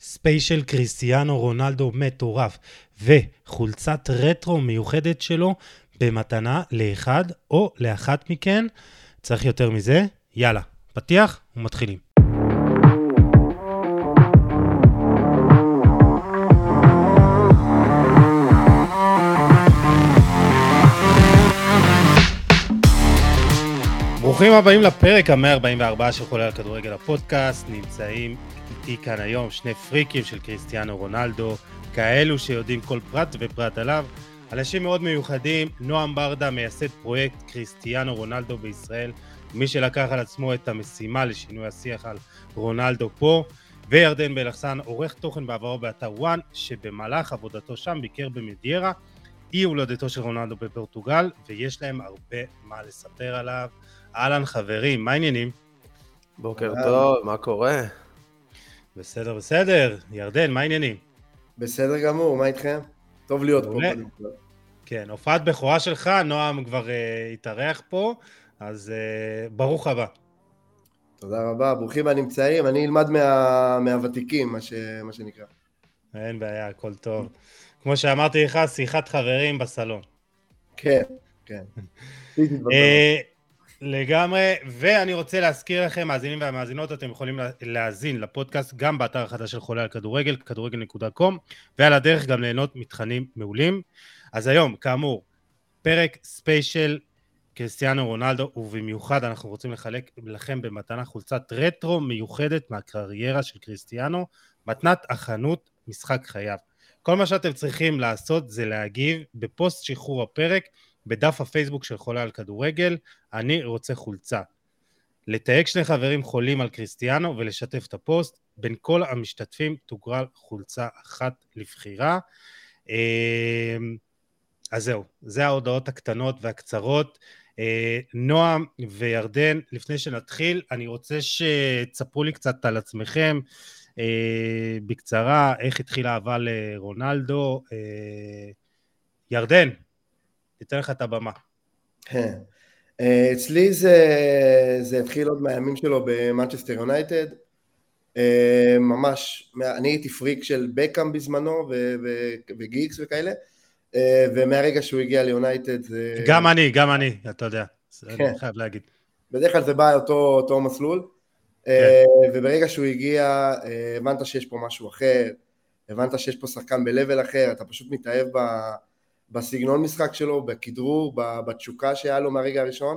ספיישל קריסטיאנו רונלדו מטורף וחולצת רטרו מיוחדת שלו במתנה לאחד או לאחת מכן. צריך יותר מזה? יאללה, פתיח ומתחילים. ברוכים הבאים לפרק ה-144 של חולה על כדורגל הפודקאסט. נמצאים איתי כאן היום שני פריקים של קריסטיאנו רונלדו, כאלו שיודעים כל פרט ופרט עליו. אנשים מאוד מיוחדים, נועם ברדה, מייסד פרויקט קריסטיאנו רונלדו בישראל, מי שלקח על עצמו את המשימה לשינוי השיח על רונלדו פה, וירדן בלחסן, עורך תוכן בעברו באתר וואן, שבמהלך עבודתו שם ביקר במדיירה, אי הולדתו של רונלדו בפורטוגל, ויש להם הרבה מה לספר עליו. אהלן חברים, מה העניינים? בוקר טוב, מה קורה? בסדר. ירדן, מה העניינים? בסדר גמור, מה איתכם? טוב להיות פה. כן, הופעת בכורה שלך, נועם כבר התארח פה, אז ברוך הבא. תודה רבה, ברוכים הנמצאים, אני אלמד מהוותיקים, מה שנקרא. אין בעיה, הכל טוב. כמו שאמרתי לך, שיחת חברים בסלון. כן. לגמרי, ואני רוצה להזכיר לכם, מאזינים והמאזינות, אתם יכולים להאזין לפודקאסט גם באתר החדש של חולה על כדורגל, כדורגל.com, ועל הדרך גם ליהנות מתכנים מעולים. אז היום, כאמור, פרק ספיישל קריסטיאנו רונלדו, ובמיוחד אנחנו רוצים לחלק לכם במתנה חולצת רטרו מיוחדת מהקריירה של קריסטיאנו, מתנת החנות משחק חייו. כל מה שאתם צריכים לעשות זה להגיב בפוסט שחרור הפרק, בדף הפייסבוק של חולה על כדורגל, אני רוצה חולצה. לתייג שני חברים חולים על קריסטיאנו ולשתף את הפוסט, בין כל המשתתפים תוגרל חולצה אחת לבחירה. אז זהו, זה ההודעות הקטנות והקצרות. נועם וירדן, לפני שנתחיל, אני רוצה שתספרו לי קצת על עצמכם, בקצרה, איך התחילה אהבה לרונלדו. ירדן, ניתן לך את הבמה. אצלי זה התחיל עוד מהימים שלו במנצ'סטר יונייטד, ממש, אני הייתי פריק של בקאם בזמנו וגיקס וכאלה, ומהרגע שהוא הגיע ליונייטד זה... גם אני, אתה יודע, אני חייב להגיד. בדרך כלל זה בא אותו מסלול, וברגע שהוא הגיע, הבנת שיש פה משהו אחר, הבנת שיש פה שחקן בלבל אחר, אתה פשוט מתאהב בסגנון משחק שלו, בכדרור, בתשוקה שהיה לו מהרגע הראשון,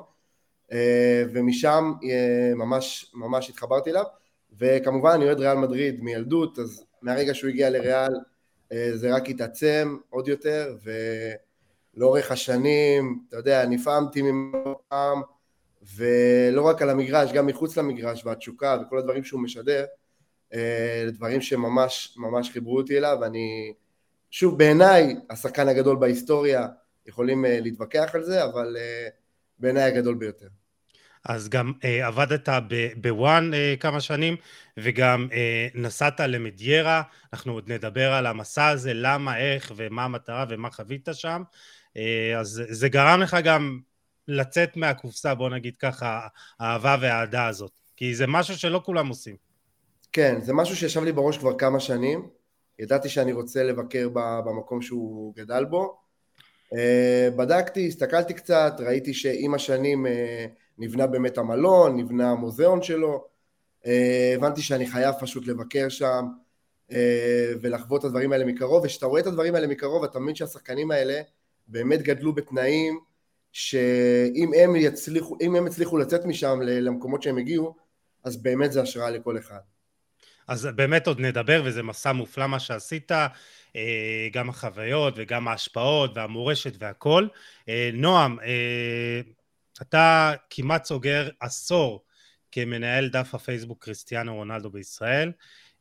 ומשם ממש התחברתי אליו, וכמובן אני אוהד ריאל מדריד מילדות, אז מהרגע שהוא הגיע לריאל, זה רק התעצם עוד יותר, ולאורך השנים, אתה יודע, נפעמתי ממנו, ולא רק על המגרש, גם מחוץ למגרש, והתשוקה וכל הדברים שהוא משדר, לדברים שממש חיברו אותי אליו, ואני... שוב, בעיניי, השחקן הגדול בהיסטוריה, יכולים להתווכח על זה, אבל בעיניי הגדול ביותר. אז גם עבדת בוואן כמה שנים, וגם נסעת למדיירה, אנחנו עוד נדבר על המסע הזה, למה, איך ומה המטרה ומה חווית שם, אז זה גרם לך גם לצאת מהקופסה, בוא נגיד ככה, האהבה והאהדה הזאת, כי זה משהו שלא כולם עושים. כן, זה משהו שישב לי בראש כבר כמה שנים, ידעתי שאני רוצה לבקר במקום שהוא גדל בו, בדקתי, הסתכלתי קצת, ראיתי שעם השנים נבנה באמת המלון, נבנה המוזיאון שלו, הבנתי שאני חייב פשוט לבקר שם ולחוות את הדברים האלה מקרוב, ושאתה רואה את הדברים האלה מקרוב, אתה מבין שהשחקנים האלה באמת גדלו בתנאים שאם הם הצליחו לצאת משם למקומות שהם הגיעו, אז באמת זה השראה לכל אחד. אז באמת עוד נדבר, וזה מסע מופלא מה שעשית, גם החוויות וגם ההשפעות והמורשת והכל. נועם, אתה כמעט סוגר עשור כמנהל דף הפייסבוק קריסטיאנו רונלדו בישראל,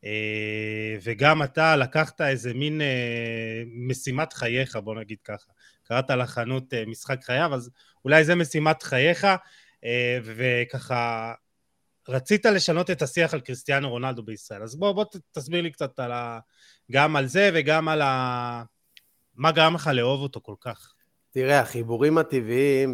וגם אתה לקחת איזה מין משימת חייך, בוא נגיד ככה. קראת לחנות משחק חייו, אז אולי זה משימת חייך, וככה... רצית לשנות את השיח על קריסטיאנו רונלדו בישראל, אז בוא תסביר לי קצת גם על זה וגם על מה גרם לך לאהוב אותו כל כך. תראה, החיבורים הטבעיים,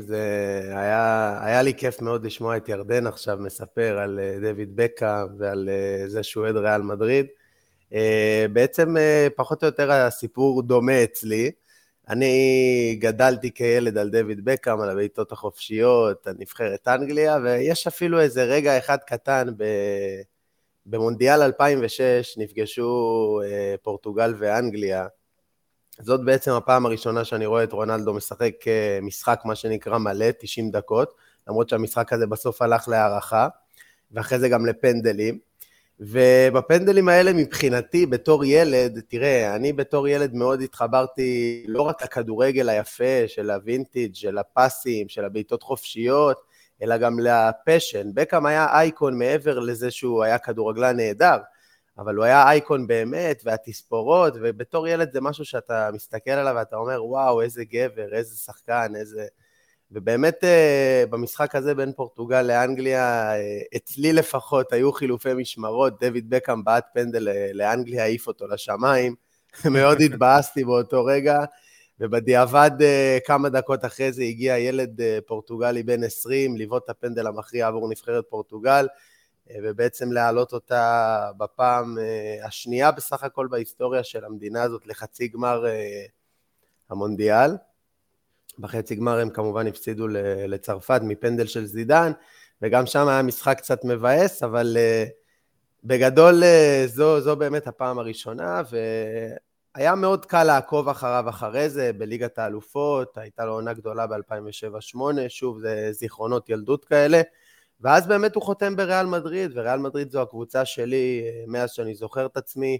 היה לי כיף מאוד לשמוע את ירדן עכשיו מספר על דויד בקאם ועל זה שהוא אוהד ריאל מדריד. בעצם פחות או יותר הסיפור דומה אצלי. אני גדלתי כילד על דויד בקאם, על הבעיטות החופשיות, על נבחרת אנגליה, ויש אפילו איזה רגע אחד קטן במונדיאל 2006, נפגשו פורטוגל ואנגליה. זאת בעצם הפעם הראשונה שאני רואה את רונלדו משחק משחק, מה שנקרא מלא, 90 דקות, למרות שהמשחק הזה בסוף הלך להערכה, ואחרי זה גם לפנדלים. ובפנדלים האלה מבחינתי בתור ילד, תראה, אני בתור ילד מאוד התחברתי לא רק לכדורגל היפה של הווינטיג', של הפסים, של הבעיטות חופשיות, אלא גם לפשן. בקאם היה אייקון מעבר לזה שהוא היה כדורגלן נהדר, אבל הוא היה אייקון באמת, והתספורות, ובתור ילד זה משהו שאתה מסתכל עליו ואתה אומר, וואו, איזה גבר, איזה שחקן, איזה... ובאמת במשחק הזה בין פורטוגל לאנגליה, אצלי לפחות היו חילופי משמרות, דויד בקאם בעט פנדל לאנגליה, העיף אותו לשמיים, מאוד התבאסתי באותו רגע, ובדיעבד כמה דקות אחרי זה הגיע ילד פורטוגלי בן 20, לבעוט את הפנדל המכריע עבור נבחרת פורטוגל, ובעצם להעלות אותה בפעם השנייה בסך הכל בהיסטוריה של המדינה הזאת לחצי גמר המונדיאל. בחצי גמר הם כמובן הפסידו לצרפת מפנדל של זידן, וגם שם היה משחק קצת מבאס, אבל בגדול זו באמת הפעם הראשונה, והיה מאוד קל לעקוב אחרי זה בליגת האלופות, הייתה לו עונה גדולה ב-2007-2008, שוב זה זיכרונות ילדות כאלה, ואז באמת הוא חותם בריאל מדריד, וריאל מדריד זו הקבוצה שלי מאז שאני זוכר את עצמי,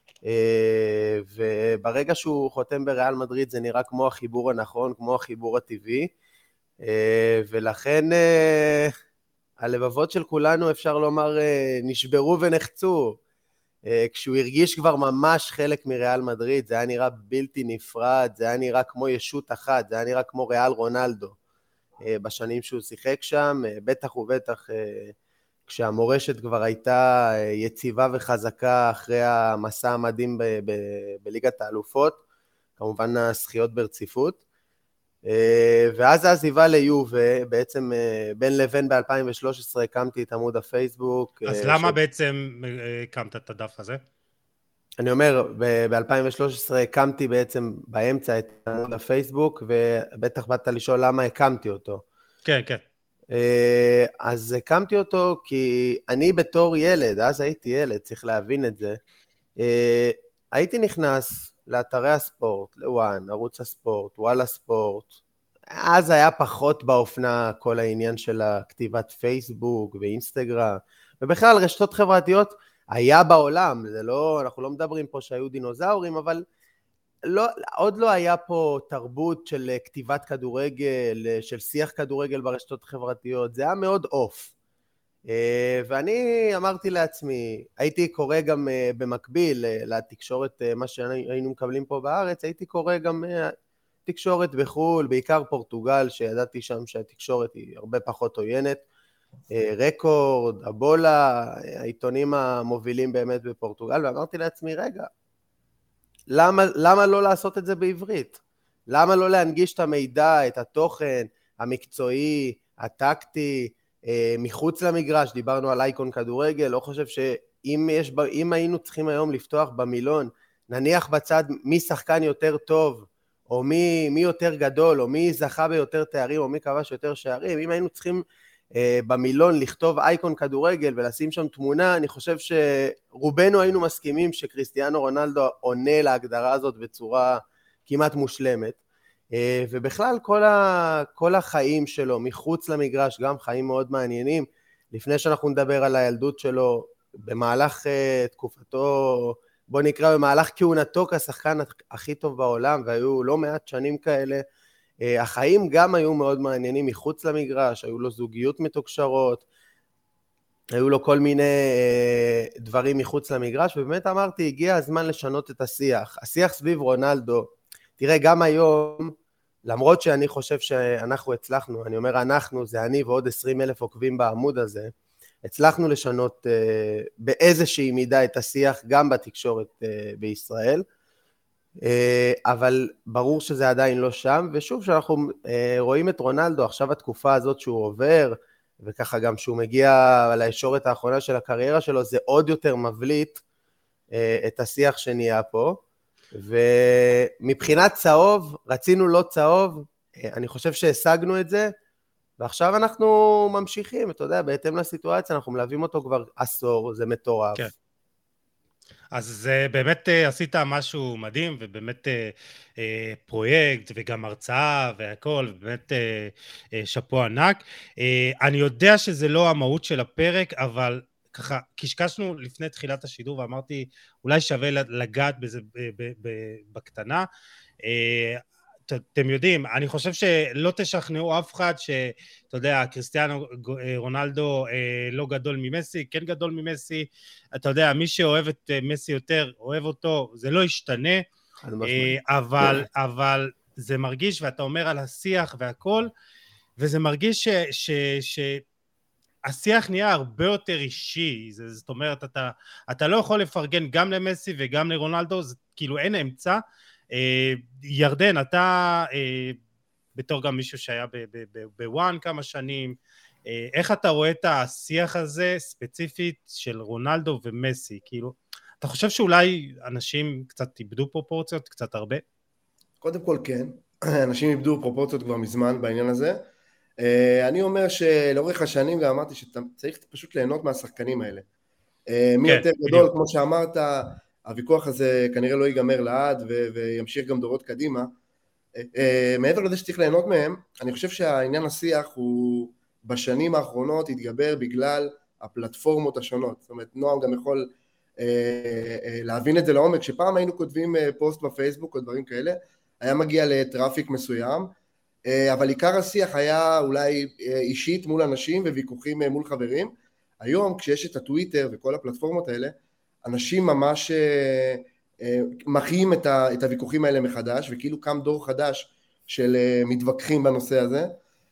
וברגע שהוא חותם בריאל מדריד זה נראה כמו החיבור הנכון, כמו החיבור הטבעי, ולכן הלבבות של כולנו אפשר לומר נשברו ונחצו, כשהוא הרגיש כבר ממש חלק מריאל מדריד, זה היה נראה בלתי נפרד, זה היה נראה כמו ישות אחת, זה היה נראה כמו ריאל רונלדו, בשנים שהוא שיחק שם, בטח ובטח כשהמורשת כבר הייתה יציבה וחזקה אחרי המסע המדהים בליגת האלופות, כמובן הזכיות ברציפות, ואז העזיבה ליובה, בעצם בין לבין ב-2013 הקמתי את עמוד הפייסבוק. אז למה בעצם הקמת את הדף הזה? אני אומר, ב-2013 הקמתי בעצם באמצע את עמוד הפייסבוק, ובטח באת לשאול למה הקמתי אותו. כן, כן. אז הקמתי אותו כי אני בתור ילד, אז הייתי ילד, צריך להבין את זה, הייתי נכנס לאתרי הספורט, לוואן, ערוץ הספורט, וואלה ספורט, אז היה פחות באופנה כל העניין של הכתיבת פייסבוק ואינסטגרם, ובכלל רשתות חברתיות היה בעולם, זה לא, אנחנו לא מדברים פה שהיו דינוזאורים, אבל לא, עוד לא היה פה תרבות של כתיבת כדורגל, של שיח כדורגל ברשתות חברתיות, זה היה מאוד אוף. ואני אמרתי לעצמי, הייתי קורא גם במקביל לתקשורת, מה שהיינו מקבלים פה בארץ, הייתי קורא גם תקשורת בחול, בעיקר פורטוגל, שידעתי שם שהתקשורת היא הרבה פחות עוינת, רקורד, אבולה, העיתונים המובילים באמת בפורטוגל, ואמרתי לעצמי, רגע, למה לא לעשות את זה בעברית? למה לא להנגיש את המידע, את התוכן המקצועי, הטקטי, מחוץ למגרש? דיברנו על אייקון כדורגל, לא חושב שאם היינו צריכים היום לפתוח במילון, נניח בצד מי שחקן יותר טוב, או מי יותר גדול, או מי זכה ביותר תארים, או מי כבש יותר שערים, אם היינו צריכים במילון לכתוב אייקון כדורגל ולשים שם תמונה, אני חושב שרובנו היינו מסכימים שקריסטיאנו רונלדו עונה להגדרה הזאת בצורה כמעט מושלמת, ובכלל כל החיים שלו מחוץ למגרש, גם חיים מאוד מעניינים, לפני שאנחנו נדבר על הילדות שלו, במהלך תקופתו, בוא נקרא במהלך כהונתו כשחקן הכי טוב בעולם, והיו לא מעט שנים כאלה, החיים גם היו מאוד מעניינים מחוץ למגרש, היו לו זוגיות מתוקשרות, היו לו כל מיני דברים מחוץ למגרש, ובאמת אמרתי, הגיע הזמן לשנות את השיח. השיח סביב רונלדו, תראה, גם היום, למרות שאני חושב שאנחנו הצלחנו, אני אומר אנחנו, זה אני ועוד 20,000 עוקבים בעמוד הזה, הצלחנו לשנות באיזושהי מידה את השיח גם בתקשורת בישראל, אבל ברור שזה עדיין לא שם, ושוב שאנחנו רואים את רונלדו, עכשיו התקופה הזאת שהוא עובר, וככה גם שהוא מגיע לישורת האחרונה של הקריירה שלו, זה עוד יותר מבליט, את השיח שנהיה פה, ומבחינת צהוב, רצינו לא צהוב, אני חושב שהשגנו את זה, ועכשיו אנחנו ממשיכים, אתה יודע, בהתאם לסיטואציה, אנחנו מלווים אותו כבר עשור, זה מטורף. כן. אז באמת עשית משהו מדהים, ובאמת פרויקט, וגם הרצאה והכל, ובאמת שפו ענק. אני יודע שזה לא המהות של הפרק, אבל ככה, קשקשנו לפני תחילת השידור, ואמרתי, אולי שווה לגעת בזה בקטנה. אתם יודעים, אני חושב שלא תשכנעו אף אחד שאתה יודע, קריסטיאנו רונלדו לא גדול ממסי, כן גדול ממסי, אתה יודע, מי שאוהב את מסי יותר, אוהב אותו, זה לא ישתנה, אבל זה מרגיש, ואתה אומר על השיח והכל, וזה מרגיש שהשיח נהיה הרבה יותר אישי, זאת אומרת, אתה לא יכול לפרגן גם למסי וגם לרונלדו, זה כאילו אין אמצע, ירדן, אתה בתור גם מישהו שהיה בוואן כמה שנים, איך אתה רואה את השיח הזה ספציפית של רונלדו ומסי? כאילו, אתה חושב שאולי אנשים קצת איבדו פרופורציות, קצת הרבה? קודם כל כן, אנשים איבדו פרופורציות כבר מזמן בעניין הזה. אני אומר שלאורך השנים גם אמרתי שצריך פשוט ליהנות מהשחקנים האלה. מי יותר גדול, כמו שאמרת, הוויכוח הזה כנראה לא ייגמר לעד וימשיך גם דורות קדימה. מעבר לזה שצריך ליהנות מהם, אני חושב שהעניין השיח הוא בשנים האחרונות התגבר בגלל הפלטפורמות השונות. זאת אומרת, נועם גם יכול להבין את זה לעומק, שפעם היינו כותבים פוסט בפייסבוק או דברים כאלה, היה מגיע לטראפיק מסוים, אבל עיקר השיח היה אולי אישית מול אנשים וויכוחים מול חברים. היום כשיש את הטוויטר וכל הפלטפורמות האלה, אנשים ממש מחיים את הוויכוחים האלה מחדש, וכאילו קם דור חדש של מתווכחים בנושא הזה,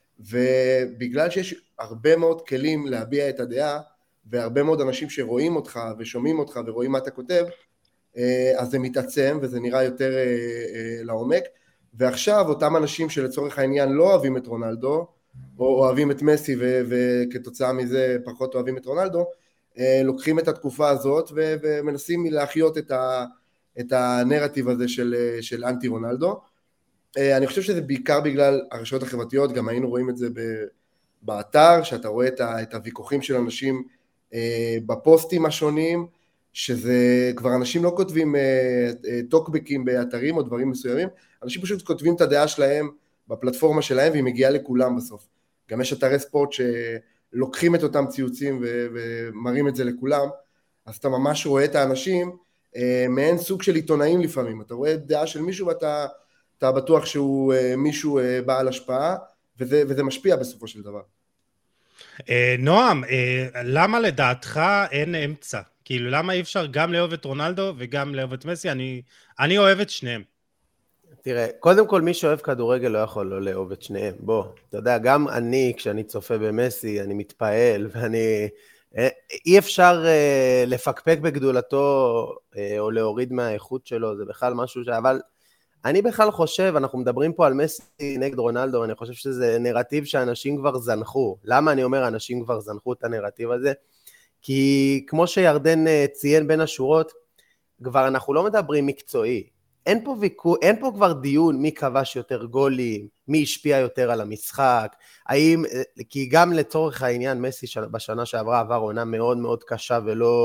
ובגלל שיש הרבה מאוד כלים להביע את הדעה, והרבה מאוד אנשים שרואים אותך ושומעים אותך ורואים מה אתה כותב, אז זה מתעצם וזה נראה יותר לעומק, ועכשיו אותם אנשים שלצורך העניין לא אוהבים את רונלדו, או אוהבים את מסי וכתוצאה מזה פחות אוהבים את רונלדו, לוקחים את התקופה הזאת ומנסים להחיות את הנרטיב הזה של אנטי רונלדו. אני חושב שזה בעיקר בגלל הרשתות החברתיות, גם היינו רואים את זה באתר, שאתה רואה את הוויכוחים של אנשים בפוסטים השונים, שזה כבר אנשים לא כותבים טוקבקים באתרים או דברים מסוימים, אנשים פשוט כותבים את הדעה שלהם בפלטפורמה שלהם, והיא מגיעה לכולם בסוף. גם יש אתרי ספורט שלוקחים את אותם ציוצים ומראים את זה לכולם, אז אתה ממש רואה את האנשים, מעין סוג של עיתונאים לפעמים, אתה רואה דעה של מישהו ואתה בטוח שהוא מישהו בעל השפעה, וזה משפיע בסופו של דבר. נועם, למה לדעתך אין אמצע? כאילו, למה אי אפשר גם לאהוב את רונלדו וגם לאהוב את מסי? אני אוהב את שניהם. תראה, קודם כל מי שאוהב כדורגל לא יכול לא לאהוב את שניהם. בוא, אתה יודע, גם אני, כשאני צופה במסי, אני מתפעל, ואני... אי אפשר לפקפק בגדולתו, או להוריד מהאיכות שלו, זה בכלל משהו ש... אבל אני בכלל חושב, אנחנו מדברים פה על מסי נגד רונלדו, אני חושב שזה נרטיב שאנשים כבר זנחו. למה אני אומר אנשים כבר זנחו את הנרטיב הזה? כי כמו שירדן ציין בין השורות, כבר אנחנו לא מדברים מקצועי. אין פה כבר דיון מי כבש יותר גולים, מי השפיע יותר על המשחק, כי גם לצורך העניין מסי בשנה שעברה עבר עונה מאוד מאוד קשה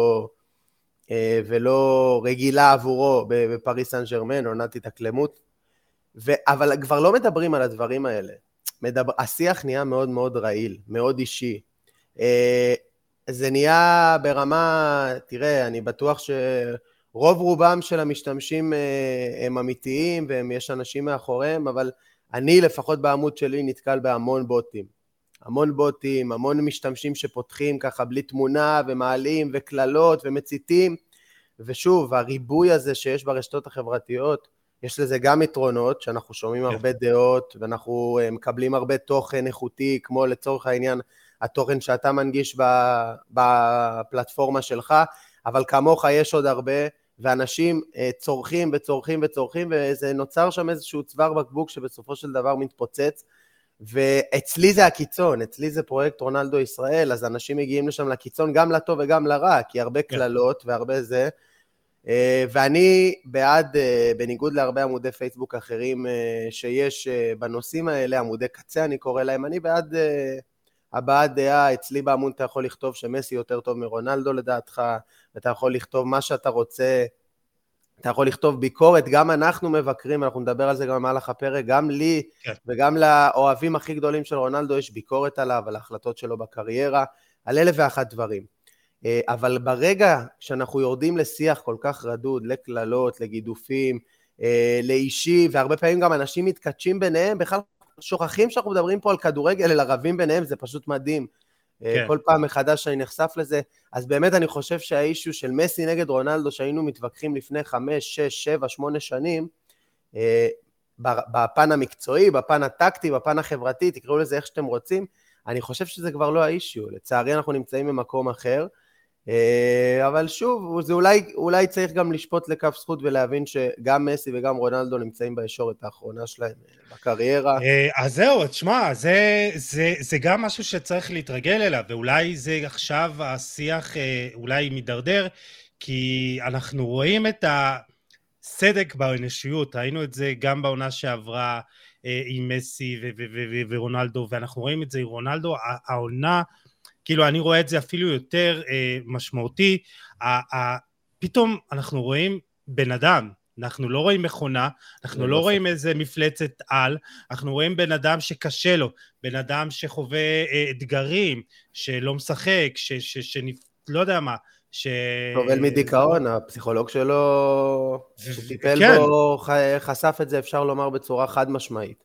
ולא רגילה עבורו בפריס סן ז'רמן, עונת התאקלמות, אבל כבר לא מדברים על הדברים האלה. השיח נהיה מאוד מאוד רעיל, מאוד אישי. זה נהיה ברמה, תראה, אני בטוח רוב רובם של המשתמשים הם אמיתיים, ויש אנשים מאחוריהם, אבל אני לפחות בעמוד שלי נתקל בהמון בוטים. המון משתמשים שפותחים ככה בלי תמונה, ומעלים, וכללות, ומציתים, ושוב, הריבוי הזה שיש ברשתות החברתיות, יש לזה גם יתרונות, שאנחנו שומעים הרבה דעות, ואנחנו מקבלים הרבה תוכן איכותי, כמו לצורך העניין, התוכן שאתה מנגיש בפלטפורמה שלך, אבל כמוך יש עוד הרבה, ואנשים צורכים וצורכים וצורכים, וזה נוצר שם איזשהו צוואר בקבוק שבסופו של דבר מתפוצץ, ואצלי זה הקיצון, אצלי זה פרויקט רונלדו ישראל, אז אנשים מגיעים לשם לקיצון גם לטוב וגם לרע, כי הרבה כללות והרבה זה, ואני בעד, בניגוד להרבה עמודי פייסבוק אחרים שיש בנושאים האלה, עמודי קצה אני קורא להם, אני בעד הבעת דעה. אצלי בעמוד אתה יכול לכתוב שמסי יותר טוב מרונלדו לדעתך, אתה יכול לכתוב מה שאתה רוצה, אתה יכול לכתוב ביקורת, גם אנחנו מבקרים, אנחנו נדבר על זה גם במהלך הפרק, גם לי וגם לאוהבים הכי גדולים של רונלדו יש ביקורת עליו, על ההחלטות שלו בקריירה, על 1001 דברים. אבל ברגע שאנחנו יורדים לשיח כל כך רדוד, לכללות, לגידופים, לאישי, והרבה פעמים גם אנשים מתקדשים ביניהם, בכלל שוכחים שאנחנו מדברים פה על כדורגל, אלא רבים ביניהם, זה פשוט מדהים. כן. כל פעם מחדש שאני נחשף לזה, אז באמת אני חושב שהאישו של מסי נגד רונלדו, שהיינו מתווכחים לפני 5, 6, 7, 8 שנים, בפן המקצועי, בפן הטקטי, בפן החברתי, תקראו לזה איך שאתם רוצים, אני חושב שזה כבר לא האישו, לצערי אנחנו נמצאים במקום אחר, אבל שוב, זה אולי צריך גם לשפוט לכף זכות ולהבין שגם מסי וגם רונלדו נמצאים בישורת האחרונה שלהם בקריירה. אז זהו, תשמע, זה גם משהו שצריך להתרגל אליו, ואולי זה עכשיו השיח אולי מדרדר, כי אנחנו רואים את הסדק באנושיות, ראינו את זה גם בעונה שעברה עם מסי ורונלדו, ואנחנו רואים את זה עם רונלדו, העונה, כאילו אני רואה את זה אפילו יותר משמעותי, פתאום אנחנו רואים בן אדם, אנחנו לא רואים מכונה, אנחנו לא רואים איזה מפלצת על, אנחנו רואים בן אדם שקשה לו, בן אדם שחווה אתגרים, שלא משחק, לא יודע מה, סובל מדיכאון, הפסיכולוג שלו שטיפל בו, חשף את זה, אפשר לומר בצורה חד משמעית.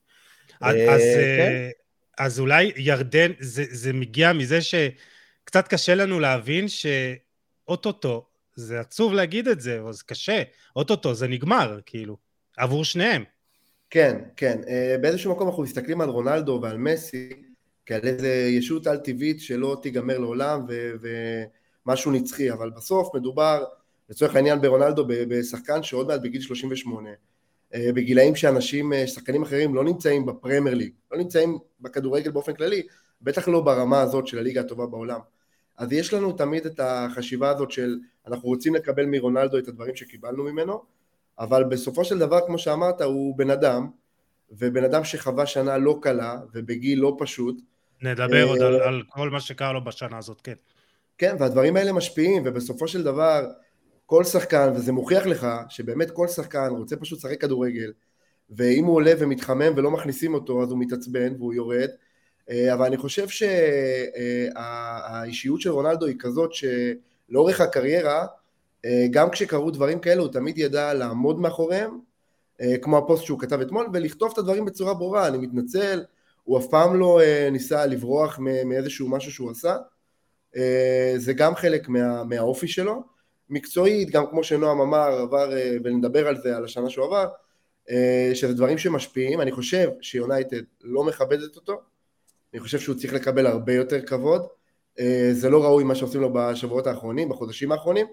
אז אולי ירדן, זה מגיע מזה שקצת קשה לנו להבין שאוטוטו, זה עצוב להגיד את זה, אבל זה קשה, אוטוטו זה נגמר, כאילו, עבור שניהם. כן, כן, באיזשהו מקום אנחנו מסתכלים על רונלדו ועל מסי, כעל איזה ישות על טבעית שלא תיגמר לעולם ומשהו נצחי, אבל בסוף מדובר, לצורך העניין ברונלדו, בשחקן שעוד מעט בגיל 38, בגילאים שאנשים, שחקנים אחרים לא נמצאים בפרמייר ליג, לא נמצאים בכדורגל באופן כללי, בטח לא ברמה הזאת של הליגה הטובה בעולם. אז יש לנו תמיד את החשיבה הזאת של אנחנו רוצים לקבל מרונלדו את הדברים שקיבלנו ממנו, אבל בסופו של דבר, כמו שאמרת, הוא בן אדם, ובן אדם שחווה שנה לא קלה, ובגיל לא פשוט. נדבר עוד על כל מה שקרה לו בשנה הזאת, כן. כן, והדברים האלה משפיעים, ובסופו של דבר, כל שחקן, וזה מוכיח לך, שבאמת כל שחקן רוצה פשוט לשחק כדורגל, ואם הוא עולה ומתחמם ולא מכניסים אותו, אז הוא מתעצבן והוא יורד, אבל אני חושב שהאישיות של רונלדו היא כזאת שלאורך הקריירה, גם כשקרו דברים כאלה, הוא תמיד ידע לעמוד מאחוריהם, כמו הפוסט שהוא כתב אתמול, ולכתוב את הדברים בצורה ברורה, אני מתנצל, הוא אף פעם לא ניסה לברוח מאיזשהו משהו שהוא עשה, זה גם חלק מהאופי שלו, מקצועית, גם כמו שנועם אמר, ונדבר על זה, על השנה שהוא עבר, שזה דברים שמשפיעים, אני חושב שיונייטד לא מכבדת אותו, אני חושב שהוא צריך לקבל הרבה יותר כבוד, זה לא ראוי מה שעושים לו בשבועות האחרונים, בחודשים האחרונים,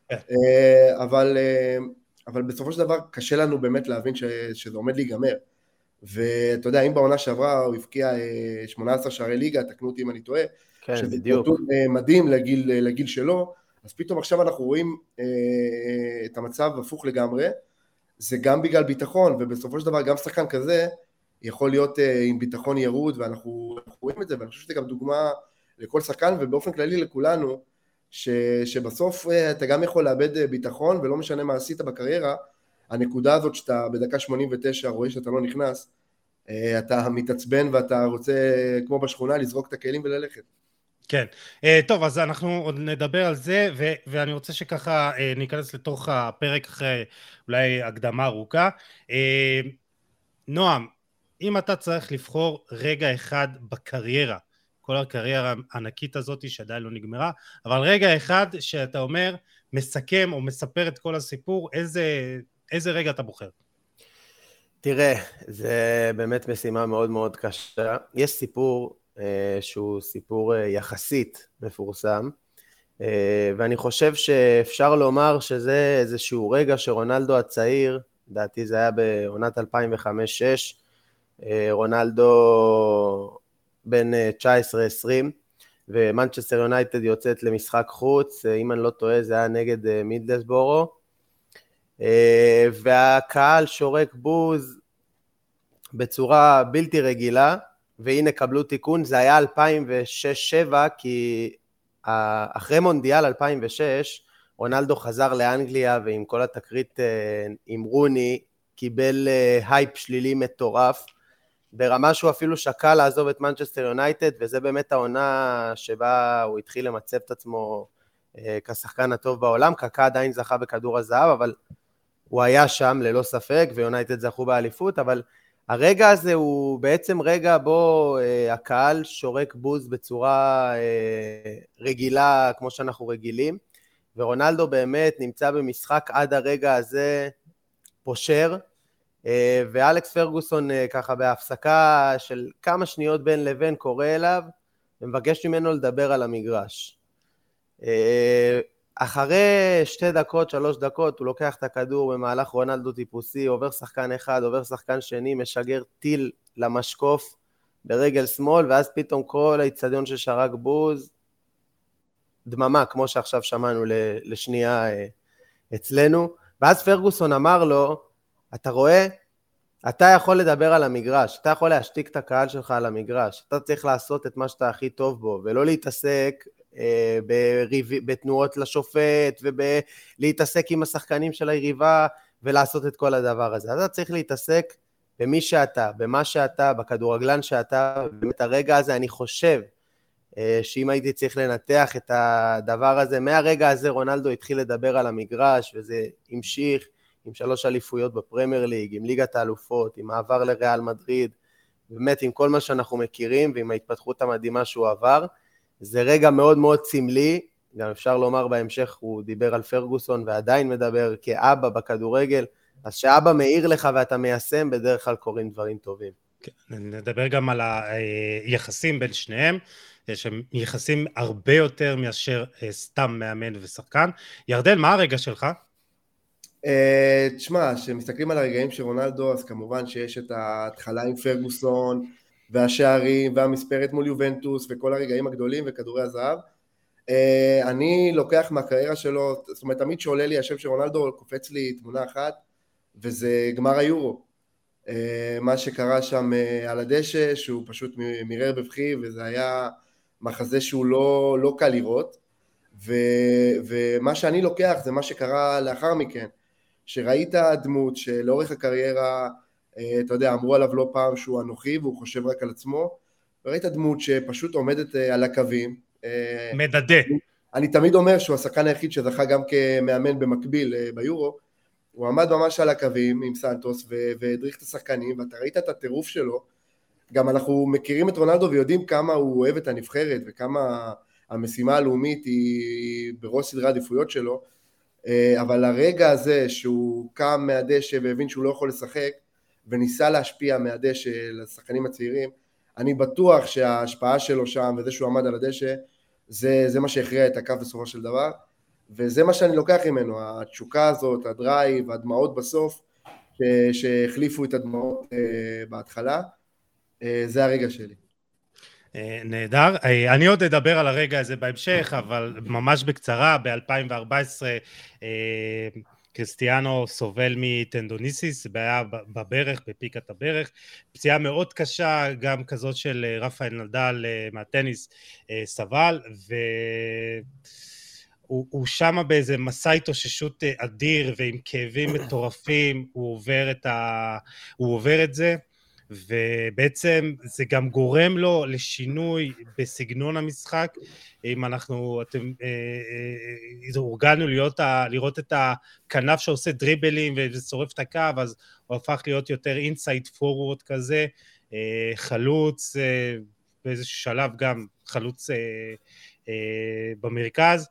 אבל בסופו של דבר קשה לנו באמת להבין שזה עומד להיגמר, ואתה יודע, אם בעונה שעברה הוא הפקיע 18 שערי ליגה, תקנו אותי אם אני טועה, כן, בדיוק. מדהים לגיל שלו, אז פתאום עכשיו אנחנו רואים את המצב הפוך לגמרי, זה גם בגלל ביטחון, ובסופו של דבר גם שחקן כזה יכול להיות עם ביטחון ירוד, ואנחנו רואים את זה, ואני חושב שזה גם דוגמה לכל שחקן, ובאופן כללי לכולנו, שבסוף אתה גם יכול לאבד ביטחון, ולא משנה מה עשית בקריירה, הנקודה הזאת שאתה בדקה 89 רואה שאתה לא נכנס, אתה מתעצבן ואתה רוצה כמו בשכונה לזרוק את הכלים וללכת. כן, טוב, אז אנחנו עוד נדבר על זה, ואני רוצה שככה ניכנס לתוך הפרק אחרי אולי הקדמה ארוכה. נועם, אם אתה צריך לבחור רגע אחד בקריירה, כל הקריירה הענקית הזאת שעדיין לא נגמרה, אבל רגע אחד שאתה אומר, מסכם או מספר את כל הסיפור, איזה רגע אתה בוחר? תראה, זה באמת משימה מאוד מאוד קשה. יש סיפור שהוא סיפור יחסית מפורסם, ואני חושב שאפשר לומר שזה איזשהו רגע שרונלדו הצעיר, לדעתי זה היה בעונת 2005-2006, רונלדו בן 19-20, ומנצ'סטר יונייטד יוצאת למשחק חוץ, אם אני לא טועה זה היה נגד מידלסבורו, והקהל שורק בוז בצורה בלתי רגילה, והנה קבלו תיקון, זה היה 2006-2007, כי אחרי מונדיאל 2006, רונלדו חזר לאנגליה, ועם כל התקרית עם רוני, קיבל הייפ שלילי מטורף, ברמה שהוא אפילו שקל לעזוב את מנצ'סטר יונייטד, וזה באמת העונה שבה הוא התחיל למצב את עצמו כשחקן הטוב בעולם. קקה עדיין זכה בכדור הזהב, אבל הוא היה שם ללא ספק, ויונייטד זכו באליפות, אבל הרגע הזה הוא בעצם רגע בו הקהל שורק בוז בצורה רגילה, כמו שאנחנו רגילים, ורונלדו באמת נמצא במשחק עד הרגע הזה פושר, ואלכס פרגוסון ככה בהפסקה של כמה שניות בין לבין קורא אליו, ומבקש ממנו לדבר על המגרש. אחרי 2 דקות, 3 דקות, הוא לוקח את הכדור במהלך רונלדו טיפוסי, עובר שחקן אחד, עובר שחקן שני, משגר טיל למשקוף ברגל שמאל, ואז פתאום כל האצטדיון ששרק בוז, דממה, כמו שעכשיו שמענו לשנייה אצלנו, ואז פרגוסון אמר לו, אתה רואה? אתה יכול לדבר על המגרש, אתה יכול להשתיק את הקהל שלך על המגרש, אתה צריך לעשות את מה שאתה הכי טוב בו, ולא להתעסק בתנועות לשופט, ולהתעסק עם השחקנים של היריבה, ולעשות את כל הדבר הזה. אתה צריך להתעסק במי שאתה, במה שאתה, בכדורגלן שאתה, באמת הרגע הזה, אני חושב, שאם הייתי צריך לנתח את הדבר הזה, מהרגע הזה רונלדו התחיל לדבר על המגרש, וזה המשיך עם 3 אליפויות בפרמייר ליג, עם ליגת האלופות, עם מעבר לריאל מדריד, באמת עם כל מה שאנחנו מכירים, ועם ההתפתחות המדהימה שהוא עבר, זה רגע מאוד מאוד סמלי, גם אפשר לומר בהמשך, הוא דיבר על פרגוסון, ועדיין מדבר כאבא בכדורגל, אז שאבא מאיר לך ואתה מיישם, בדרך כלל קוראים דברים טובים. נדבר גם על היחסים בין שניהם, שהם יחסים הרבה יותר מאשר סתם מאמן ושחקן. ירדן, מה הרגע שלך? תשמע, כשמסתכלים על הרגעים של רונלדו, אז כמובן שיש את ההתחלה עם פרגוסון, והשערים, והמספרת מול יובנטוס, וכל הרגעים הגדולים וכדורי הזהב. אני לוקח מהקריירה שלו, זאת אומרת, תמיד שעולה לי השם של רונלדו, קופץ לי תמונה אחת, וזה גמר היורו. מה שקרה שם על הדשא, שהוא פשוט מירר בבכי, וזה היה מחזה שהוא לא קל לראות, ומה שאני לוקח זה מה שקרה לאחר מכן, שראית דמות שלאורך הקריירה, אתה יודע, אמרו עליו לא פעם שהוא אנוכי, והוא חושב רק על עצמו, וראית דמות שפשוט עומדת על הקווים. מדדה. אני תמיד אומר שהוא השחקן היחיד שזכה גם כמאמן במקביל ביורו, הוא עמד ממש על הקווים עם סנטוס והדריך את השחקנים, ואתה ראית את הטירוף שלו. גם אנחנו מכירים את רונלדו ויודעים כמה הוא אוהב את הנבחרת, וכמה המשימה הלאומית היא בראש סדרי העדיפויות שלו, אבל הרגע הזה שהוא קם מהדשא והבין שהוא לא יכול לשחק, וניסה להשפיע מהדשא לשחקנים הצעירים, אני בטוח שההשפעה שלו שם וזה שהוא עמד על הדשא, זה מה שהכריע את הקו בסופו של דבר, וזה מה שאני לוקח ממנו, התשוקה הזאת, הדרייב, הדמעות בסוף, שהחליפו את הדמעות בהתחלה, זה הרגע שלי. נהדר, אני עוד אדבר על הרגע הזה בהמשך, אבל ממש בקצרה, ב-2014 קריסטיאנו סובל מטנדוניסיס, בעיה בברך, בפיקת הברך, פציעה מאוד קשה, גם כזאת של רפאל נדל מהטניס סבל, הוא שם באיזה מסע התאוששות אדיר, ועם כאבים מטורפים, הוא עובר את זה, ובעצם זה גם גורם לו לשינוי בסגנון המשחק. אם אתם הורגלנו לראות את הכנף שעושה דריבלים ושורף את הקו, אז הוא הפך להיות יותר אינסייד פורוורד כזה, חלוץ, באיזשהו שלב גם חלוץ במרכז,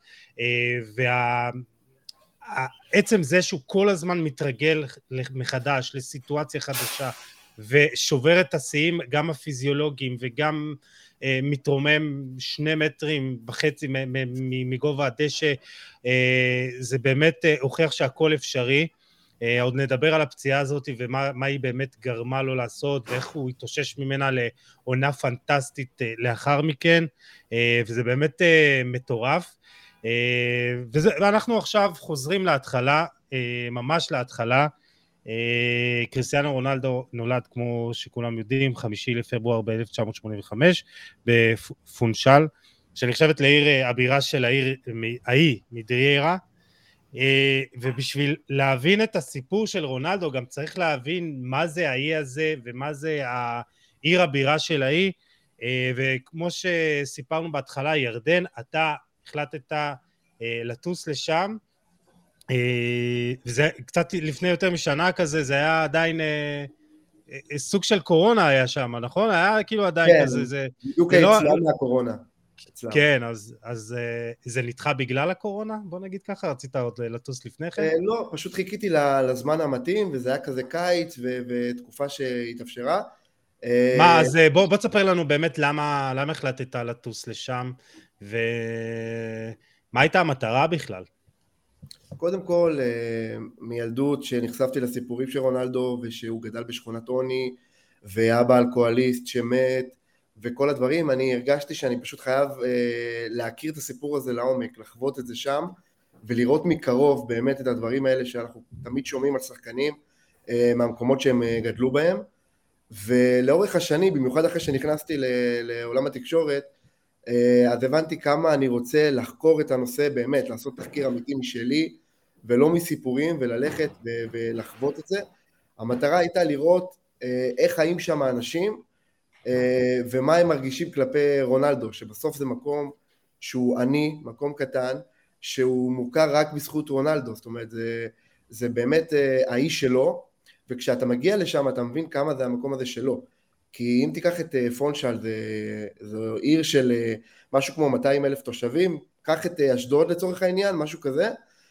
ועצם זה שהוא כל הזמן מתרגל מחדש לסיטואציה חדשה, ושובר את השיאים גם הפיזיולוגיים, וגם מתרומם 2.5 מטרים מגובה הדשא, זה באמת הוכיח שהכל אפשרי. עוד נדבר על הפציעה הזאת, ומה היא באמת גרמה לו לעשות, ואיך הוא התאושש ממנה לעונה פנטסטית לאחר מכן, וזה באמת מטורף. ואנחנו עכשיו חוזרים להתחלה, ממש להתחלה. קריסטיאנו רונלדו נולד, כמו שכולם יודעים, 5 לפברואר ב-1985 בפונשל, שנחשבת לעיר הבירה של העיר ההיא, מדריירה, ובשביל להבין את הסיפור של רונלדו גם צריך להבין מה זה האי הזה ומה זה העיר הבירה של האי, וכמו שסיפרנו בהתחלה, ירדן, אתה החלטת לטוס לשם, וזה קצת לפני יותר משנה כזה, זה היה עדיין סוג של קורונה היה שם, נכון? היה כאילו עדיין כן, כזה, זה... בדיוק לא... אצלם מהקורונה. כן, אז זה נדחה בגלל הקורונה? בוא נגיד ככה, רצית עוד לטוס לפני כן? לא, פשוט חיכיתי לזמן המתאים, וזה היה כזה קיץ ותקופה שהתאפשרה. מה, אז בוא תספר לנו באמת למה החלטת לטוס לשם, ומה הייתה המטרה בכלל? קודם כל, מילדות שנחשפתי לסיפורים של רונלדו, ושהוא גדל בשכונת עוני, ואבא אלכוהוליסט שמת, וכל הדברים, אני הרגשתי שאני פשוט חייב להכיר את הסיפור הזה לעומק, לחוות את זה שם, ולראות מקרוב באמת את הדברים האלה שאנחנו תמיד שומעים על שחקנים, מהמקומות שהם גדלו בהם, ולאורך השנים, במיוחד אחרי שנכנסתי לעולם התקשורת, אז הבנתי כמה אני רוצה לחקור את הנושא באמת, לעשות תחקיר אמיתי משלי, ולא מסיפורים, וללכת ולחוות את זה. המטרה הייתה לראות איך חיים שם האנשים, ומה הם מרגישים כלפי רונלדו, שבסוף זה מקום שהוא עני, מקום קטן, שהוא מוכר רק בזכות רונלדו, זאת אומרת, זה באמת האיש שלו, וכשאתה מגיע לשם אתה מבין כמה זה המקום הזה שלו, כי אם תיקח את פונשל, זו עיר של משהו כמו 200,000 תושבים, קח את אשדוד לצורך העניין, משהו כזה,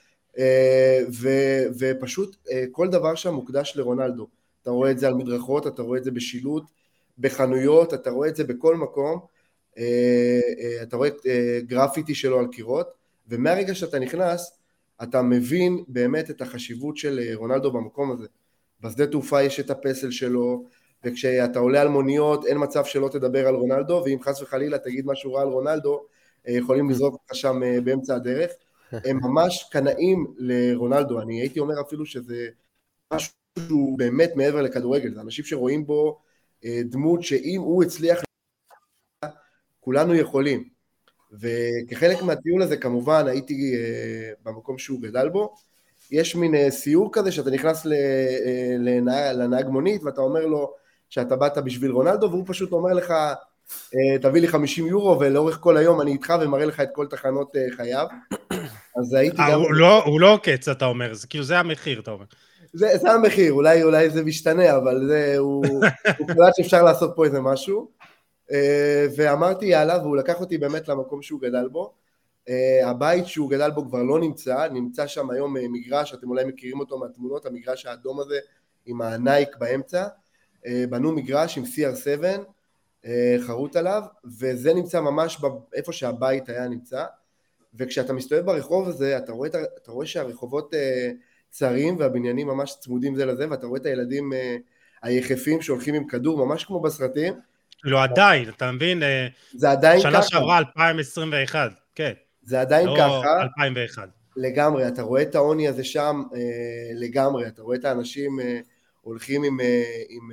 ופשוט כל דבר שם מוקדש לרונלדו, אתה רואה את זה על מדרכות, אתה רואה את זה בשילוט, בחנויות, אתה רואה את זה בכל מקום, אתה רואה גרפיטי שלו על קירות, ומהרגע שאתה נכנס, אתה מבין באמת את החשיבות של רונלדו במקום הזה. בשדה תעופה יש את הפסל שלו, וכשאתה עולה על מוניות, אין מצב שלא תדבר על רונלדו, ואם חס וחלילה תגיד משהו רע על רונלדו, יכולים לזרוק אותך שם באמצע הדרך. הם ממש קנאים לרונלדו, אני הייתי אומר אפילו שזה משהו שהוא באמת מעבר לכדורגל, זה אנשים שרואים בו דמות שאם הוא הצליח, כולנו יכולים. וכחלק מהטיול הזה כמובן הייתי במקום שהוא גדל בו, יש מין סיור כזה שאתה נכנס לנהג מונית ואתה אומר לו שאתה באת בשביל רונלדו, והוא פשוט אומר לך תביא לי 50 יורו ולאורך כל היום אני איתך ומראה לך את כל תחנות חייו. אז הייתי גם... הוא לא קץ אתה אומר, זה כאילו זה המחיר אתה אומר. זה המחיר, אולי זה משתנה, אבל הוא קולט שאפשר לעשות פה איזה משהו, ואמרתי יאללה, והוא לקח אותי באמת למקום שהוא גדל בו, הבית שהוא גדל בו כבר לא נמצא שם היום מגרש, אתם אולי מכירים אותו מהתמונות, המגרש האדום הזה עם הנייק באמצע, בנו מגרש עם CR7, חרוט עליו, וזה נמצא ממש איפה שהבית היה נמצא, וכשאתה מסתובב ברחוב הזה, אתה רואה שהרחובות צרים והבניינים ממש צמודים זה לזה, ואתה רואה את הילדים היחפים שהולכים עם כדור, ממש כמו בסרטים. לא עדיין, אתה מבין? זה עדיין ככה. שנה שעברה 2021, כן. זה עדיין ככה. לא 2001. לגמרי, אתה רואה את העוני הזה שם לגמרי, אתה רואה את האנשים הולכים עם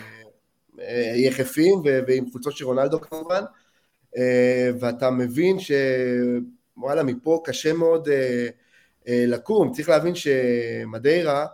יחפים ועם חולצות של רונלדו כמובן, ואתה מבין שוואלה, מפה קשה מאוד לקום. צריך להבין שמדיירה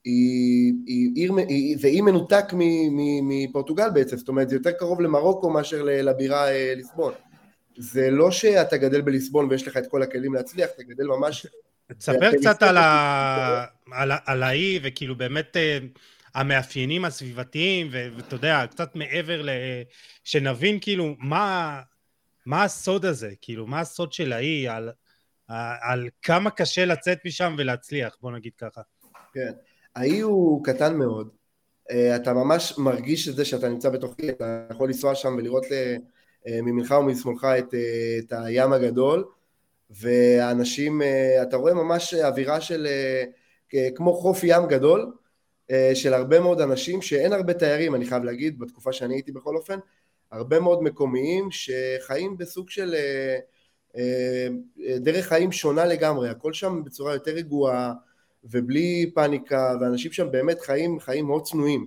זה אי מנותק מפורטוגל בעצם, זאת אומרת זה יותר קרוב למרוקו מאשר לבירה ליסבון. זה לא שאתה גדל בליסבון ויש לך את כל הכלים להצליח, אתה גדל ממש... תספר קצת על האי וכאילו באמת המאפיינים הסביבתיים ואתה יודע, קצת מעבר שנבין כאילו מה הסוד הזה, כאילו מה הסוד של האי, על כמה קשה לצאת משם ולהצליח, בוא נגיד ככה. כן, האי הוא קטן מאוד, אתה ממש מרגיש את זה שאתה נמצא בתוכי, אתה יכול לנסוע שם ולראות ממנך ומשמאלך את הים הגדול, והאנשים, אתה רואה ממש אווירה של, כמו חוף ים גדול, של הרבה מאוד אנשים, שאין הרבה תיירים, אני חייב להגיד, בתקופה שאני הייתי בכל אופן, הרבה מאוד מקומיים שחיים בסוג של דרך חיים שונה לגמרי, הכל שם בצורה יותר רגועה, ובלי פאניקה, ואנשים שם באמת חיים מאוד צנועים.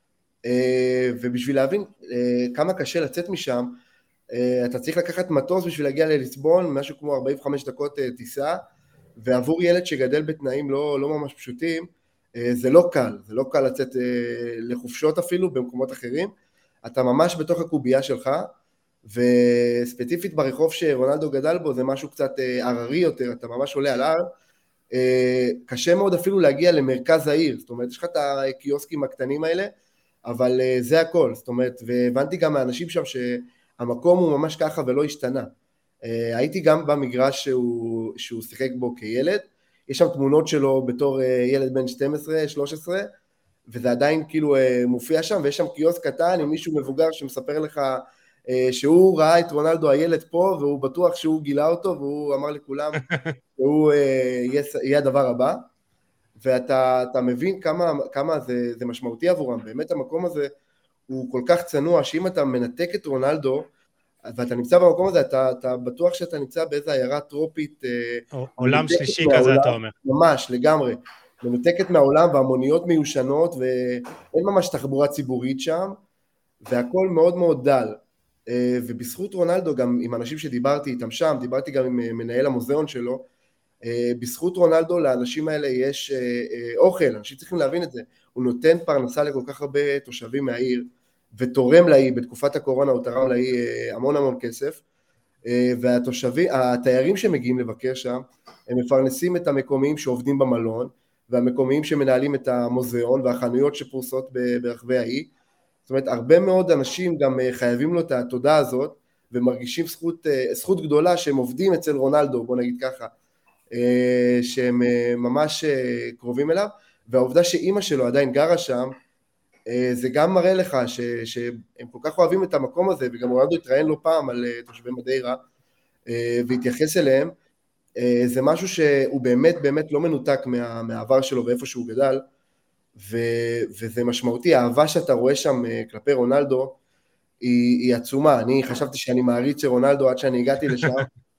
ובשביל להבין כמה קשה לצאת משם, אתה צריך לקחת מטוס בשביל להגיע לליסבון, משהו כמו 45 דקות טיסה, ועבור ילד שגדל בתנאים לא ממש פשוטים, זה לא קל לצאת לחופשות אפילו במקומות אחרים, אתה ממש בתוך הקובייה שלך, וספציפית ברחוב שרונלדו גדל בו זה משהו קצת עררי יותר, אתה ממש עולה על הר, קשה מאוד אפילו להגיע למרכז העיר, זאת אומרת יש לך את הקיוסקים הקטנים האלה, אבל זה הכל, זאת אומרת, והבנתי גם מהאנשים שם שהמקום הוא ממש ככה ולא השתנה. הייתי גם במגרש שהוא שיחק בו כילד, יש שם תמונות שלו בתור ילד בן 12-13, וזה עדיין כאילו מופיע שם, ויש שם קיוסק קטן עם מישהו מבוגר שמספר לך שהוא ראה את רונלדו הילד פה, והוא בטוח שהוא גילה אותו, והוא אמר לכולם שהוא יהיה הדבר הבא, ואתה מבין כמה זה משמעותי עבורם, באמת המקום הזה הוא כל כך צנוע, שאם אתה מנתק את רונלדו, ואתה נמצא במקום הזה, אתה בטוח שאתה נמצא באיזו עיירה טרופית, עולם שלישי כזה אתה אומר. ממש, לגמרי, מנותקת מהעולם, והמוניות מיושנות, ואין ממש תחבורה ציבורית שם, והכל מאוד מאוד דל, ובזכות רונלדו, גם עם אנשים שדיברתי איתם שם, דיברתי גם עם מנהל המוזיאון שלו, בזכות רונלדו לאנשים האלה יש אוכל, אנשים צריכים להבין את זה, הוא נותן פרנסה לכל כך הרבה תושבים מהעיר, ותורם לאי, בתקופת הקורונה הוא תרם לאי המון כסף, התיירים שמגיעים לבקר שם, הם מפרנסים את המקומיים שעובדים במלון, והמקומיים שמנהלים את המוזיאון, והחנויות שפרוסות ברחבי האי, זאת אומרת, הרבה מאוד אנשים גם חייבים לו את התודה הזאת, ומרגישים זכות גדולה שהם עובדים אצל רונלדו, בוא נגיד ככה, שהם ממש קרובים אליו, והעובדה שאימא שלו עדיין גרה שם, זה גם מראה לך שהם כל כך אוהבים את המקום הזה, וגם רונלדו התראיין לו פעם על תושבי מדיירה, והתייחס אליהם, זה משהו שהוא באמת לא מנותק מהעבר שלו ואיפה שהוא גדל, וזה משמעותי, האהבה שאתה רואה שם כלפי רונלדו, היא עצומה, אני חשבתי שאני מעריץ של רונלדו עד שאני הגעתי לשם,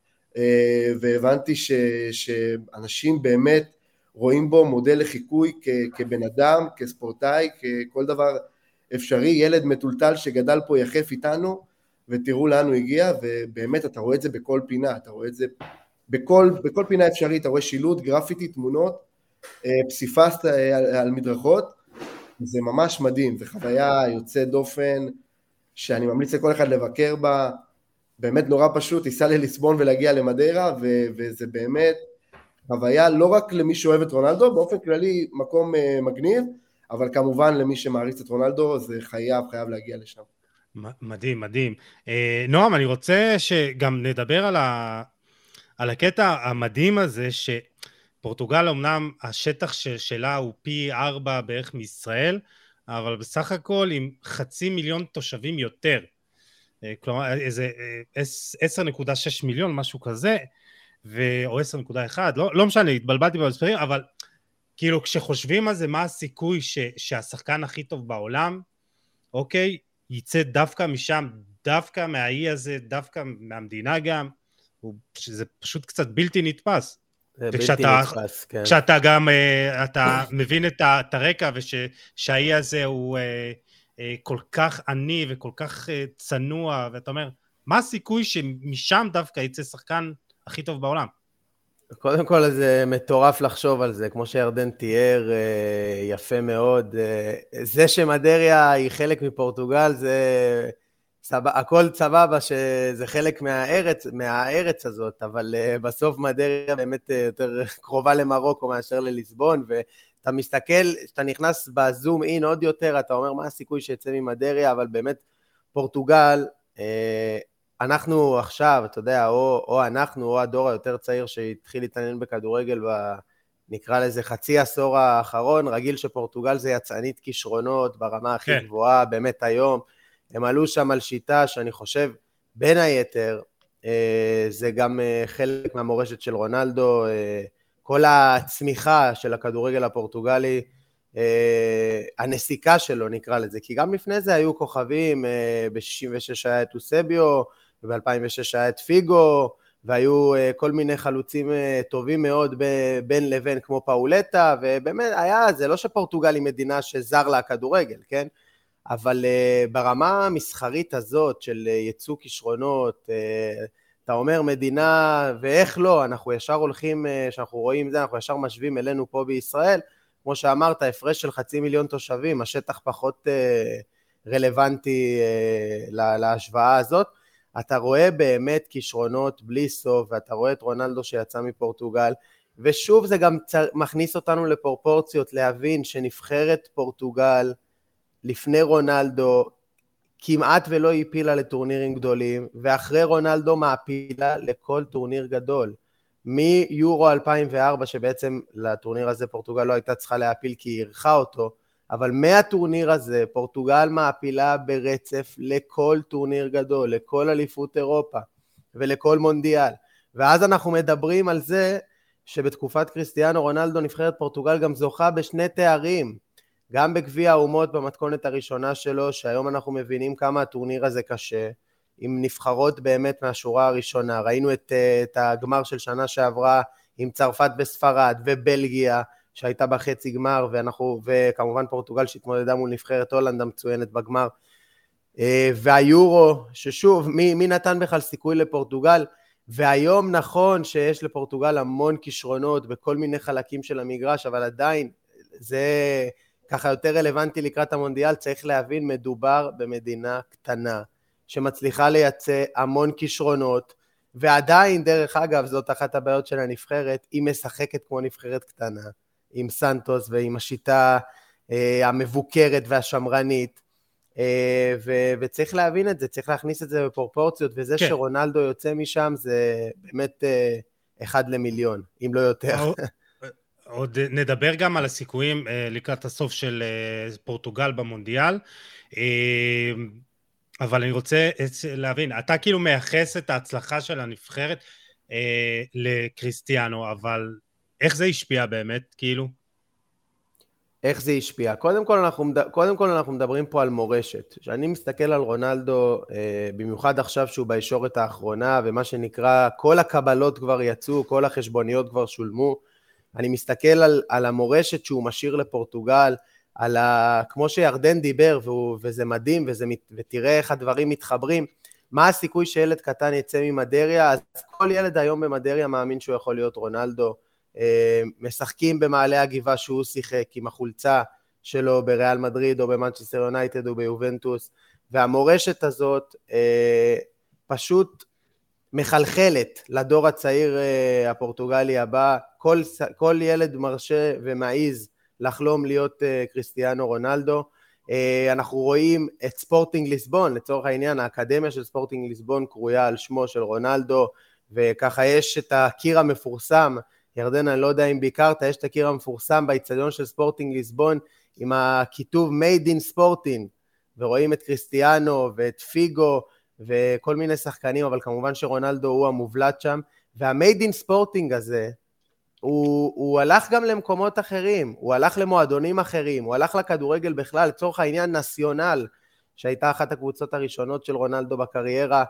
והבנתי שאנשים באמת רואים בו מודל לחיקוי כבן אדם, כספורטאי, ככל דבר אפשרי, ילד מטולטל שגדל פה יחף איתנו, ותראו לאן הוא הגיע, ובאמת אתה רואה את זה בכל פינה, אתה רואה את זה בכל פינה אפשרית, אתה רואה שילוט, גרפיטי, תמונות, פסיפס על מדרכות, זה ממש מדהים, זה חוויה יוצא דופן, שאני ממליץ לכל אחד לבקר בה, באמת נורא פשוט, ייסע לליסבון ולהגיע למדיירה, וזה באמת חוויה לא רק למי שאוהב את רונלדו, באופן כללי מקום מגניב, אבל כמובן למי שמעריץ את רונלדו, זה חייב להגיע לשם. מדהים. נועם, אני רוצה שגם נדבר על הקטע המדהים הזה, שפורטוגל אמנם השטח שלה הוא פי 4 בערך מישראל, אבל בסך הכל עם 500,000 תושבים יותר, כלומר איזה 10.6 מיליון, משהו כזה, או 10.1, לא משנה, התבלבלתי במספרים, אבל כאילו כשחושבים על זה, מה הסיכוי שהשחקן הכי טוב בעולם, אוקיי, יצא דווקא משם, דווקא מהאי הזה, דווקא מהמדינה גם, שזה פשוט קצת בלתי נתפס. וכשאתה גם, אתה מבין את הרקע, ושהאי הזה הוא כל כך עני וכל כך צנוע, ואתה אומר, מה הסיכוי שמשם דווקא יצא שחקן הכי טוב בעולם? קודם כל זה מטורף לחשוב על זה, כמו שירדן תיאר, יפה מאוד. זה שמדריה היא חלק מפורטוגל, זה הכל סבבה שזה חלק מהארץ הזאת, אבל בסוף מדריה באמת יותר קרובה למרוקו מאשר לליסבון, ואתה מסתכל, אתה נכנס בזום אין עוד יותר, אתה אומר מה הסיכוי שיצא ממדריה, אבל באמת פורטוגל, אנחנו עכשיו, אתה יודע, או אנחנו, או הדור היותר צעיר שהתחיל להתעניין בכדורגל, נקרא לזה חצי עשור האחרון, רגיל שפורטוגל זה יצאנית כישרונות ברמה הכי גבוהה, באמת היום, הם עלו שם על שיטה שאני חושב, בין היתר, זה גם חלק מהמורשת של רונלדו, כל הצמיחה של הכדורגל הפורטוגלי, הנסיקה שלו נקרא לזה, כי גם לפני זה היו כוכבים, ב-66 היה את אוסביו, וב-2006 היה את פיגו, והיו כל מיני חלוצים טובים מאוד בין לבין כמו פאולטה, ובאמת זה לא שפורטוגל היא מדינה שזר לה הכדורגל, כן? אבל ברמה המסחרית הזאת של ייצוא כישרונות, אתה אומר מדינה, ואיך לא, אנחנו ישר הולכים, שאנחנו רואים זה, אנחנו ישר משווים אלינו פה בישראל, כמו שאמרת, הפרש של 500,000 תושבים, השטח פחות רלוונטי להשוואה הזאת, אתה רואה באמת כישרונות בלי סוף, ואתה רואה את רונלדו שיצא מפורטוגל, ושוב זה גם מכניס אותנו לפרופורציות, להבין שנבחרת פורטוגל לפני רונלדו כמעט ולא הפילה לטורנירים גדולים, ואחרי רונלדו מעפילה לכל טורניר גדול. מיורו 2004, שבעצם לטורניר הזה פורטוגל לא הייתה צריכה להפיל כי היא ערכה אותו, אבל מהטורניר הזה פורטוגל מעפילה ברצף לכל טורניר גדול, לכל אליפות אירופה ולכל מונדיאל. ואז אנחנו מדברים על זה שבתקופת קריסטיאנו רונלדו נבחרת פורטוגל גם זוכה בשני תארים, גם בגביע האומות במתכונת הראשונה שלו, שהיום אנחנו מבינים כמה הטורניר הזה קשה, עם נבחרות באמת מהשורה הראשונה. ראינו את הגמר של שנה שעברה עם צרפת וספרד ובלגיה, שהייתה בחצי גמר, וכמובן פורטוגל שהתמודדה מול נבחרת הולנד המצוינת בגמר, והיורו, ששוב, מי נתן בכלל סיכוי לפורטוגל, והיום נכון שיש לפורטוגל המון כישרונות בכל מיני חלקים של המגרש, אבל עדיין זה ככה יותר רלוונטי לקראת המונדיאל, צריך להבין, מדובר במדינה קטנה, שמצליחה לייצא המון כישרונות, ועדיין דרך אגב זאת אחת הבעיות של הנבחרת, היא משחקת כמו נבחרת קטנה, עם סנטוס ועם השיטה המבוקרת והשמרנית, וצריך להבין את זה, צריך להכניס את זה בפרופורציות, וזה כן. שרונלדו יוצא משם זה באמת 1 למיליון, אם לא יותר. עוד נדבר גם על הסיכויים לקראת הסוף של פורטוגל במונדיאל, אבל אני רוצה להבין, אתה כאילו מייחס את ההצלחה של הנבחרת לקריסטיאנו, אבל איך זה השפיע באמת, כאילו? איך זה השפיע? קודם כל אנחנו מדברים פה על מורשת. כשאני מסתכל על רונלדו, במיוחד עכשיו שהוא בישורת האחרונה, ומה שנקרא, כל הקבלות כבר יצאו, כל החשבוניות כבר שולמו, אני מסתכל על המורשת שהוא משאיר לפורטוגל, כמו שירדן דיבר, וזה מדהים, ותראה איך הדברים מתחברים, מה הסיכוי שילד קטן יצא ממדריה? אז כל ילד היום במדריה מאמין שהוא יכול להיות רונלדו, משחקים במעלה הגבעה שהוא שיחק עם החולצה שלו בריאל מדריד או במנצ'סטר יונייטד או ביובנטוס, והמורשת הזאת פשוט מחלחלת לדור הצעיר הפורטוגלי הבא, כל ילד מרשה ומעיז לחלום להיות קריסטיאנו רונלדו. אנחנו רואים את ספורטינג ליסבון, לצורך העניין האקדמיה של ספורטינג ליסבון קרויה על שמו של רונלדו, וככה יש את הקיר המפורסם, ירדן, אני לא יודע אם ביקרת, יש את הקיר המפורסם באצטדיון של ספורטינג ליסבון, עם הכיתוב Made in Sporting, ורואים את קריסטיאנו ואת פיגו, וכל מיני שחקנים, אבל כמובן שרונלדו הוא המובלט שם, וה-Made in Sporting הזה, הוא הלך גם למקומות אחרים, הוא הלך למועדונים אחרים, הוא הלך לכדורגל בכלל, לצורך העניין נציונל, שהייתה אחת הקבוצות הראשונות של רונלדו בקריירה,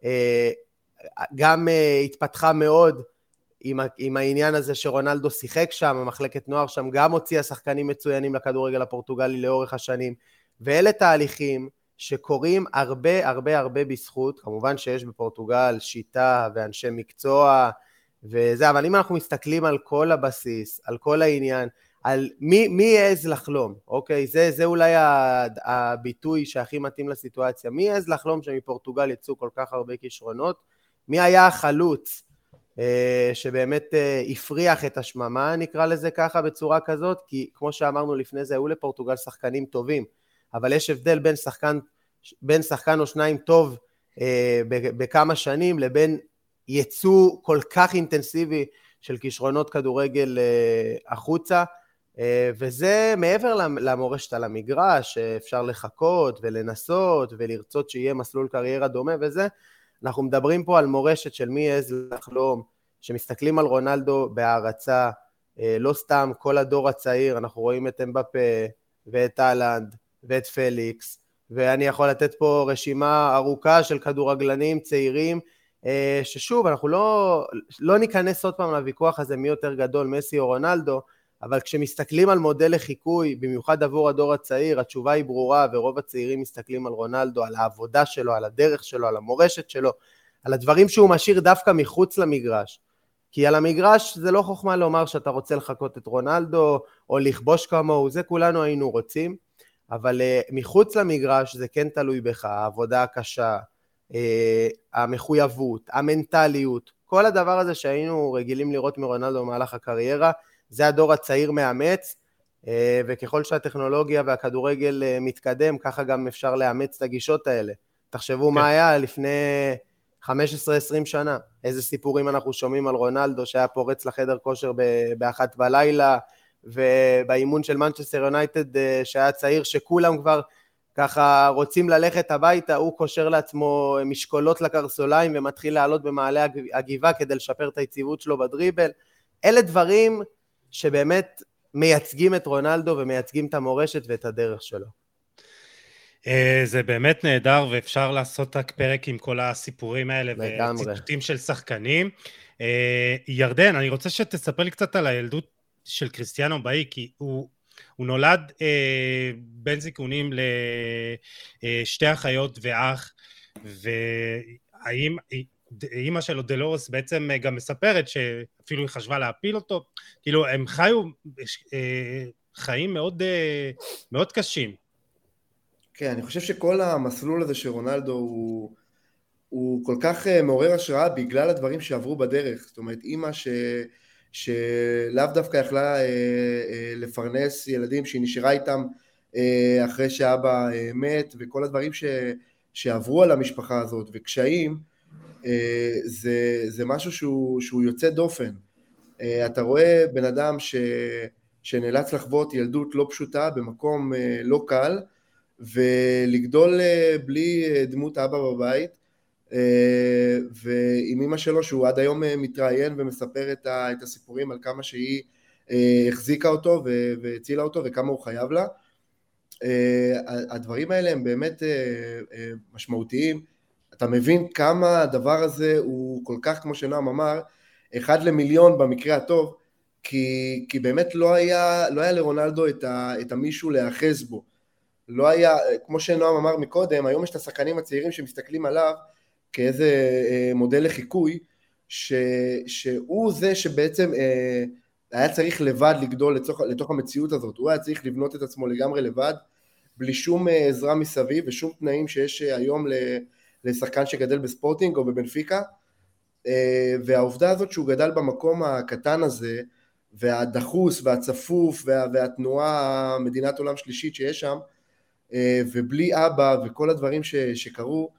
גם התפתחה מאוד, עם העניין הזה שרונלדו שיחק שם, המחלקת נוער שם גם הוציאה שחקנים מצוינים לכדורגל הפורטוגלי לאורך השנים, ואלה תהליכים שקורים הרבה בזכות, כמובן שיש בפורטוגל שיטה ואנשי מקצוע וזה, אבל אם אנחנו מסתכלים על כל הבסיס, על כל העניין, על מי יעז לחלום, אוקיי? זה אולי הביטוי שהכי מתאים לסיטואציה, מי יעז לחלום שמפורטוגל יצאו כל כך הרבה כישרונות, מי היה החלוץ, שבאמת הפריח את השממה, נקרא לזה ככה בצורה כזאת, כי כמו שאמרנו לפני זה, היו לפורטוגל שחקנים טובים, אבל יש הבדל בין שחקן או שניים טוב בכמה שנים, לבין ייצוא כל כך אינטנסיבי של כישרונות כדורגל החוצה, וזה מעבר למורשת על המגרש, שאפשר לחכות ולנסות ולרצות שיהיה מסלול קריירה דומה וזה, אנחנו מדברים פה על מורשת של מי יעז לחלום, שמסתכלים על רונלדו בהערצה, לא סתם כל הדור הצעיר, אנחנו רואים את אמבפה ואת הלנד ואת פליקס, ואני יכול לתת פה רשימה ארוכה של כדורגלנים צעירים, ששוב, אנחנו לא ניכנס עוד פעם לוויכוח הזה מי יותר גדול, מסי או רונלדו, אבל כשמסתכלים על מודל לחיקוי, במיוחד עבור הדור הצעיר, התשובה היא ברורה, ורוב הצעירים מסתכלים על רונלדו, על העבודה שלו, על הדרך שלו, על המורשת שלו, על הדברים שהוא משאיר דווקא מחוץ למגרש. כי על המגרש זה לא חוכמה לומר שאתה רוצה לחכות את רונלדו, או לכבוש כמוהו, זה כולנו היינו רוצים, אבל מחוץ למגרש זה כן תלוי בך, העבודה הקשה, המחויבות, המנטליות, כל הדבר הזה שהיינו רגילים לראות מרונלדו במהלך הקריירה, זה הדור הצעיר מאמץ, וככל שהטכנולוגיה והכדורגל מתקדם, ככה גם אפשר לאמץ את הגישות האלה. תחשבו מה היה לפני 15-20 שנה, איזה סיפורים אנחנו שומעים על רונלדו, שהיה פורץ לחדר כושר באחת בלילה, ובאימון של מנצ'סטר יונייטד, שהיה צעיר שכולם כבר ככה רוצים ללכת הביתה, הוא קושר לעצמו משקולות לקרסוליים, ומתחיל לעלות במעלה הגבעה כדי לשפר את היציבות שלו בדריבל. אלה דברים שבאמת מייצגים את רונלדו, ומייצגים את המורשת ואת הדרך שלו. זה באמת נהדר, ואפשר לעשות רק פרק עם כל הסיפורים האלה, וציטוטים של שחקנים. ירדן, אני רוצה שתספר לי קצת על הילדות של קריסטיאנו באי, כי הוא נולד בין זיכונים לשתי אחיות ואח, ואימא שלו דלורס בעצם גם מספרת שאפילו היא חשבה להפיל אותו, כאילו הם חיו חיים מאוד, מאוד קשים. כן, אני חושב שכל המסלול הזה של רונלדו הוא כל כך מעורר השראה בגלל הדברים שעברו בדרך. זאת אומרת, אימא שלאו דווקא יכלה לפרנס ילדים שהיא נשארה איתם אחרי שאבא מת, וכל הדברים שעברו על המשפחה הזאת וקשיים, זה משהו שהוא יוצא דופן. אתה רואה בן אדם שנאלץ לחוות ילדות לא פשוטה במקום לא קל, ולגדול בלי דמות אבא בבית, ועם אמא שלו שהוא עד היום מתראיין ומספר את הסיפורים על כמה שהיא החזיקה אותו והצילה אותו וכמה הוא חייב לה. הדברים האלה הם באמת משמעותיים. אתה מבין כמה הדבר הזה הוא כל כך, כמו שנועם אמר, 1 למיליון במקרה הטוב, כי באמת לא היה לרונלדו את המישהו להאחז בו. לא היה, כמו שנועם אמר מקודם, היום יש את השחקנים הצעירים שמסתכלים עליו כאיזה מודל לחיקוי, שהוא זה שבעצם היה צריך לבד לגדול לתוך המציאות הזאת, הוא היה צריך לבנות את עצמו לגמרי לבד, בלי שום עזרה מסביב ושום תנאים שיש היום לשחקן שגדל בספורטינג או בבנפיקה, והעובדה הזאת שהוא גדל במקום הקטן הזה, והדחוס והצפוף והתנועה מדינת עולם שלישית שיש שם, ובלי אבא וכל הדברים שקרו,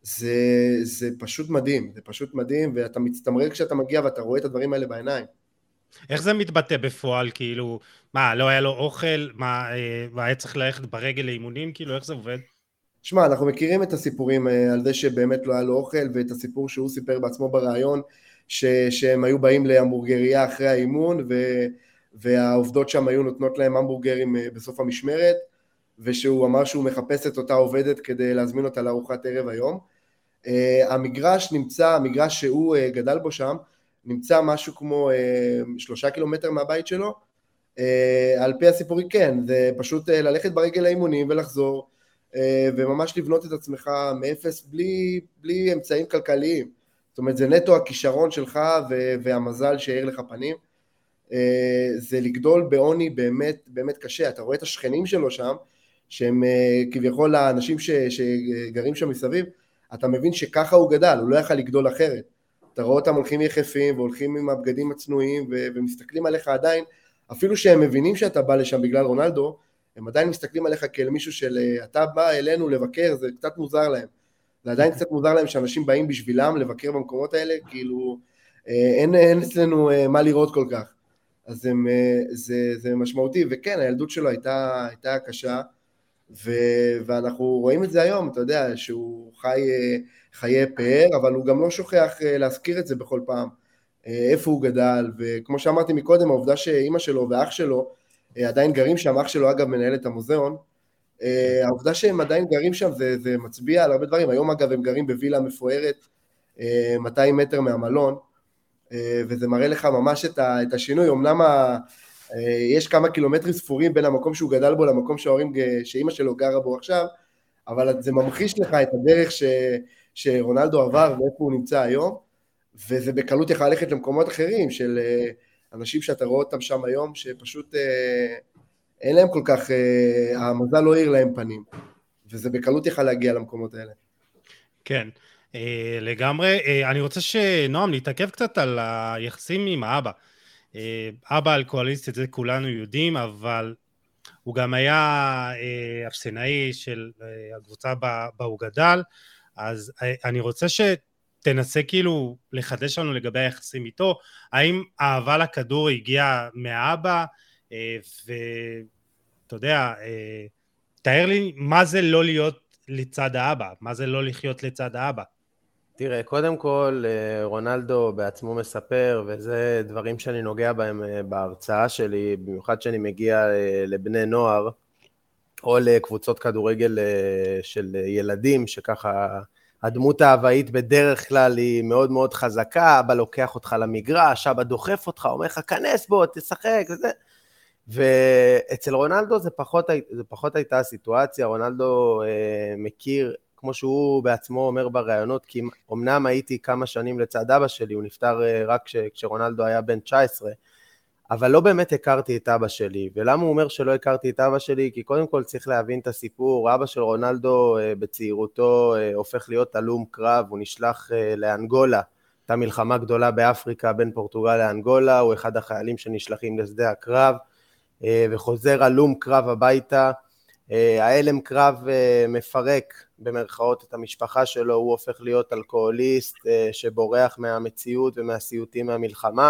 זה פשוט מדהים, זה פשוט מדהים, ואתה מצטמרר כשאתה מגיע ואתה רואה את הדברים האלה בעיניים. איך זה מתבטא בפועל, כאילו, מה, לא היה לו אוכל, מה, היה צריך ללכת ברגל לאימונים, כאילו, איך זה עובד? שמע, אנחנו מכירים את הסיפורים על זה שבאמת לא היה לו אוכל, ואת הסיפור שהוא סיפר בעצמו ברעיון, שהם היו באים להמבורגריה אחרי האימון, והעובדות שם היו נותנות להם המבורגרים בסוף המשמרת, ושהוא אמר שהוא מחפש את אותה עובדת כדי להזמין אותה לארוחת ערב היום. המגרש שהוא גדל בו שם, נמצא משהו כמו 3 קילומטר מהבית שלו, על פי הסיפורי כן, זה פשוט ללכת ברגל לאימונים ולחזור, וממש לבנות את עצמך מאפס בלי אמצעים כלכליים. זאת אומרת, זה נטו הכישרון שלך והמזל שהאיר לך פנים. זה לגדול בעוני באמת, באמת קשה. אתה רואה את השכנים שלו שם, שהם כביכול האנשים שגרים שם מסביב, אתה מבין שככה הוא גדל, הוא לא יכל לגדול אחרת. אתה רואה אותם הולכים יחפים והולכים עם הבגדים הצנועים ומסתכלים עליך עדיין, אפילו שהם מבינים שאתה בא לשם בגלל רונלדו, הם עדיין מסתכלים עליך כאל מישהו של אתה בא אלינו לבקר, זה קצת מוזר להם. זה עדיין קצת מוזר להם שאנשים באים בשבילם לבקר במקומות האלה, כאילו אין אצלנו מה לראות כל כך. אז זה משמעותי, וכן, הילדות שלו הייתה קשה, ואנחנו רואים את זה היום, אתה יודע, שהוא חיי פאר, אבל הוא גם לא שוכח להזכיר את זה בכל פעם, איפה הוא גדל, וכמו שאמרתי מקודם, העובדה שאמא שלו ואח שלו עדיין גרים שם, אח שלו אגב מנהל את המוזיאון, העובדה שהם עדיין גרים שם זה מצביע על הרבה דברים, היום אגב הם גרים בווילה מפוארת 200 מטר מהמלון, וזה מראה לך ממש את השינוי. אמנם יש כמה קילומטרים ספורים בין המקום שהוא גדל בו למקום שאמא שלו גרה בו עכשיו, אבל זה ממחיש לך את הדרך שרונלדו עבר ואיפה הוא נמצא היום, וזה בקלות יכול ללכת למקומות אחרים של אנשים שאתה רואה אותם שם היום, שפשוט אין להם כל כך, המזל לא העיר להם פנים, וזה בקלות יכול להגיע למקומות האלה. כן, לגמרי. אני רוצה שנועם נתעכב קצת על היחסים עם האבא. אבא אלכוהוליסט, את זה כולנו יודעים, אבל הוא גם היה אפסנאי של הקבוצה בה הוא גדל, אז אני רוצה שתנסה כאילו לחדש לנו לגבי היחסים איתו, האם האהבה לכדור הגיעה מהאבא, ואתה יודע, תאר לי מה זה לא להיות לצד האבא, מה זה לא לחיות לצד האבא. תראה, קודם כל, רונלדו בעצמו מספר, וזה דברים שאני נוגע בהם בהרצאה שלי, במיוחד שאני מגיע לבני נוער, או לקבוצות כדורגל של ילדים, שככה הדמות האבאית בדרך כלל היא מאוד מאוד חזקה, אבא לוקח אותך למגרש, אבא דוחף אותך, אומר לך, כנס בו, תשחק, וזה. ואצל רונלדו זה פחות הייתה הסיטואציה. רונלדו מכיר, כמו שהוא בעצמו אומר בראיונות, כי אמנם הייתי כמה שנים לצד אבא שלי, הוא נפטר רק כשרונלדו היה בן 19, אבל לא באמת הכרתי את אבא שלי. ולמה הוא אומר שלא הכרתי את אבא שלי? כי קודם כל צריך להבין את הסיפור. אבא של רונלדו בצעירותו הופך להיות הלום קרב, הוא נשלח לאנגולה, הייתה מלחמה גדולה באפריקה בין פורטוגל לאנגולה, הוא אחד החיילים שנשלחים לשדה הקרב, וחוזר הלום קרב הביתה. ההלם קרב מפרק במרכאות את המשפחה שלו, הוא הופך להיות אלכוהוליסט שבורח מהמציאות ומהסיוטים מהמלחמה.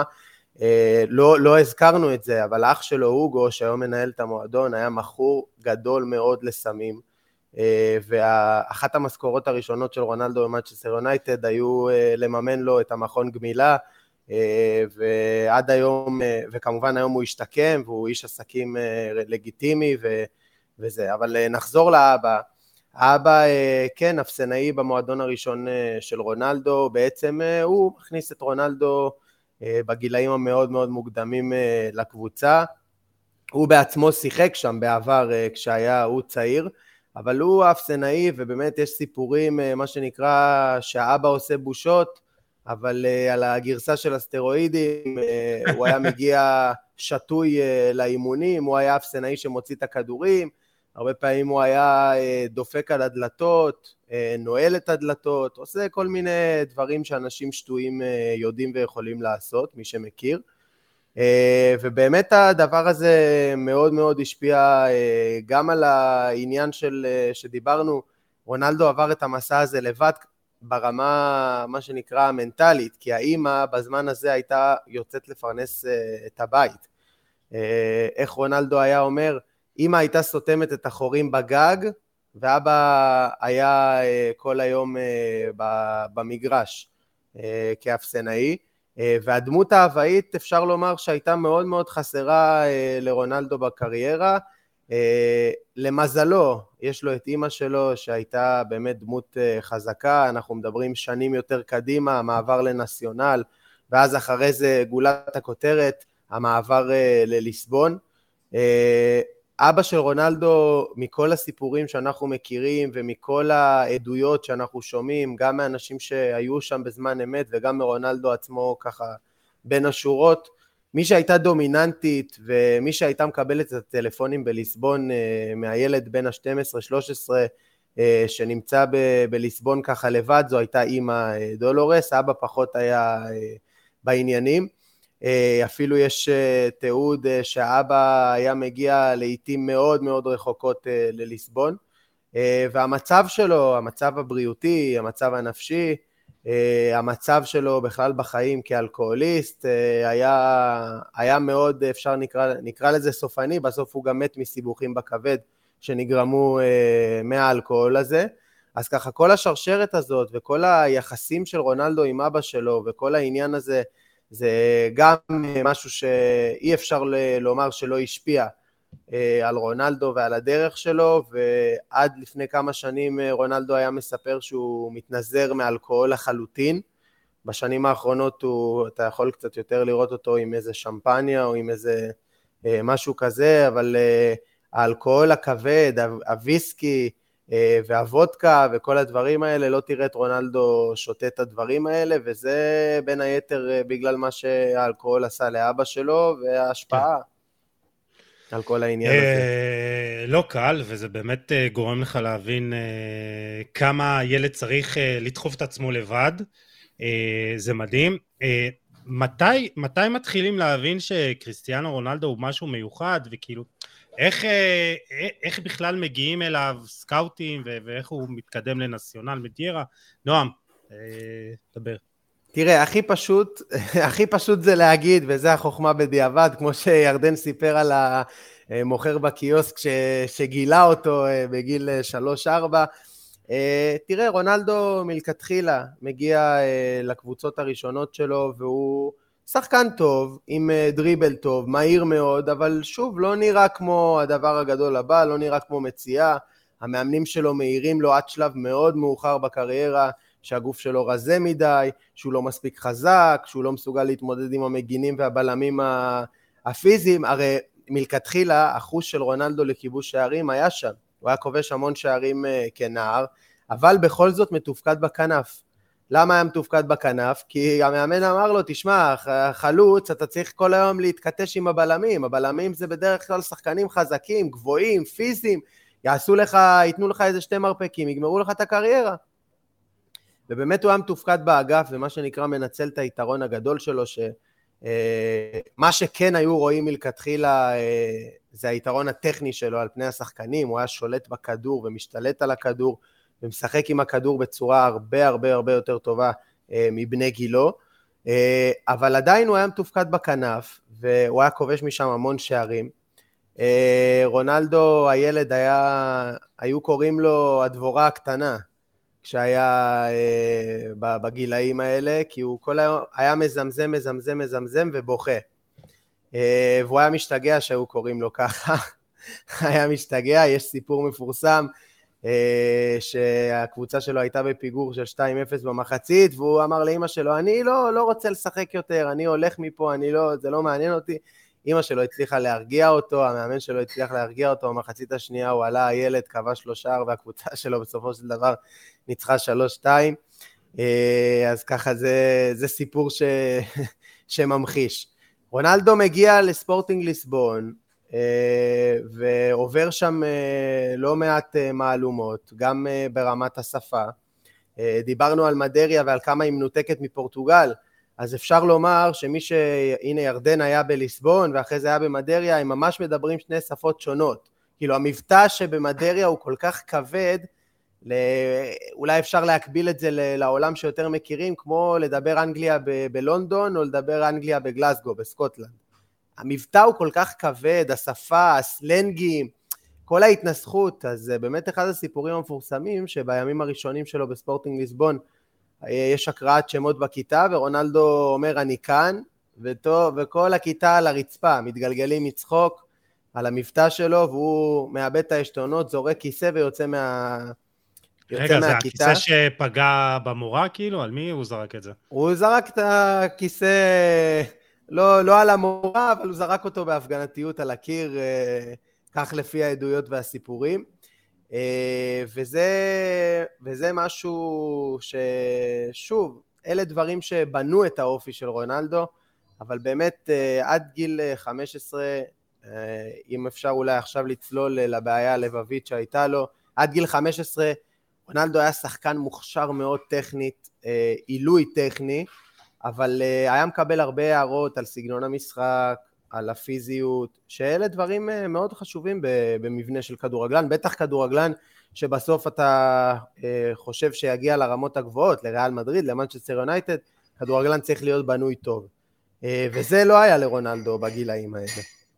לא הזכרנו את זה, אבל אח שלו הוגו, שהיום מנהל את המועדון, היה מכור גדול מאוד לסמים, ואחת המשכורות הראשונות של רונלדו במנצ'סטר יונייטד היו לממן לו את המכון גמילה, ועד היום, וכמובן היום הוא השתקם, והוא איש עסקים לגיטימי וזה. אבל נחזור לאבא. האבא, כן, אפסנאי במועדון הראשון של רונלדו, בעצם הוא מכניס את רונלדו בגילאים המאוד מאוד מוקדמים לקבוצה. הוא בעצמו שיחק שם בעבר כשהיה הוא צעיר, אבל הוא אפסנאי, ובאמת יש סיפורים, מה שנקרא, שהאבא עושה בושות, אבל על הגרסה של הסטרואידים, הוא היה מגיע שטוי לאימונים, הוא היה אפסנאי שמוציא את הכדורים, הרבה פעמים הוא היה דופק על הדלתות, נועל את הדלתות, עושה כל מיני דברים שאנשים שטויים יודעים ויכולים לעשות, מי שמכיר. ובאמת הדבר הזה מאוד מאוד השפיע גם על העניין שדיברנו. רונלדו עבר את המסע הזה לבד ברמה, מה שנקרא, מנטלית, כי האמא בזמן הזה הייתה יוצאת לפרנס את הבית. איך רונלדו היה אומר, אמא הייתה סותמת את החורים בגג, ואבא היה כל היום במגרש כאפסנאי, והדמות האבאית אפשר לומר שהייתה מאוד מאוד חסרה לרונלדו בקריירה. למזלו, יש לו את אמא שלו שהייתה באמת דמות חזקה, אנחנו מדברים שנים יותר קדימה, המעבר לנציונל, ואז אחרי זה גולת הכותרת, המעבר לליסבון. אבא של רונלדו, מכל הסיפורים שאנחנו מכירים ומכל העדויות שאנחנו שומעים, גם מאנשים שהיו שם בזמן אמת וגם מרונלדו עצמו ככה בין השורות, מי שהייתה דומיננטית ומי שהייתה מקבלת את הטלפונים בליסבון מהילד בין ה-12-13 שנמצא בליסבון ככה לבד, זו הייתה אמא דולורס, אבא פחות היה בעניינים. אפילו יש תיעוד שהאבא היה מגיע לעתים מאוד מאוד רחוקות לליסבון, והמצב שלו, המצב הבריאותי, המצב הנפשי, המצב שלו בכלל בחיים כאלכוהוליסט, היה מאוד, אפשר נקרא לזה סופני, בסוף הוא גם מת מסיבוכים בכבד שנגרמו מהאלכוהול הזה. אז ככה כל השרשרת הזאת וכל היחסים של רונלדו עם אבא שלו וכל העניין הזה, זה גם משהו שאי אפשר לומר שלא השפיע על רונלדו ועל הדרך שלו, ועד לפני כמה שנים רונלדו היה מספר שהוא מתנזר מאלכוהול לחלוטין, בשנים האחרונות אתה יכול קצת יותר לראות אותו עם איזה שמפניה או עם איזה משהו כזה, אבל האלכוהול הכבד, הוויסקי והוודקה וכל הדברים האלה, לא תראה את רונלדו שותה את הדברים האלה, וזה בין היתר בגלל מה שהאלכוהול עשה לאבא שלו וההשפעה על כל העניין הזה. לא קל, וזה באמת גורם לך להבין כמה ילד צריך לדחוף את עצמו לבד. זה מדהים. מתי מתחילים להבין שקריסטיאנו רונלדו הוא משהו מיוחד, וכאילו איך בכלל מגיעים אליו סקאוטים, ואיך הוא מתקדם לנציונל מדיירה? נועם, דבר. תראה, הכי פשוט זה להגיד, וזה החוכמה בדיעבד, כמו שירדן סיפר על המוכר בקיוסק שגילה אותו בגיל 3-4. תראה, רונלדו מלכתחילה מגיע לקבוצות הראשונות שלו, והוא שחקן טוב, עם דריבל טוב, מהיר מאוד, אבל שוב, לא נראה כמו הדבר הגדול הבא, לא נראה כמו מציאה. המאמנים שלו מהירים לו עד שלב מאוד מאוחר בקריירה, שהגוף שלו רזה מדי, שהוא לא מספיק חזק, שהוא לא מסוגל להתמודד עם המגינים והבלמים הפיזיים. הרי מלכתחילה, החוש של רונלדו לכיבוש שערים היה שם. הוא היה כובש המון שערים כנער, אבל בכל זאת מתופקד בכנף. למה היה מתופקד בכנף? כי המאמן אמר לו, תשמע, חלוץ, אתה צריך כל היום להתכתש עם הבלמים. הבלמים זה בדרך כלל שחקנים חזקים, גבוהים, פיזיים, ייתנו לך איזה 2 מרפקים, יגמרו לך את הקריירה. ובאמת הוא היה מתופקד באגף, ומה שנקרא מנצל את היתרון הגדול שלו, מה שכן היו רואים מלכתחילה, זה היתרון הטכני שלו על פני השחקנים. הוא היה שולט בכדור ומשתלט על הכדור, ומשחק עם הכדור בצורה הרבה הרבה הרבה יותר טובה מבני גילו, אבל עדיין הוא היה מתופקד בכנף, והוא היה כובש משם המון שערים. רונלדו הילד היו קוראים לו הדבורה הקטנה, כשהיה בגילאים האלה, כי הוא כל היום היה מזמזם ובוכה, והוא היה משתגע שהיו קוראים לו ככה, היה משתגע. יש סיפור מפורסם, שהקבוצה שלו הייתה בפיגור של 2-0 במחצית, והוא אמר לאמא שלו, אני לא רוצה לשחק יותר, אני הולך מפה, זה לא מעניין אותי. אמא שלו הצליחה להרגיע אותו, המאמן שלו הצליח להרגיע אותו, במחצית השנייה הוא עלה, הילד כבש 3 שערים, והקבוצה שלו בסופו של דבר ניצחה 3-2, אז ככה זה סיפור שממחיש. רונלדו מגיע לספורטינג ליסבון, ועובר שם לא מעט מהלומות, גם ברמת השפה. דיברנו על מדריה ועל כמה היא מנותקת מפורטוגל, אז אפשר לומר הנה ירדן היה בליסבון ואחרי זה היה במדריה, הם ממש מדברים 2 שפות שונות. כאילו המבטא שבמדריה הוא כל כך כבד, אולי אפשר להקביל את זה לעולם שיותר מכירים, כמו לדבר אנגליה בלונדון או לדבר אנגליה בגלסגו, בסקוטלנד. המבטא הוא כל כך כבד, השפה, הסלנגים, כל ההתנסחות. אז זה באמת אחד הסיפורים המפורסמים, שבימים הראשונים שלו בספורטינג ליסבון, יש הקראת שמות בכיתה, ורונלדו אומר אני כאן, וכל הכיתה על הרצפה, מתגלגלים מצחוק על המבטא שלו, והוא מאבד את העשתונות, זורק כיסא ויוצא רגע, זה הכיסא שפגע במורה כאילו? על מי הוא זרק את זה? הוא זרק את הכיסא, לא על המורה, אבל הוא זרק אותו בהפגנתיות על הקיר, כך לפי העדויות והסיפורים. וזה משהו ששוב, אלה דברים שבנו את האופי של רונלדו, אבל באמת עד גיל 15, אם אפשר אולי עכשיו לצלול לבעיה הלבבית שהייתה לו, עד גיל 15 רונלדו היה שחקן מוכשר מאוד טכנית, עילוי טכני, אבל היה מקבל הרבה הערות על סגנון המשחק, על הפיזיות, שאלה דברים מאוד חשובים במבנה של כדורגלן, בטח כדורגלן שבסוף אתה חושב שיגיע לרמות הגבוהות, לריאל מדריד, למנצ'סטר יונייטד, כדורגלן צריך להיות בנוי טוב. וזה לא היה לרונלדו בגילאים האלה.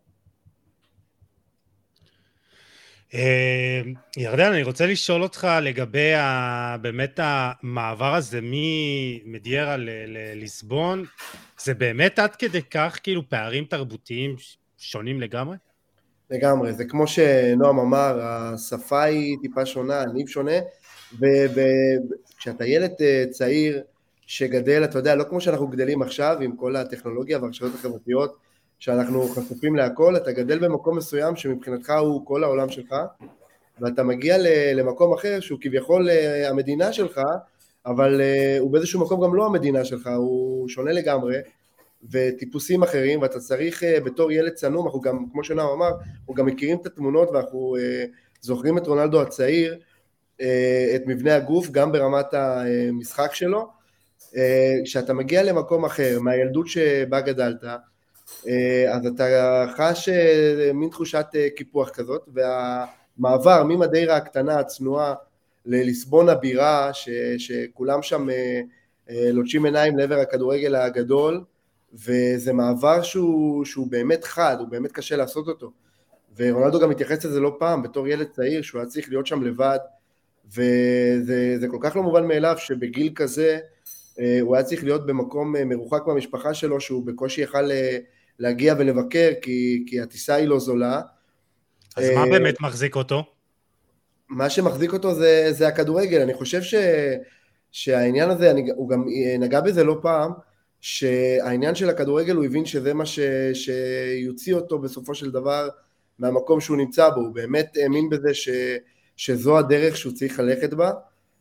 ירדן, אני רוצה לשאול אותך לגבי באמת המעבר הזה ממדיירה לליסבון, זה באמת עד כדי כך כאילו פערים תרבותיים שונים לגמרי? לגמרי, זה כמו שנועם אמר, השפה היא טיפה שונה, הניב שונה, וכשאתה ילד צעיר שגדל, אתה יודע, לא כמו שאנחנו גדלים עכשיו, עם כל הטכנולוגיה והרשתות החברתיות, שאנחנו חשופים להכל, אתה גדל במקום מסוים שמבחינתך הוא כל העולם שלך, ואתה מגיע למקום אחר שהוא כביכול המדינה שלך, אבל הוא באיזשהו מקום גם לא המדינה שלך, הוא שונה לגמרי, וטיפוסים אחרים, ואתה צריך בתור ילד צנום, אנחנו גם, כמו שנאו אמר, אנחנו גם מכירים את התמונות, ואנחנו זוכרים את רונלדו הצעיר, את מבנה הגוף, גם ברמת המשחק שלו, כשאתה מגיע למקום אחר, מהילדות שבה גדלת, אז אתה חש מין תחושת קיפוח כזאת, והמעבר ממדיירה הקטנה, הצנועה, לליסבון הבירה, שכולם שם לוטשים עיניים לעבר הכדורגל הגדול, וזה מעבר שהוא באמת חד, הוא באמת קשה לעשות אותו, ורונלדו גם מתייחס לזה לא פעם, בתור ילד צעיר, שהוא היה צריך להיות שם לבד, וזה כל כך לא מובן מאליו, שבגיל כזה, הוא היה צריך להיות במקום מרוחק מהמשפחה שלו, שהוא בקושי יכל להגיע ולבקר, כי הטיסה היא לא זולה. אז מה באמת מחזיק אותו? מה שמחזיק אותו זה הכדורגל. אני חושב שהעניין הזה, הוא גם נגע בזה לא פעם, שהעניין של הכדורגל הוא הבין שזה מה שיוציא אותו בסופו של דבר מהמקום שהוא נמצא בו. הוא באמת האמין בזה שזו הדרך שהוא צריך ללכת בה,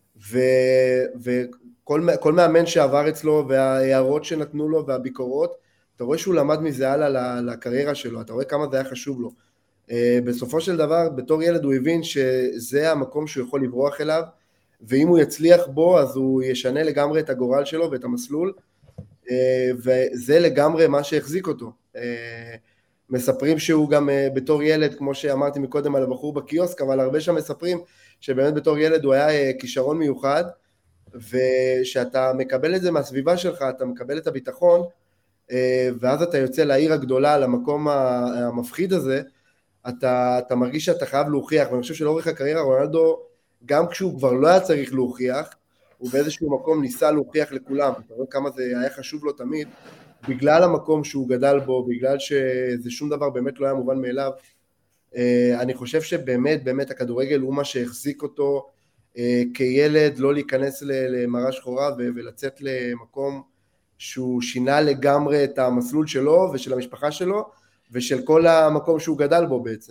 וכל מאמן שעבר אצלו וההערות שנתנו לו והביקורות, אתה רואה שהוא למד מזה הלאה לקריירה שלו, אתה רואה כמה זה היה חשוב לו. בסופו של דבר, בתור ילד הוא הבין שזה המקום שהוא יכול לברוח אליו, ואם הוא יצליח בו, אז הוא ישנה לגמרי את הגורל שלו ואת המסלול, וזה לגמרי מה שהחזיק אותו. מספרים שהוא גם בתור ילד, כמו שאמרתי מקודם על הבחור בקיוסק, אבל הרבה שם מספרים שבאמת בתור ילד הוא היה כישרון מיוחד, ושאתה מקבל את זה מהסביבה שלך, אתה מקבל את הביטחון, ואז אתה יוצא לעיר הגדולה, למקום המפחיד הזה, אתה מרגיש שאתה חייב להוכיח, ואני חושב שלאורך הקריירה רונלדו, גם כשהוא כבר לא היה צריך להוכיח, הוא באיזשהו מקום ניסה להוכיח לכולם, אתה רואה כמה זה היה חשוב לו תמיד, בגלל המקום שהוא גדל בו, בגלל שזה שום דבר באמת לא היה מובן מאליו. אני חושב שבאמת, באמת הכדורגל הוא מה שהחזיק אותו כילד, לא להיכנס למראה שחורה ולצאת למקום שהוא שינה לגמרי את המסלול שלו ושל המשפחה שלו, ושל כל המקום שהוא גדל בו בעצם.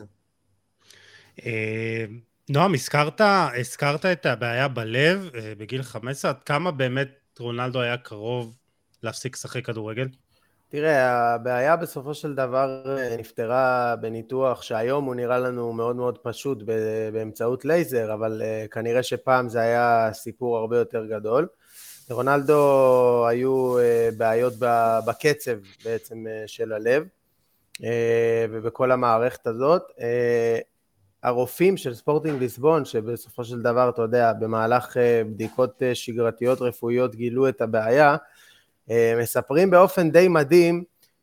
נועם, הזכרת את הבעיה בלב בגיל 15, עד כמה באמת רונלדו היה קרוב להפסיק לשחק כדורגל? תראה, הבעיה בסופו של דבר נפתרה בניתוח שהיום הוא נראה לנו מאוד מאוד פשוט באמצעות לייזר, אבל כנראה שפעם זה היה סיפור הרבה יותר גדול. לרונלדו היו בעיות בקצב בעצם של הלב, ובכל המערכת הזאת. הרופאים של ספורטינג ליסבון, שבסופו של דבר, אתה יודע, במהלך בדיקות שגרתיות רפואיות גילו את הבעיה, מספרים באופן די מדהים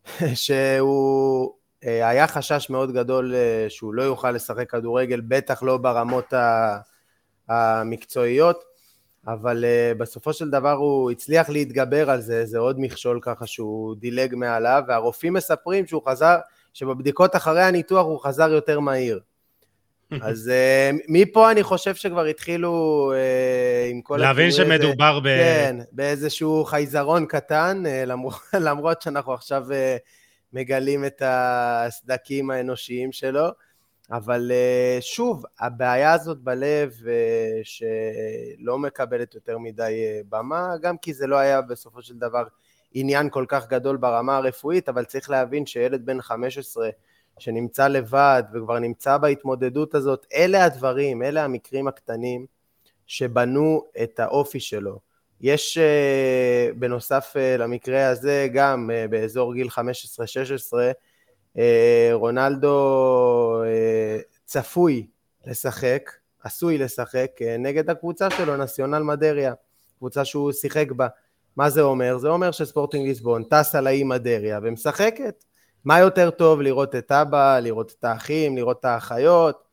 שהוא היה חשש מאוד גדול שהוא לא יוכל לשחק כדורגל, בטח לא ברמות המקצועיות, אבל בסופו של דבר הוא הצליח להתגבר על זה, זה עוד מכשול ככה שהוא דילג מעליו, והרופאים מספרים שהוא חזר, שבבדיקות אחרי הניתוח הוא חזר יותר מהיר. אז מפה אני חושב שכבר התחילו עם כל להבין שמדובר כן, באיזשהו חייזרון קטן, למרות שאנחנו עכשיו מגלים את הסדקים האנושיים שלו, אבל שוב, הבעיה הזאת בלב שלא מקבלת יותר מדי במה, גם כי זה לא היה בסופו של דבר עניין כל כך גדול ברמה הרפואית, אבל צריך להבין שילד בן 15 שנמצא לבד וכבר נמצא בהתמודדות הזאת, אלה הדברים, אלה המקרים הקטנים שבנו את האופי שלו. יש בנוסף למקרה הזה גם באזור גיל 15-16, רונלדו צפוי לשחק, עשוי לשחק נגד הקבוצה שלו, נציונל מדריה, קבוצה שהוא שיחק בה. מה זה אומר? זה אומר שספורטינג ליסבון טס על האי מדריה ומשחקת. מה יותר טוב? לראות את אבא, לראות את האחים, לראות את האחיות.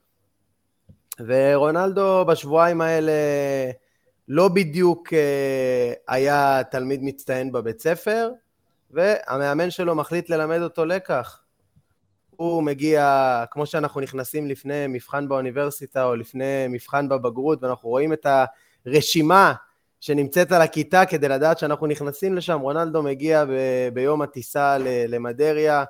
ורונלדו בשבועיים האלה לא בדיוק היה תלמיד מצטיין בבית ספר, והמאמן שלו מחליט ללמד אותו לקח. הוא מגיע, כמו שאנחנו נכנסים לפני מבחן באוניברסיטה או לפני מבחן בבגרות, ואנחנו רואים את הרשימה שנמצאת על הכיתה כדי לדעת שאנחנו נכנסים לשם. רונלדו מגיע ביום הטיסה למדריה,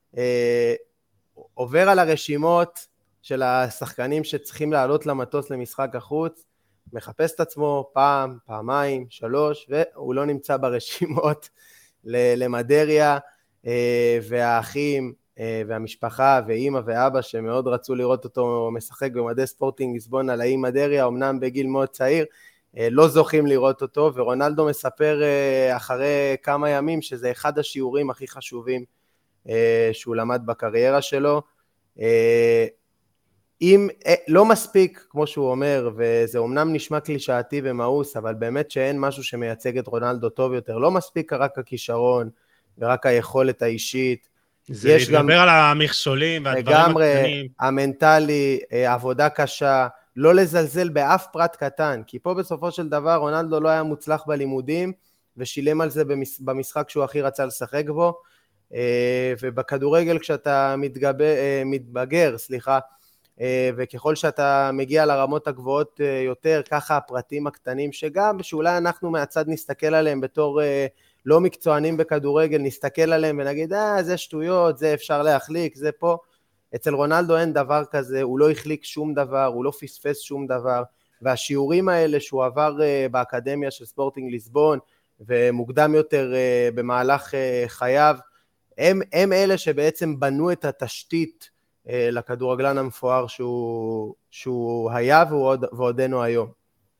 עובר על הרשימות של השחקנים שצריכים לעלות למטוס למשחק החוץ, מחפש את עצמו פעם, פעמיים, 3, והוא לא נמצא ברשימות למדריה, והאחים והמשפחה ואימא ואבא שמאוד רצו לראות אותו משחק במדי ספורטינג ליסבון על האי מדריה, אמנם בגיל מאוד צעיר, לא זוכים לראות אותו, ורונלדו מספר אחרי כמה ימים שזה אחד השיעורים הכי חשובים שהוא למד בקריירה שלו. אם לא מספיק, כמו שהוא אומר, וזה אומנם נשמע קלישאתי ומאוס, אבל באמת שאין משהו שמייצג את רונלדו טוב יותר, לא מספיק רק הכישרון ורק היכולת האישית. זה להתגבר על המכשולים והדברים הקטנים. המנטלי, עבודה קשה, לא לזלזל באף פרט קטן, כי פה בסופו של דבר רונלדו לא היה מוצלח בלימודים, ושילם על זה במשחק שהוא הכי רצה לשחק בו, ובכדורגל כשאתה מתבגר, וככל שאתה מגיע לרמות הגבוהות יותר, ככה הפרטים הקטנים שגם, שאולי אנחנו מהצד נסתכל עליהם בתור לא מקצוענים בכדורגל, נסתכל עליהם ונגיד, זה שטויות, זה אפשר להחליק, זה פה. אצל רונלדו אין דבר כזה, הוא לא החליק שום דבר, הוא לא פספס שום דבר, והשיעורים האלה שהוא עבר באקדמיה של ספורטינג ליסבון, ומוקדם יותר במהלך חייו, הם אלה שבעצם בנו את התשתית לכדורגלן המפואר שהוא היה ועודנו היום.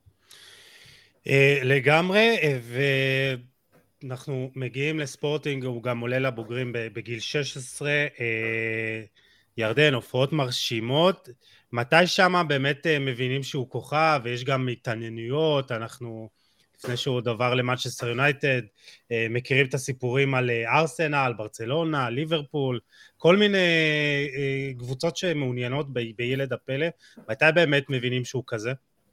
לגמרי, ואנחנו מגיעים לספורטינג, הוא גם עולה לבוגרים בגיל 16, ירדן, הופעות מרשימות, מתי שמה באמת מבינים שהוא כוכב, ויש גם התעניינויות, אנחנו לפני שהוא דבר למנצ'סטר יונייטד, מכירים את הסיפורים על ארסנל, ברצלונה, ליברפול, כל מיני קבוצות שמעוניינות בילד הפלא, מתי באמת מבינים שהוא כזה?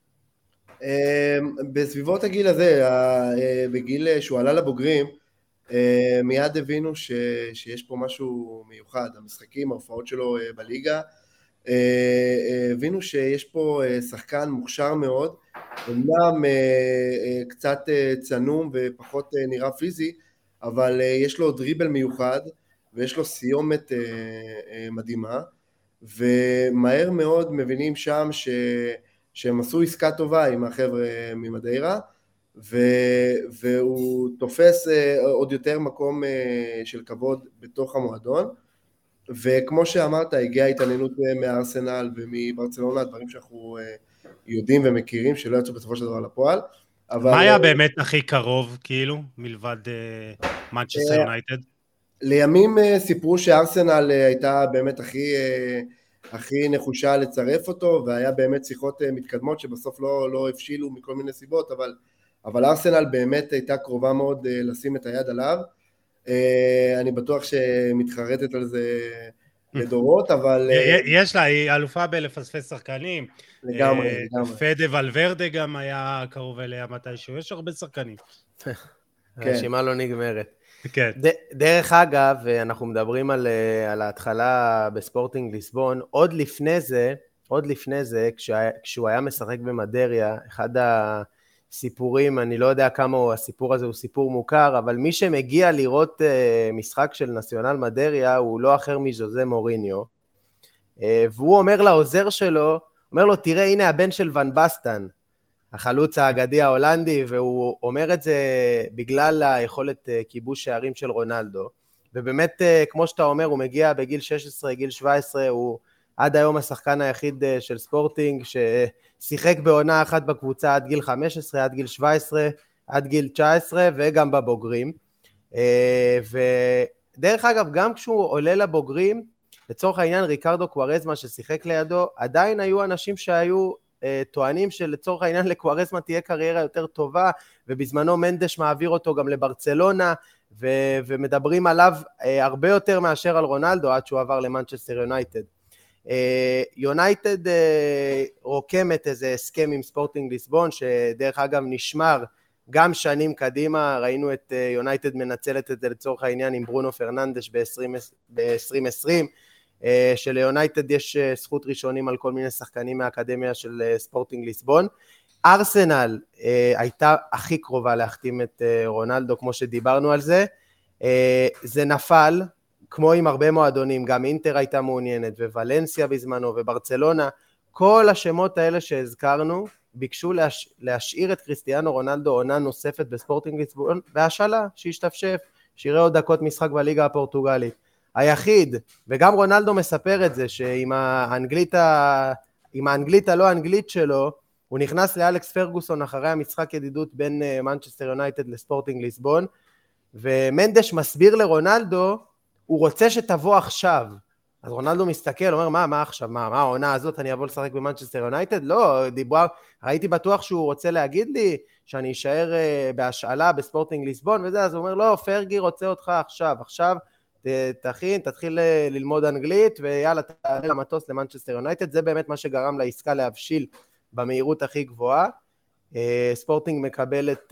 בסביבות הגיל הזה, בגיל שהוא עלה לבוגרים, מיד הבינו שיש פה משהו מיוחד, המשחקים, ההופעות שלו בליגה, הבינו שיש פה שחקן מוכשר מאוד, אמנם קצת צנום ופחות נראה פיזי, אבל יש לו דריבל מיוחד, ויש לו סיומת מדהימה, ומהר מאוד מבינים שם שהם עשו עסקה טובה עם החבר'ה ממדיירה, והוא תופס עוד יותר מקום של כבוד בתוך המועדון, וכמו שאמרת, הגיעה התעניינות מארסנל ומברצלונה, דברים שאנחנו יודעים ומכירים, שלא יצאו בסופו של דבר לפועל. מה היה באמת הכי קרוב, כאילו, מלבד מנצ'סטר יונייטד? לימים סיפרו שארסנל הייתה באמת הכי נחושה לצרף אותו, והיה באמת שיחות מתקדמות שבסוף לא הבשילו מכל מיני סיבות, אבל ארסנל באמת הייתה קרובה מאוד לשים את היד עליו. אני בטוח שמתחרטת על זה לדורות, אבל... יש לה, היא אלופה בלפספס שחקנים. לגמרי. פדה ולוורדה גם היה קרוב אליה מתישהו, יש הרבה שחקנים. הרשימה לא נגמרת. כן. דרך אגב, אנחנו מדברים על ההתחלה בספורטינג ליסבון, עוד לפני זה, כשהוא היה משחק במדריה, אחד הסיפורים, אני לא יודע כמה הסיפור הזה הוא סיפור מוכר, אבל מי שמגיע לראות משחק של נציונל מדריה, הוא לא אחר מז'וזה מוריניו, והוא אומר לעוזר שלו, אומר לו, תראה, הנה הבן של ון בסטן, החלוץ האגדי ההולנדי, והוא אומר את זה בגלל היכולת כיבוש שערים של רונלדו, ובאמת, כמו שאתה אומר, הוא מגיע בגיל 16, גיל 17, הוא עד היום השחקן היחיד של ספורטינג, ששיחק בעונה אחת בקבוצה עד גיל 15, עד גיל 17, עד גיל 19, וגם בבוגרים. ודרך אגב, גם כשהוא עולה לבוגרים, לצורך העניין ריקרדו קוארזמה ששיחק לידו, עדיין היו אנשים שהיו טוענים שלצורך העניין לקוארזמה תהיה קריירה יותר טובה, ובזמנו מנדש מעביר אותו גם לברצלונה, ומדברים עליו הרבה יותר מאשר על רונלדו, עד שהוא עבר למנצ'סטר יונייטד. יונייטד רוקמת איזה הסכם עם ספורטינג ליסבון, שדרך אגב נשמר גם שנים קדימה, ראינו את יונייטד מנצלת את זה לצורך העניין עם ברונו פרננדש ב-2020, שליונייטד יש זכות ראשונים על כל מיני שחקנים מהאקדמיה של ספורטינג ליסבון, ארסנל הייתה הכי קרובה להחתים את רונלדו, כמו שדיברנו על זה, זה נפל, כמו עם הרבה מועדונים, גם אינטר הייתה מעוניינת, וולנסיה בזמנו, וברצלונה, כל השמות האלה שהזכרנו, ביקשו להשאיר את קריסטיאנו רונלדו עונה נוספת בספורטינג ליסבון, והשאלה שהשתפשף, שיראה עוד דקות משחק בליגה הפורטוגלית. היחיד, וגם רונלדו מספר את זה, שעם האנגלית הלא אנגלית שלו, הוא נכנס לאלכס פרגוסון אחרי המשחק ידידות בין מנצ'סטר יונייטד לספורטינג ליסבון, ומנדש מסביר לרונלדו, הוא רוצה שתבוא עכשיו. אז רונלדו מסתכל, אומר, מה עכשיו? מה העונה הזאת אני אבוא לשחק במנצ'סטר יונייטד? לא, ראיתי בטוח שהוא רוצה להגיד לי שאני אשאר בהשאלה בספורטינג ליסבון וזה, אז הוא אומר, לא, פרגי רוצה אותך עכשיו תתחיל ללמוד אנגלית, ויאללה, תעלה למטוס למנצ'סטר יונייטד. זה באמת מה שגרם לעסקה להבשיל במהירות הכי גבוהה. ספורטינג מקבלת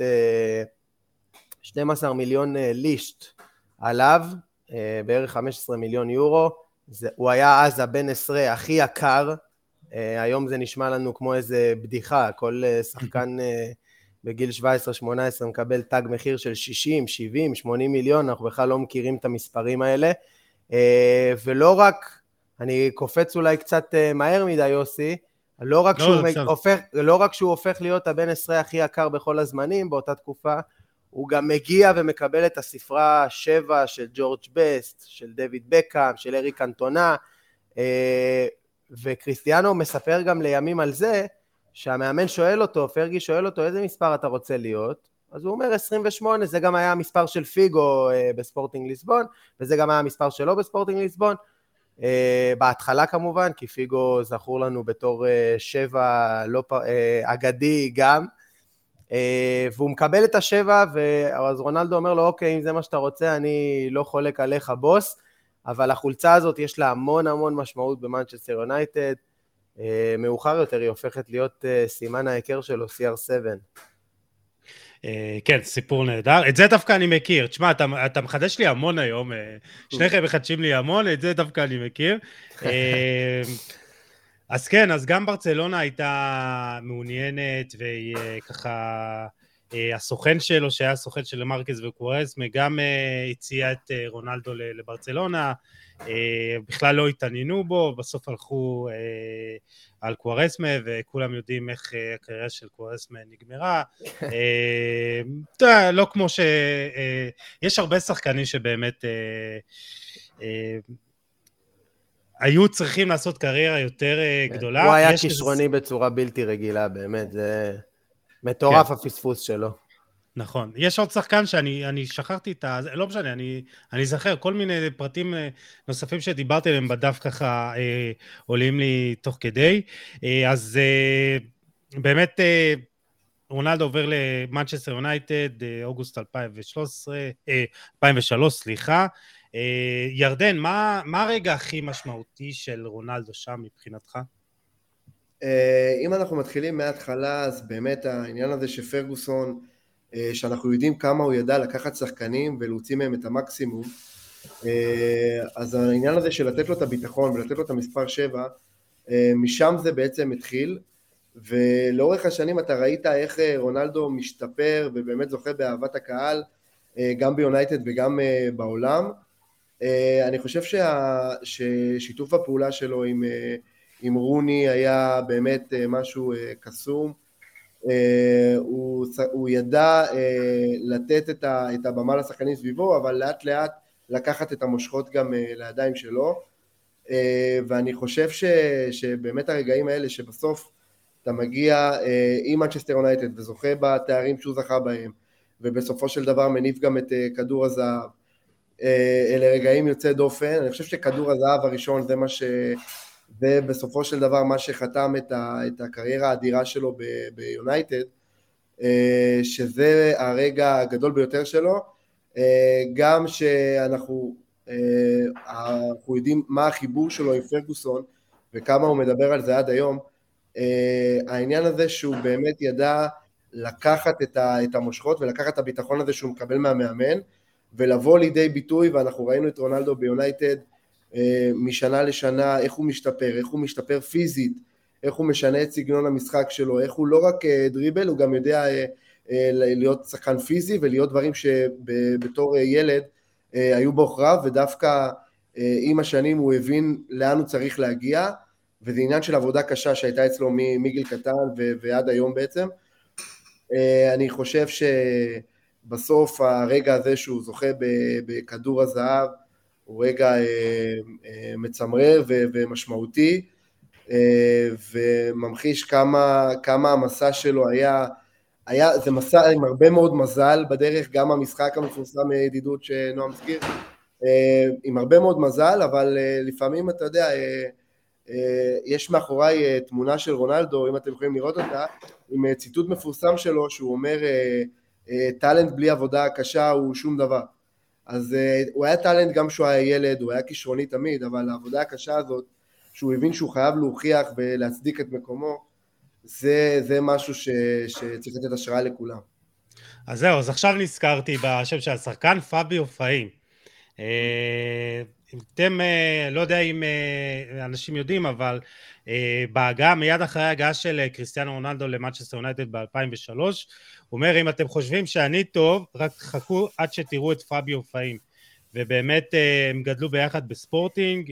12 מיליון לישט עליו, בערך 15 מיליון יורו. הוא היה אז הבן 10 הכי יקר, היום זה נשמע לנו כמו איזה בדיחה, כל שחקן בגיל 17-18 מקבל תג מחיר של 60, 70, 80 מיליון, אנחנו בכלל לא מכירים את המספרים האלה, ולא רק, אני קופץ אולי קצת מהר מדי יוסי, לא רק שהוא הופך להיות הבן 10 הכי יקר בכל הזמנים באותה תקופה, הוא גם מגיע ומקבל את הספרה 7 של ג'ורג' בסט, של דויד בקאם, של אריק אנטונה, וקריסטיאנו מספר גם לימים על זה, שהמאמן שואל אותו, פרגי שואל אותו, איזה מספר אתה רוצה להיות? אז הוא אומר 28, זה גם היה המספר של פיגו בספורטינג ליסבון, וזה גם היה המספר שלו בספורטינג ליסבון, בהתחלה כמובן, כי פיגו זכור לנו בתור 7 אגדי גם, והוא מקבל את 7, אז רונלדו אומר לו, אוקיי, אם זה מה שאתה רוצה, אני לא חולק עליך בוס, אבל החולצה הזאת יש לה המון משמעות במנצ'סטר יונייטד, מאוחר יותר היא הופכת להיות סימן ההיכר שלו, CR7. כן, סיפור נהדר, את זה דווקא אני מכיר, תשמע, אתה מחדש לי המון היום, שניכם מחדשים לי המון, את זה דווקא אני מכיר, אז כן, אז גם ברצלונה הייתה מעוניינת, והיא ככה, הסוכן שלו, שהיה הסוכן של מרקז וקוארסמה, גם הציע את רונלדו לברצלונה, בכלל לא התעניינו בו, בסוף הלכו על קוארסמה, וכולם יודעים איך הקריירה של קוארסמה נגמרה, לא כמו יש הרבה שחקנים שבאמת היו צריכים לעשות קריירה יותר גדולה. הוא היה כישרוני בצורה בלתי רגילה, באמת, זה מטורף הפספוס שלו. נכון, יש עוד שחקן שאני שכחתי את לא משנה, אני זכר, כל מיני פרטים נוספים שדיברתי עליהם בדף ככה עולים לי תוך כדי, אז באמת רונלדו עובר למנצ'סטר יונייטד, אוגוסט 2003, סליחה, ירדן, מה הרגע הכי משמעותי של רונלדו שם מבחינתך? אם אנחנו מתחילים מההתחלה, אז באמת העניין הזה שפרגוסון, שאנחנו יודעים כמה הוא ידע לקחת שחקנים ולהוציא מהם את המקסימום, אז העניין הזה של לתת לו את הביטחון ולתת לו את המספר 7, משם זה בעצם התחיל, ולאורך השנים אתה ראית איך רונלדו משתפר ובאמת זוכה באהבת הקהל, גם ביונייטד וגם בעולם. אני חושב ששיתוף הפעולה שלו עם רוני היה באמת משהו קסום, הוא ידע לתת את הבמה לשחקנים סביבו, אבל לאט לאט לקחת את המושכות גם לידיים שלו, ואני חושב שבאמת הרגעים האלה שבסוף אתה מגיע עם מנצ'סטר יונייטד וזוכה בתארים שהוא זכה בהם, ובסופו של דבר מניף גם את כדור הזהב, אלה רגעים יוצא דופן. אני חושב שכדור הזהב הראשון זה בסופו של דבר מה שחתם את הקריירה האדירה שלו ביונייטד, שזה הרגע הגדול ביותר שלו, גם שאנחנו יודעים מה החיבור שלו עם פרגוסון, וכמה הוא מדבר על זה עד היום, העניין הזה שהוא באמת ידע לקחת את המושכות, ולקחת את הביטחון הזה שהוא מקבל מהמאמן, ולבוא לידי ביטוי, ואנחנו ראינו את רונלדו ביונייטד, משנה לשנה, איך הוא משתפר פיזית, איך הוא משנה את סגנון המשחק שלו, איך הוא לא רק דריבל, הוא גם יודע להיות שחקן פיזי, ולהיות דברים שבתור ילד היו בעוכריו, ודווקא עם השנים הוא הבין לאן הוא צריך להגיע, וזה עניין של עבודה קשה שהייתה אצלו מגיל קטן ועד היום בעצם. אני חושב שבסוף הרגע הזה שהוא זוכה בכדור הזהב, הוא רגע מצמרר ומשמעותי, וממחיש כמה המסע שלו היה, זה מסע עם הרבה מאוד מזל בדרך, גם המשחק המפורסם ידידות שנועם מזכיר, עם הרבה מאוד מזל, אבל לפעמים אתה יודע, יש מאחוריי תמונה של רונלדו, אם אתם יכולים לראות אותה, עם ציטוט מפורסם שלו, שהוא אומר, טלנט בלי עבודה קשה הוא שום דבר. אז הוא היה טלנט גם שהוא היה ילד, הוא היה כישרוני תמיד, אבל העבודה הקשה הזאת, שהוא הבין שהוא חייב להוכיח ולהצדיק את מקומו, זה משהו שצריך לתת השראה לכולם. אז זהו, אז עכשיו נזכרתי בשם של השחקן, פאביו פאים. אתם, לא יודע אם אנשים יודעים, אבל בהגעה, מיד אחרי ההגעה של קריסטיאנו רונלדו למנצ'סטר יונייטד ב-2003, הוא אומר, אם אתם חושבים שאני טוב, רק חכו עד שתראו את פאביו פאים. ובאמת הם גדלו ביחד בספורטינג,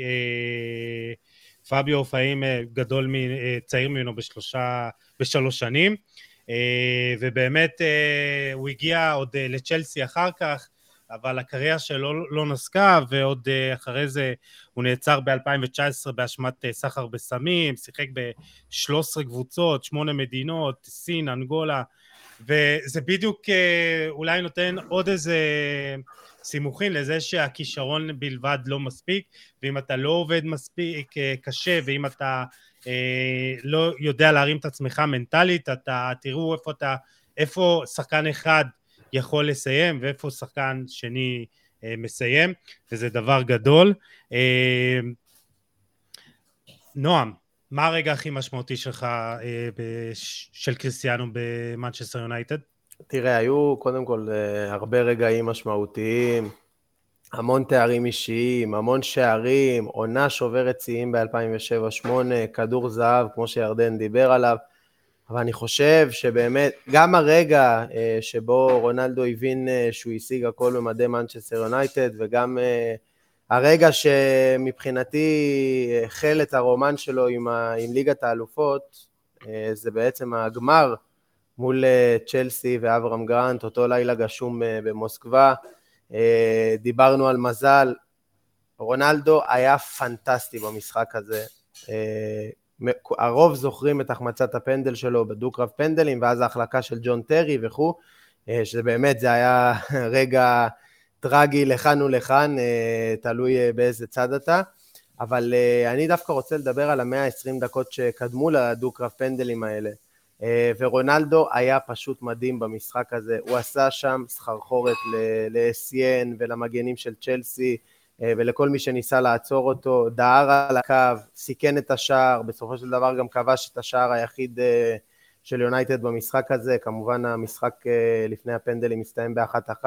פאביו פאים גדול, צעיר ממנו בשלוש שנים, ובאמת הוא הגיע עוד לצ'לסי אחר כך, אבל הקריירה שלו לא נסקה, ועוד אחרי זה הוא נעצר ב-2019 באשמת סחר בסמים, שיחק ב-13 קבוצות, 8 מדינות, סין, אנגולה, וזה בדיוק אולי נותן עוד איזה סימוכין לזה שהכישרון בלבד לא מספיק, ואם אתה לא עובד מספיק קשה, ואם אתה לא יודע להרים את עצמך מנטלית, אתה תראו איפה שחקן אחד יכול לסיים, ואיפה שחקן שני מסיים, וזה דבר גדול. נועם, מה הרגע הכי משמעותי שלך של קריסטיאנו במנצ'סטר יונייטד? תראה, היו קודם כל הרבה רגעים משמעותיים, המון תארים אישיים, המון שערים, עונה שוברת שיאים ב-2007-2008, כדור זהב, כמו שירדן דיבר עליו, אבל אני חושב שבאמת, גם הרגע שבו רונלדו הבין שהוא השיג הכל במדי מנצ'סטר יונייטד, וגם הרגע שמבחינתי החל את הרומן שלו עם ליגת האלופות, זה בעצם הגמר מול צ'לסי ואברהם גרנט, אותו לילה גשום במוסקבה. דיברנו על מזל, רונלדו היה פנטסטי במשחק הזה, הרוב זוכרים את החמצת הפנדל שלו בדו-קרב פנדלים, ואז ההחלקה של ג'ון טרי וכו', שזה באמת, זה היה רגע טרגי לכאן ולכאן, תלוי באיזה צד אתה, אבל אני דווקא רוצה לדבר על 120 דקות שקדמו לדו-קרב פנדלים האלה, ורונלדו היה פשוט מדהים במשחק הזה, הוא עשה שם סחרחורת לאסיין ולמגנים של צ'לסי, ולכל מי שניסה לעצור אותו, דהר על הקו, סיכן את השער, בסופו של דבר גם כבש את השער היחיד של יונייטד במשחק הזה, כמובן המשחק לפני הפנדלים מסתיים ב1-1,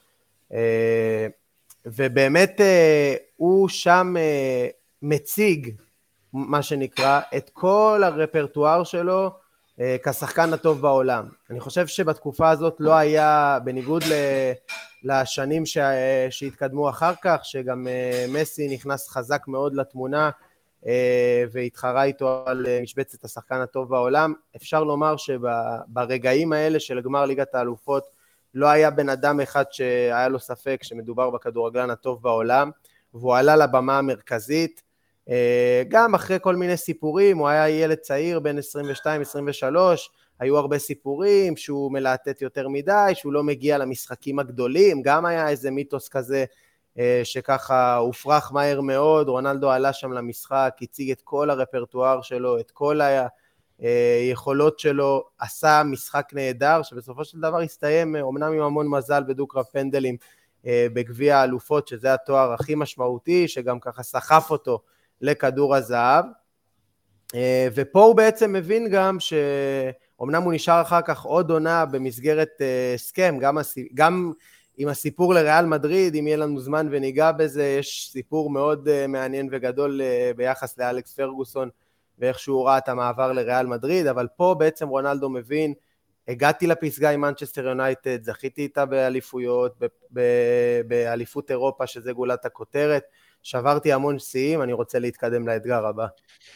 ובאמת הוא שם מציג, מה שנקרא, את כל הרפרטואר שלו, כשחקן הטוב בעולם. אני חושב שבתקופה הזאת לא היה, בניגוד לשנים שהתקדמו אחר כך, שגם מסי נכנס חזק מאוד לתמונה, והתחרה איתו על משבצת השחקן הטוב בעולם, אפשר לומר שברגעים האלה של גמר ליגת האלופות, לא היה בן אדם אחד שהיה לו ספק שמדובר בכדורגלן הטוב בעולם, והוא עלה לבמה המרכזית, גם אחרי כל מיני סיפורים, הוא היה ילד צעיר בין 22-23, היו הרבה סיפורים שהוא מלהטט יותר מדי, שהוא לא מגיע למשחקים הגדולים, גם היה איזה מיתוס כזה שככה הופרח מהר מאוד, רונלדו עלה שם למשחק, הציג את כל הרפרטואר שלו, את כל היכולות שלו, עשה משחק נהדר, שבסופו של דבר הסתיים, אמנם עם המון מזל בדו-קרב פנדלים, בגביע האלופות, שזה התואר הכי משמעותי, שגם ככה סחף אותו לכדור הזהב, ופה הוא בעצם מבין גם שאומנם הוא נשאר אחר כך עוד עונה במסגרת הסכם, גם עם הסיפור לריאל מדריד, אם יהיה לנו זמן וניגע בזה, יש סיפור מאוד מעניין וגדול ביחס לאלכס פרגוסון ואיך שהוא ראה את המעבר לריאל מדריד, אבל פה בעצם רונלדו מבין, הגעתי לפסגה עם מנצ'סטר יונייטד, זכיתי איתה באליפויות, באליפות אירופה, שזה גולת הכותרת, שברתי המון שיאים, אני רוצה להתקדם לאתגר הבא.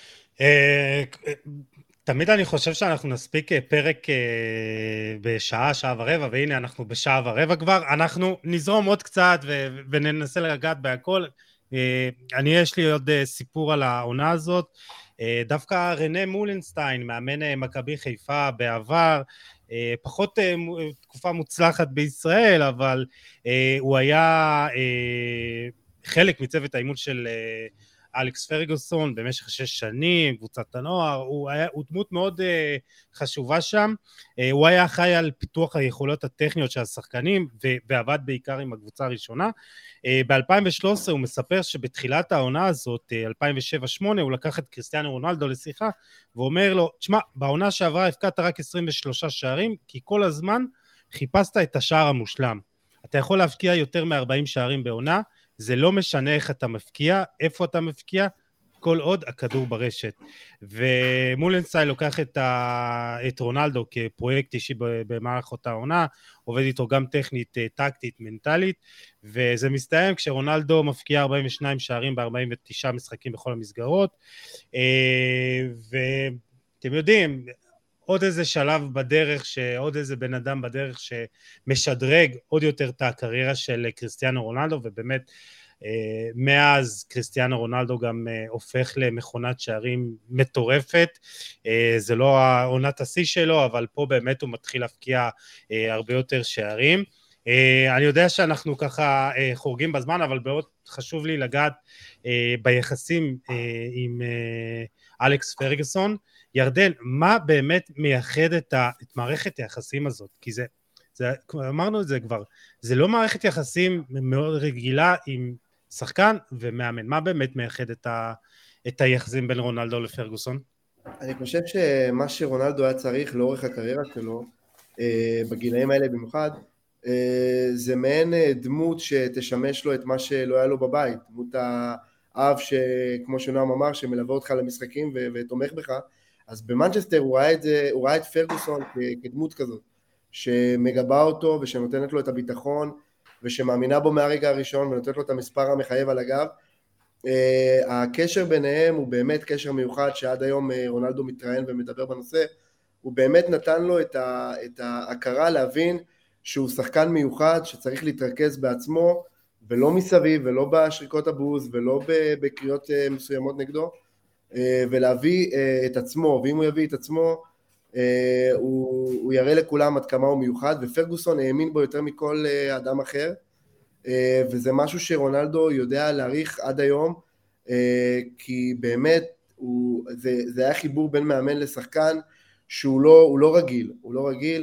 תמיד אני חושב שאנחנו נספיק פרק בשעה, שעה ורבע, והנה אנחנו בשעה ורבע כבר, אנחנו נזרום עוד קצת וננסה לגעת בהכל. יש לי עוד סיפור על העונה הזאת, דווקא רנה מולנסטיין, מאמן מכבי חיפה בעבר, פחות תקופה מוצלחת בישראל, אבל הוא היה חלק מצוות האימון של אלכס פרגוסון במשך 6 שנים, קבוצת הנוער, הוא דמות מאוד חשובה שם, הוא היה אחראי על פיתוח היכולות הטכניות של השחקנים, ועבד בעיקר עם הקבוצה הראשונה. ב-2013 הוא מספר שבתחילת העונה הזאת, 2007-2008, הוא לקח את קריסטיאנו רונלדו לשיחה, ואומר לו, תשמע, בעונה שעברה הפקעת רק 23 שערים, כי כל הזמן חיפשת את השער המושלם. אתה יכול להפקיע יותר מ-40 שערים בעונה, זה לא משנה איך אתה מפקיע, איפה אתה מפקיע, כל עוד הכדור ברשת. ומולנסטיין לוקח את רונלדו כפרויקט אישי במערך אותה עונה, עובד איתו גם טכנית, טקטית, מנטלית, וזה מסתיים כשרונלדו מפקיע 42 שערים ב-49 משחקים בכל המסגרות, ואתם יודעים, עוד איזה שלב בדרך, עוד איזה בן אדם בדרך שמשדרג עוד יותר את הקריירה של קריסטיאנו רונלדו, ובאמת מאז קריסטיאנו רונלדו גם הופך למכונת שערים מטורפת, זה לא העונת השיא שלו, אבל פה באמת הוא מתחיל להפקיע הרבה יותר שערים. אני יודע שאנחנו ככה חורגים בזמן, אבל מאוד חשוב לי לגעת ביחסים עם אלכס פרגוסון. ירדן, מה באמת מייחד את מערכת היחסים הזאת? כי זה, אמרנו את זה כבר, זה לא מערכת יחסים מאוד רגילה עם שחקן ומאמן. מה באמת מייחד את היחסים בין רונלדו לפרגוסון? אני חושב שמה שרונלדו היה צריך לאורך הקריירה שלו, בגילאים האלה במיוחד, זה מעין דמות שתשמש לו את מה שלא היה לו בבית, דמות האב שכמו שנועם אמר, שמלווה אותך למשחקים ותומך בך. אז במנצ'סטר הוא ראה את פרגוסון כדמות כזאת, שמגבה אותו ושנותנת לו את הביטחון, ושמאמינה בו מהרגע הראשון, ונותנת לו את המספר המחייב על הגב. הקשר ביניהם הוא באמת קשר מיוחד, שעד היום רונלדו מתראיין ומדבר בנושא, הוא באמת נתן לו את ההכרה להבין שהוא שחקן מיוחד, שצריך להתרכז בעצמו, ולא מסביב, ולא בשריקות הבוז, ולא בקריאות מסוימות נגדו, ולהביא את עצמו, ואם הוא יביא את עצמו, הוא יראה לכולם עד כמה הוא מיוחד, ופרגוסון האמין בו יותר מכל אדם אחר, וזה משהו שרונלדו יודע להעריך עד היום, כי באמת זה היה חיבור בין מאמן לשחקן, שהוא לא רגיל, הוא לא רגיל.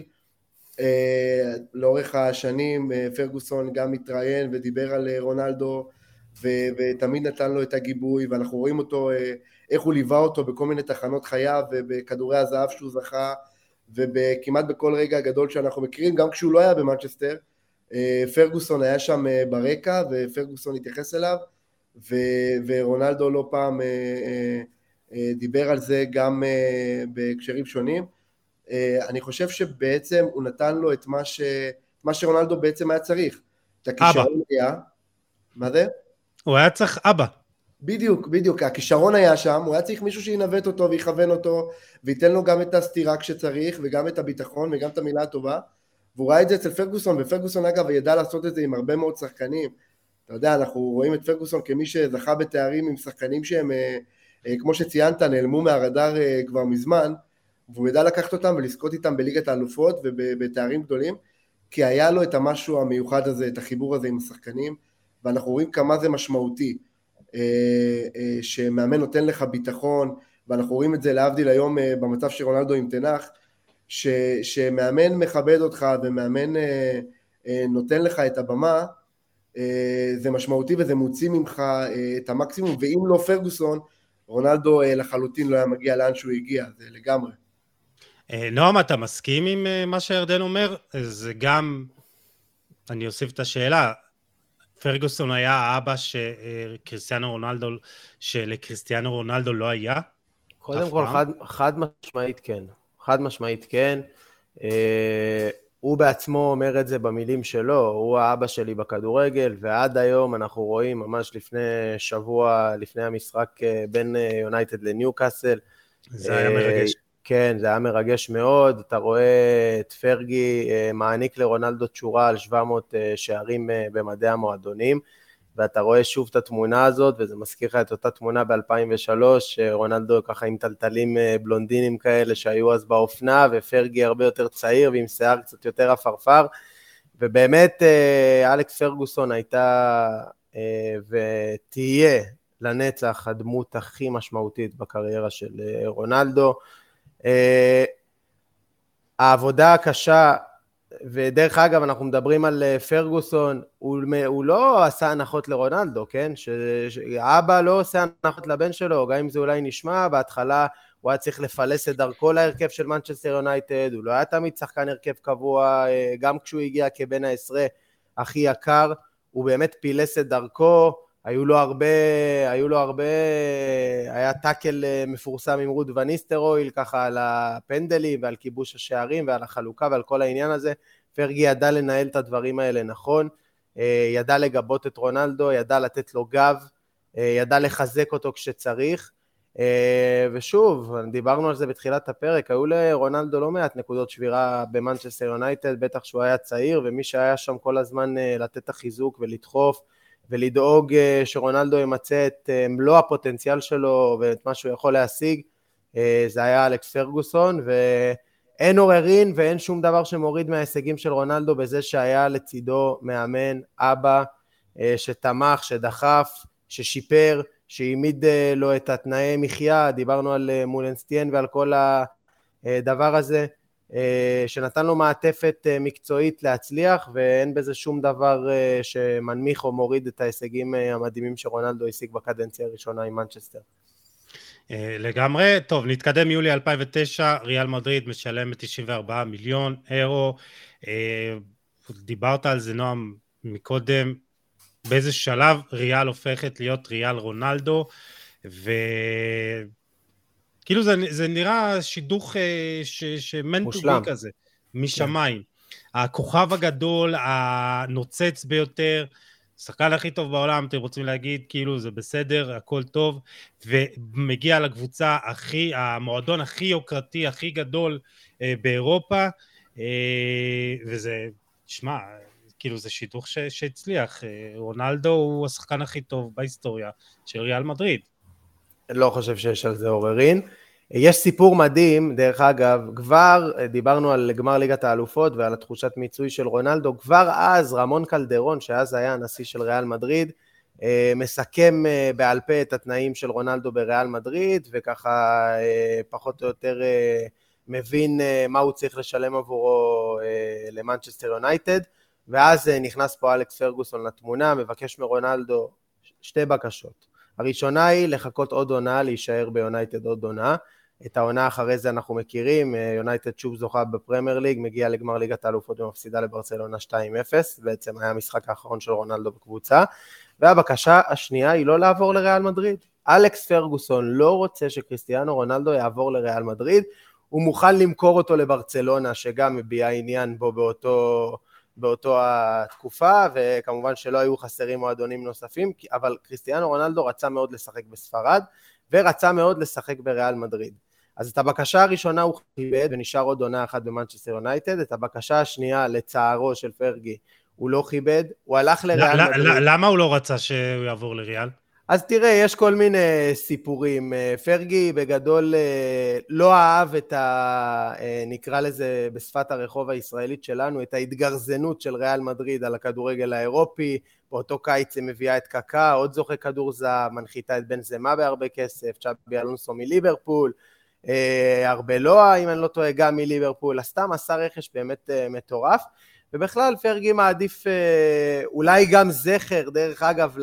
לאורך השנים פרגוסון גם התראיין ודיבר על רונלדו, ותמיד נתן לו את הגיבוי, ואנחנו רואים אותו, איך הוא ליווה אותו בכל מיני תחנות חייו, ובכדורי הזהב שהוא זכה, וכמעט בכל רגע גדול שאנחנו מכירים, גם כשהוא לא היה במנצ'סטר, פרגוסון היה שם ברקע, ופרגוסון התייחס אליו, ורונלדו לא פעם דיבר על זה גם בהקשרים שונים. אני חושב שבעצם הוא נתן לו את מה שרונלדו בעצם היה צריך. אבא. מה זה? הוא היה צריך אבא. בדיוק, הכישרון היה שם, הוא היה צריך מישהו שינווט אותו ויכוון אותו, וייתן לו גם את הסתירה כשצריך, וגם את הביטחון, וגם את המילה הטובה, והוא ראה את זה אצל פרגוסון, ופרגוסון אגב ידע לעשות את זה עם הרבה מאוד שחקנים. אתה יודע, אנחנו רואים את פרגוסון כמי שזכה בתארים עם שחקנים שהם, כמו שציינת, נעלמו מהרדאר כבר מזמן, והוא ידע לקחת אותם ולזכות איתם בליגת האלופות ובתארים גדולים, כי היה לו את המשהו המיוחד הזה, את החיבור הזה עם השחקנים, ואנחנו רואים כמה זה משמעותי, שמאמן נותן לך ביטחון, ואנחנו רואים את זה להבדיל היום במצב שרונלדו עם תנח, שמאמן מכבד אותך ומאמן נותן לך את הבמה, זה משמעותי וזה מוציא ממך את המקסימום, ואם לא פרגוסון, רונלדו לחלוטין לא היה מגיע לאן שהוא הגיע, זה לגמרי. נועם, אתה מסכים עם מה שירדן אומר? זה גם, אני אוסיף את השאלה, פרגוסון היה האבא שלקריסטיאנו רונלדו לא היה? קודם כל, חד משמעית כן. חד משמעית כן. הוא בעצמו אומר את זה במילים שלו, הוא האבא שלי בכדורגל, ועד היום אנחנו רואים ממש לפני שבוע, לפני המשחק בין יונייטד לניוקאסל. זה היה מרגש. כן, זה היה מרגש מאוד. אתה רואה את פרגי מעניק לרונלדו תשורה על 700 שערים במדעי המועדונים, ואתה רואה שוב את התמונה הזאת, וזה מזכיר לך את אותה תמונה ב-2003, רונלדו ככה עם טלטלים בלונדינים כאלה שהיו אז באופנה, ופרגי הרבה יותר צעיר ועם שיער קצת יותר אפרפר, ובאמת אלכס פרגוסון הייתה ותהיה לנצח הדמות הכי משמעותית בקריירה של רונלדו. העבודה הקשה, ודרך אגב, אנחנו מדברים על פרגוסון, הוא לא עשה הנחות לרונלדו, כן? שהאבא לא עושה הנחות לבן שלו, גם אם זה אולי נשמע, בהתחלה הוא היה צריך לפלס את דרכו להרכב של מנצ'סטר יונייטד, הוא לא היה תמיד שחקן הרכב קבוע, גם כשהוא הגיע כבן העשרה הכי יקר, הוא באמת פילס את דרכו, היו לו הרבה, היה טאקל מפורסם עם רות וניסטרויל, ככה על הפנדלים ועל כיבוש השערים ועל החלוקה ועל כל העניין הזה. פרגי ידע לנהל את הדברים האלה נכון, ידע לגבות את רונלדו, ידע לתת לו גב, ידע לחזק אותו כשצריך, ושוב, דיברנו על זה בתחילת הפרק, היו לרונלדו לא מעט נקודות שבירה במנצ'סטר יונייטד, בטח שהוא היה צעיר, ומי שהיה שם כל הזמן לתת את החיזוק ולדחוף, ולדאוג שרונלדו ימצא את מלוא הפוטנציאל שלו ואת מה שהוא יכול להשיג, זה היה אלכס פרגוסון, ואין עוררין ואין שום דבר שמוריד מההישגים של רונלדו בזה שהיה לצידו מאמן, אבא, שתמך, שדחף, ששיפר, שהעמיד לו את התנאי מחיה, דיברנו על מולנסטיין ועל כל הדבר הזה, שנתן לו מעטפת מקצועית להצליח, ואין בזה שום דבר שמנמיך או מוריד את ההישגים המדהימים שרונלדו השיג בקדנציה הראשונה עם מנצ'סטר. לגמרי. טוב, נתקדם. יולי 2009, ריאל מדריד משלמת 94 מיליון אירו. דיברת על זה, נועם, מקודם, באיזה שלב ריאל הופכת להיות ריאל רונלדו, כאילו זה נראה שידוך שמנטובי כזה, משמיים. הכוכב הגדול, הנוצץ ביותר, שחקן הכי טוב בעולם, אתם רוצים להגיד, כאילו זה בסדר, הכל טוב, ומגיע לקבוצה המועדון הכי יוקרתי, הכי גדול באירופה, וזה, שמע, כאילו זה שידוך שהצליח. רונלדו הוא השחקן הכי טוב בהיסטוריה של ריאל מדריד. לא חושב שיש על זה עוררין. יש סיפור מדהים, דרך אגב, כבר דיברנו על גמר ליגת האלופות ועל התחושת מיצוי של רונלדו, כבר אז רמון קלדרון, שאז היה הנשיא של ריאל מדריד, מסכם בעל פה את התנאים של רונלדו בריאל מדריד, וככה פחות או יותר מבין מה הוא צריך לשלם עבורו למנצ'סטר יונייטד, ואז נכנס פה אלכס פרגוסון לתמונה, מבקש מרונלדו שתי בקשות. הראשונה היא לחכות עוד עונה, להישאר ביונייטד עוד עונה. את העונה אחרי זה אנחנו מכירים, יונייטד שוב זוכה בפרמייר ליג, מגיעה לגמר ליגת האלופות ומפסידה לברצלונה 2-0, בעצם היה המשחק האחרון של רונלדו בקבוצה. והבקשה השנייה היא לא לעבור לריאל מדריד. אלכס פרגוסון לא רוצה שקריסטיאנו רונלדו יעבור לריאל מדריד, הוא מוכן למכור אותו לברצלונה, שגם מביע עניין בו באותו התקופה, וכמובן שלא היו חסרים מועדונים נוספים, אבל קריסטיאנו רונלדו רצה מאוד לשחק בספרד, ורצה מאוד לשחק בריאל מדריד. אז את הבקשה הראשונה הוא חיבד, ונשאר עוד עונה אחת במנצ'סטר יונייטד, את הבקשה השנייה לצערו של פרגי, הוא לא חיבד, הוא הלך לריאל מדריד. למה הוא לא רצה שהוא יעבור לריאל? אז תראה, יש כל מיני סיפורים. פרגי בגדול לא אהב את נקרא לזה בשפת הרחוב הישראלית שלנו, את ההתגרזנות של ריאל מדריד על הכדורגל האירופי. באותו קיץ היא מביאה את קקה, עוד זוכה כדור זהב, מנחיתה את בנזמה בהרבה כסף, צ'אבי אלונסו מליברפול, ארבלואה, אם אני לא טועה, גם מליברפול. סתם עשה רכש באמת מטורף. ובכלל פרגי מעדיף אולי גם זכר, דרך אגב,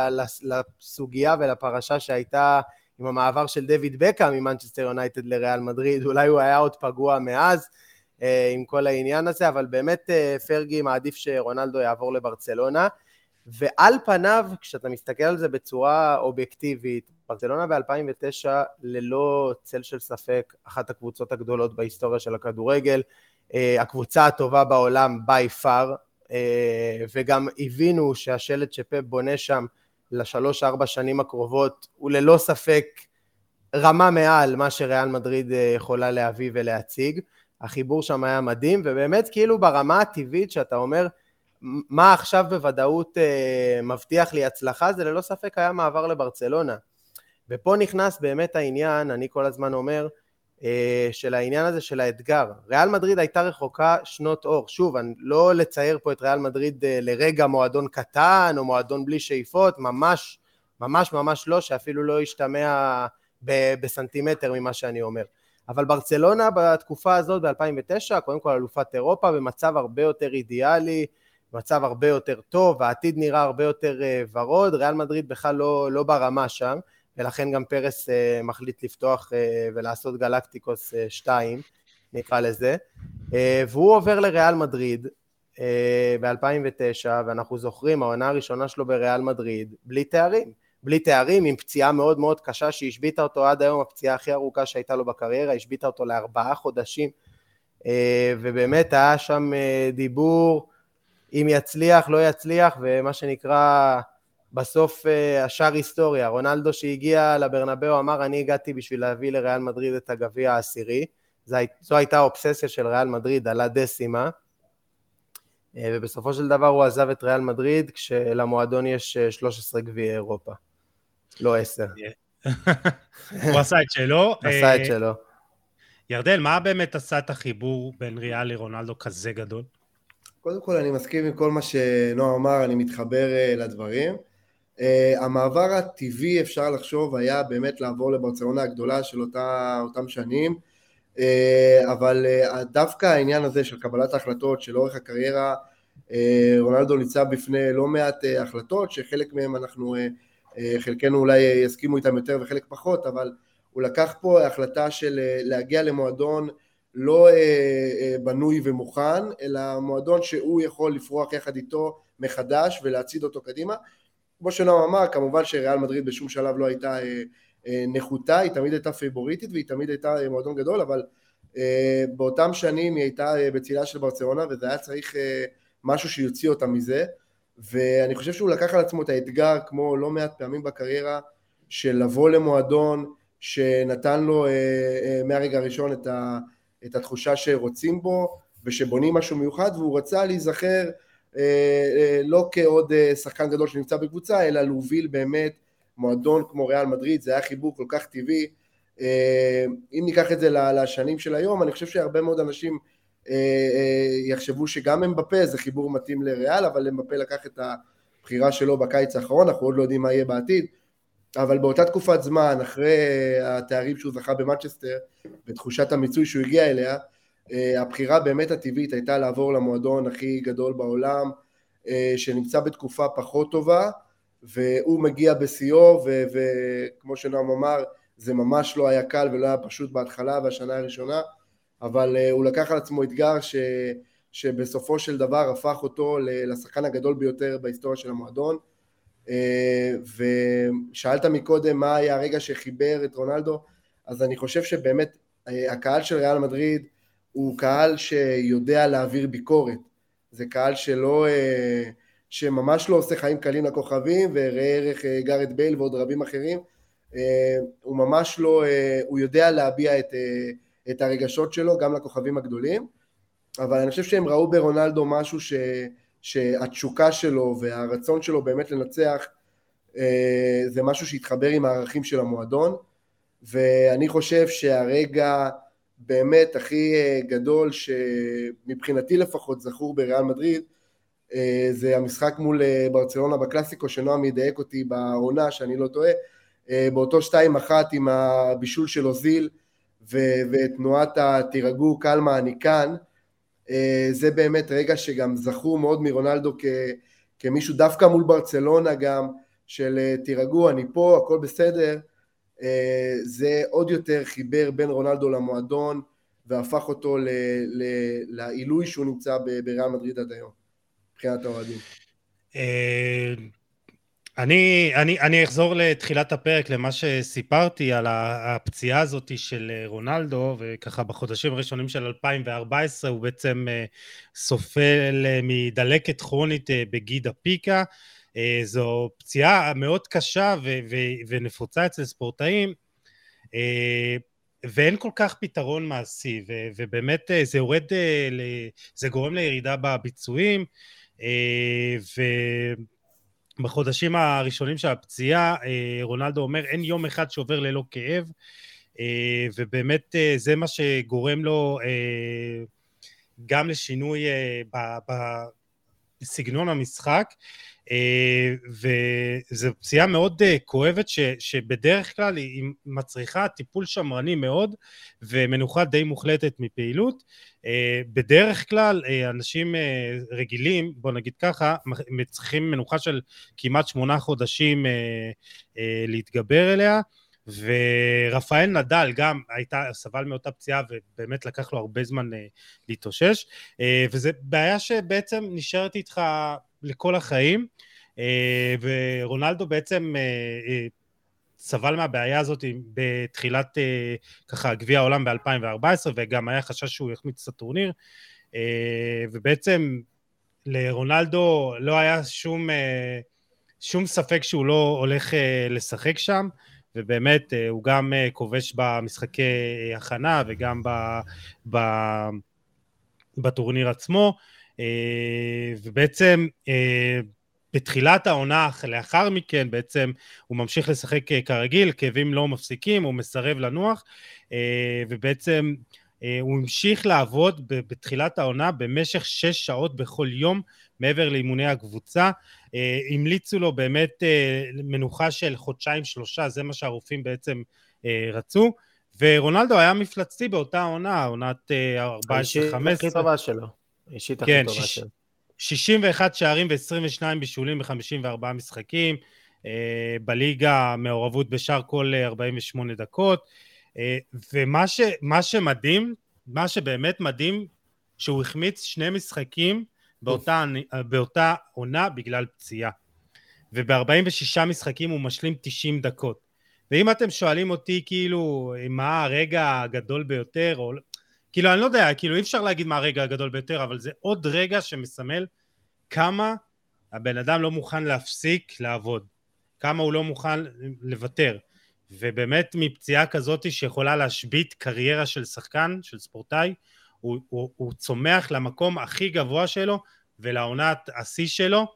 לסוגיה ולפרשה שהייתה עם המעבר של דויד בקאם ממנצ'סטר יונייטד לריאל מדריד, אולי הוא היה עוד פגוע מאז עם כל העניין הזה, אבל באמת פרגי מעדיף שרונלדו יעבור לברצלונה, ועל פניו, כשאתה מסתכל על זה בצורה אובייקטיבית, ברצלונה ב-2009 ללא צל של ספק אחת הקבוצות הגדולות בהיסטוריה של הכדורגל, הקבוצה הטובה בעולם by far, וגם הבינו שהשלט שפפ בונה שם ל3-4 שנים הקרובות הוא ללא ספק רמה מעל מה שריאל מדריד יכולה להביא ולהציג. החיבור שם היה מדהים, ובאמת כאילו ברמה הטבעית שאתה אומר מה עכשיו בוודאות מבטיח לי הצלחה, זה ללא ספק היה מעבר לברצלונה. ופה נכנס באמת העניין, אני כל הזמן אומר, של העניין הזה של האתגר. ריאל מדריד הייתה רחוקה שנות אור. שוב, אני לא לצייר פה את ריאל מדריד לרגע מועדון קטן או מועדון בלי שאיפות, ממש ממש ממש לא, שאפילו לא ישתמע בסנטימטר ממה שאני אומר. אבל ברצלונה בתקופה הזאת ב-2009, קודם כל אלופת אירופה, במצב הרבה יותר אידיאלי, במצב הרבה יותר טוב, העתיד נראה הרבה יותר ורוד, ריאל מדריד בכלל לא ברמה שם, ולכן גם פרס מחליט לפתוח ולעשות גלקטיקוס 2, נקרא לזה, והוא עובר לריאל מדריד ב-2009, ואנחנו זוכרים, העונה הראשונה שלו בריאל מדריד, בלי תארים, עם פציעה מאוד מאוד קשה שהשביתה אותו עד היום, הפציעה הכי ארוכה שהייתה לו בקריירה, השביתה אותו ל4 חודשים, ובאמת היה שם דיבור, אם יצליח, לא יצליח, ומה שנקרא בסוף השאר היסטוריה. רונלדו שהגיע לברנבאו אמר, אני הגעתי בשביל להביא לריאל מדריד את הגביע העשירי, זו הייתה האובססיה של ריאל מדריד, עלה דסימה, ובסופו של דבר הוא עזב את ריאל מדריד, כשלמועדון יש 13 גביעי אירופה, לא 10. הוא עשה את שלו. עשה את שלו. ירדן, מה באמת עשה את החיבור בין ריאל לרונלדו כזה גדול? קודם כל אני מסכים עם כל מה שנועם אמר, אני מתחבר לדברים. המעבר הטבעי אפשר לחשוב היה באמת לעבור לברצלונה הגדולה של אותם שנים, אבל דווקא העניין הזה של קבלת ההחלטות של אורך הקריירה, רונלדו ניצב בפני לא מעט החלטות שחלק מהם חלקנו אולי יסכימו איתם יותר וחלק פחות, אבל הוא לקח פה החלטה של להגיע למועדון לא בנוי ומוכן, אלא מועדון שהוא יכול לפרוח יחד איתו מחדש ולהציד אותו קדימה. כמו שנועם אמר, כמובן שריאל מדריד בשום שלב לא הייתה נחותה, היא תמיד הייתה פייבוריטית והיא תמיד הייתה מועדון גדול, אבל באותם שנים היא הייתה בצילה של ברצלונה, וזה היה צריך משהו שיוציא אותה מזה, ואני חושב שהוא לקח על עצמו את האתגר, כמו לא מעט פעמים בקריירה, של לבוא למועדון שנתן לו מהרגע הראשון את התחושה שרוצים בו, ושבונים משהו מיוחד, והוא רצה להיזכר לא כעוד שחקן גדול שנמצא בקבוצה, אלא להוביל באמת מועדון כמו ריאל מדריד. זה היה חיבור כל כך טבעי. אם ניקח את זה לשנים של היום, אני חושב שהרבה מאוד אנשים יחשבו שגם אמבפה זה חיבור מתאים לריאל, אבל אמבפה לקח את הבחירה שלו בקיץ האחרון, אנחנו עוד לא יודעים מה יהיה בעתיד, אבל באותה תקופת זמן, אחרי התארים שהוא זכה במנצ'סטר, בתחושת המיצוי שהוא הגיע אליה, הבחירה באמת הטבעית הייתה לעבור למועדון הכי גדול בעולם, שנמצא בתקופה פחות טובה, והוא מגיע בסיוע, וכמו שנועם אמר, זה ממש לא היה קל ולא היה פשוט בהתחלה והשנה הראשונה, אבל הוא לקח על עצמו אתגר שבסופו של דבר הפך אותו לשחקן הגדול ביותר בהיסטוריה של המועדון. ושאלת מקודם מה היה הרגע שחיבר את רונלדו, אז אני חושב שבאמת הקהל של ריאל מדריד הוא קהל שיודע להעביר ביקורת, זה קהל שממש לא עושה חיים קלים לכוכבים, וראה ערך גארד בייל ועוד רבים אחרים, הוא ממש לא, הוא יודע להביע את הרגשות שלו גם לכוכבים הגדולים, אבל אני חושב שהם ראו ברונלדו משהו שהתשוקה שלו והרצון שלו באמת לנצח, זה משהו שהתחבר עם הערכים של המועדון, ואני חושב שהרגע באמת הכי גדול שמבחינתי לפחות זכור בריאל מדריד, זה המשחק מול ברצלונה בקלאסיקו, שנועם ידייק אותי בעונה שאני לא טועה, באותו 2-1 עם הבישול של אוזיל ותנועת התירגעו קלמה אני כאן, זה באמת רגע שגם זכור מאוד מרונלדו כמישהו דווקא מול ברצלונה גם, של תירגעו אני פה הכל בסדר, זה עוד יותר חיבר בין רונלדו למועדון והפך אותו לעילוי שהוא נמצא בריאל מדריד עד היום מבחינת האוהדים. אני אחזור לתחילת הפרק, למה שסיפרתי על הפציעה הזאת של רונלדו, וככה בחודשים הראשונים של 2014 הוא בעצם סופל מדלקת כרונית בגיד הפיקה. זו פציעה מאוד קשה ונפוצה אצל ספורטאים, ואין כל כך פתרון מעשי, ובאמת זה גורם לירידה בביצועים, בחודשים הראשונים של הפציעה, רונלדו אומר, אין יום אחד שעובר ללא כאב, ובאמת זה מה שגורם לו גם לשינוי בסגנון המשחק, וזו פציעה מאוד כואבת שבדרך כלל היא מצריכה טיפול שמרני מאוד ומנוחה די מוחלטת מפעילות. בדרך כלל אנשים רגילים, בוא נגיד ככה, צריכים מנוחה של כמעט 8 חודשים להתגבר אליה, ורפאל נדל גם סבל מאותה פציעה ובאמת לקח לו הרבה זמן להתאושש, וזו בעיה שבעצם נשארת איתך לכל החיים, ורונלדו בעצם סבל מהבעיה הזאת בתחילת ככה גביע העולם ב-2014, וגם היה חשש שהוא יחמיץ את הטורניר, ובעצם לרונלדו לא היה שום ספק שהוא לא הולך לשחק שם, ובאמת הוא גם כובש במשחקי הכנה וגם בטורניר עצמו, ובעצם בתחילת העונה לאחר מכן בעצם הוא ממשיך לשחק כרגיל, כאבים לא מפסיקים, הוא מסרב לנוח, ובעצם הוא המשיך לעבוד בתחילת העונה במשך 6 שעות בכל יום מעבר לאימוני הקבוצה. המליצו לו באמת מנוחה של 1-2, זה מה שהרופאים בעצם רצו, ורונלדו היה מפלצתי באותה עונה, עונת 14-15. האישית הכי טובה שלו. האישית הכי טובה שלו. 61 שערים ו22 בישולים ב-54 משחקים, בליגה מעורבות בשאר כל 48 דקות, ומה שמדהים, מה שבאמת מדהים, שהוא החמיץ 2 משחקים באותה עונה בגלל פציעה, וב-46 משחקים הוא משלים 90 דקות, ואם אתם שואלים אותי כאילו מה הרגע הגדול ביותר, או כאילו אני לא יודע, כאילו אי אפשר להגיד מה הרגע הגדול ביותר, אבל זה עוד רגע שמסמל כמה הבן אדם לא מוכן להפסיק לעבוד, כמה הוא לא מוכן לוותר, ובאמת מפציעה כזאת שיכולה להשבית קריירה של שחקן, של ספורטאי, הוא צומח למקום הכי גבוה שלו, ולעונת השיא שלו,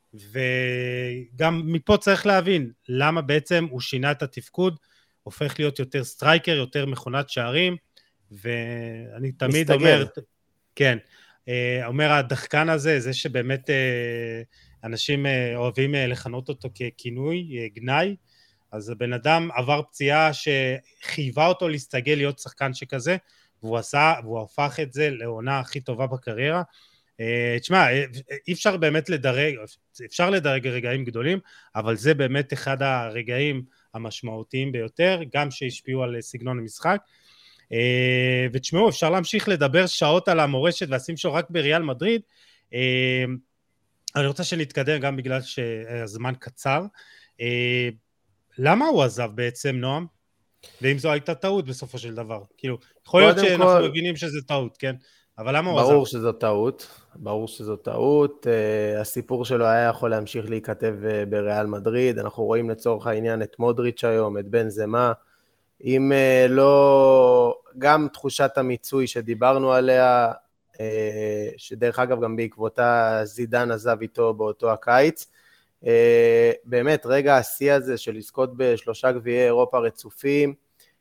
וגם מפה צריך להבין, למה בעצם הוא שינה את התפקוד, הופך להיות יותר סטרייקר, יותר מכונת שערים, ואני תמיד אומר, כן, אומר הדחקן הזה, זה שבאמת אנשים אוהבים לכנות אותו ככינוי, גנאי, אז הבן אדם עבר פציעה שחייבה אותו להסתגל להיות שחקן שכזה, והוא הפך את זה לעונה הכי טובה בקריירה. תשמע, אי אפשר באמת לדרג, אפשר לדרג רגעים גדולים, אבל זה באמת אחד הרגעים המשמעותיים ביותר, גם שהשפיעו על סגנון המשחק, ותשמעו, אפשר להמשיך לדבר שעות על המורשת והשים שלו רק בריאל מדריד. אני רוצה שנתקדם גם בגלל שהזמן קצר. למה הוא עזב בעצם, נועם? ואם זו הייתה טעות בסופו של דבר, כאילו, יכול להיות שאנחנו מבינים שזה טעות, כן? אבל למה הוא עזב? ברור שזו טעות, הסיפור שלו היה יכול להמשיך להיכתב בריאל מדריד, אנחנו רואים לצורך העניין את מודריץ' היום, את בנזמה, אם לא, גם תחושת המיצוי שדיברנו עליה, שדרך אגב גם בעקבותה זידן עזב איתו באותו הקיץ, באמת רגע השיא הזה של לזכות ב3 גביעי אירופה רצופים,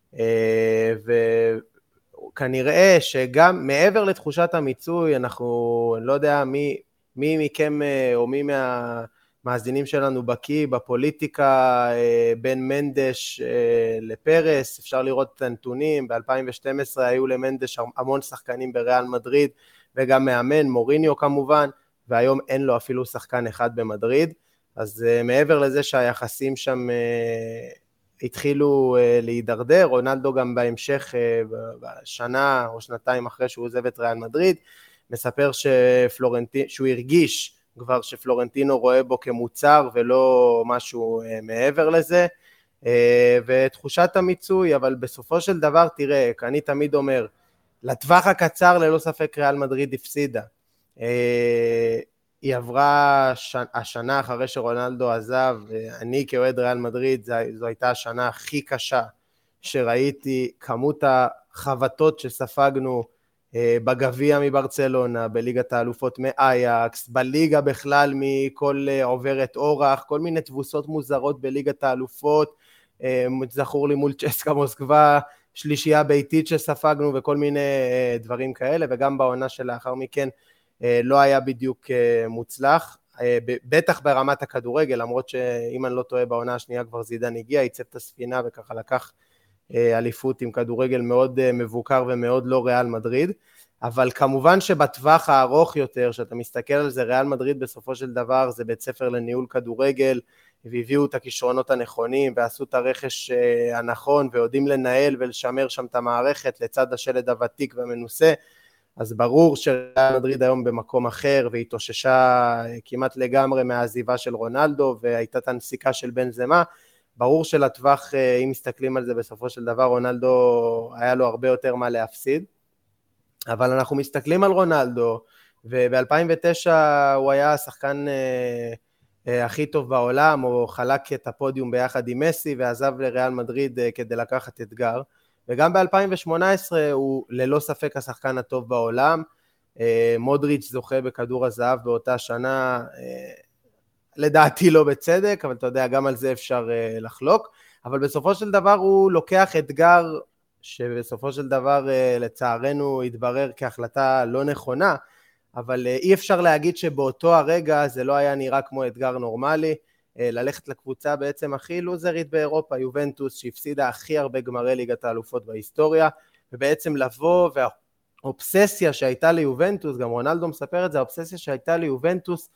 וכנראה שגם מעבר לתחושת המיצוי, אני לא יודע מי מכם או מי מהמאזינים שלנו בקיא בפוליטיקה בין מנדש לפרס, אפשר לראות את הנתונים, ב-2012 היו למנדש המון שחקנים בריאל מדריד, וגם מאמן, מוריניו כמובן, והיום אין לו אפילו שחקן אחד במדריד, אז מעבר לזה שהיחסים שם התחילו להידרדר, רונלדו גם בהמשך, בשנה או שנתיים אחרי שהוא עוזב את ריאל מדריד, מספר שהוא הרגיש כבר שפלורנטינו רואה בו כמוצר ולא משהו מעבר לזה, ותחושת המיצוי, אבל בסופו של דבר, תראה, אני תמיד אומר, לטווח הקצר ללא ספק ריאל מדריד הפסידה. היא עברה השנה אחרי שרונלדו עזב, אני כאוהד ריאל מדריד, זו הייתה השנה הכי קשה שראיתי, כמות החבטות שספגנו בגביע מברצלונה, בליגת האלופות מאייקס, בליגה בכלל מכל עוברת אורח, כל מיני תבוסות מוזרות בליגת האלופות, זכור לי מול צ'סקה מוסקבה, שלישייה ביתית שספגנו וכל מיני דברים כאלה, וגם בעונה שלאחר מכן לא היה בדיוק מוצלח, בטח ברמת הכדורגל, למרות שאם אני לא טועה בעונה השנייה כבר זידן הגיע, ייצב את הספינה וככה לקח אליפות עם כדורגל מאוד מבוקר ומאוד לא ריאל מדריד, אבל כמובן שבטווח הארוך יותר, שאתה מסתכל על זה, ריאל מדריד בסופו של דבר זה בית ספר לניהול כדורגל, והביאו את הכישרונות הנכונים, ועשו את הרכש הנכון, ויודעים לנהל ולשמר שם את המערכת לצד השלד הוותיק והמנוסה, אז ברור שריאל מדריד היום במקום אחר, והיא תוששה כמעט לגמרי מהעזיבה של רונלדו, והייתה את הנסיקה של בנזמה, ברור שלטווח, אם מסתכלים על זה בסופו של דבר, רונלדו היה לו הרבה יותר מה להפסיד, אבל אנחנו מסתכלים על רונלדו, וב-2009 הוא היה השחקן הכי טוב בעולם, או חלק את הפודיום ביחד עם מסי, ועזב לריאל מדריד כדי לקחת אתגר, וגם ב-2018 הוא ללא ספק השחקן הטוב בעולם, מודריץ' זוכה בכדור הזהב באותה שנה, לדעתי לא בצדק, אבל אתה יודע, גם על זה אפשר לחלוק, אבל בסופו של דבר הוא לוקח אתגר, שבסופו של דבר לצערנו התברר כהחלטה לא נכונה, אבל אי אפשר להגיד שבאותו הרגע זה לא היה נראה כמו אתגר נורמלי, ללכת לקבוצה בעצם הכי לוזרית באירופה, יובנטוס, שהפסידה הכי הרבה גמרי ליגת האלופות בהיסטוריה, ובעצם לבוא, והאובססיה שהייתה ליובנטוס, גם רונלדו מספר את זה, האובססיה שהייתה ליובנטוס,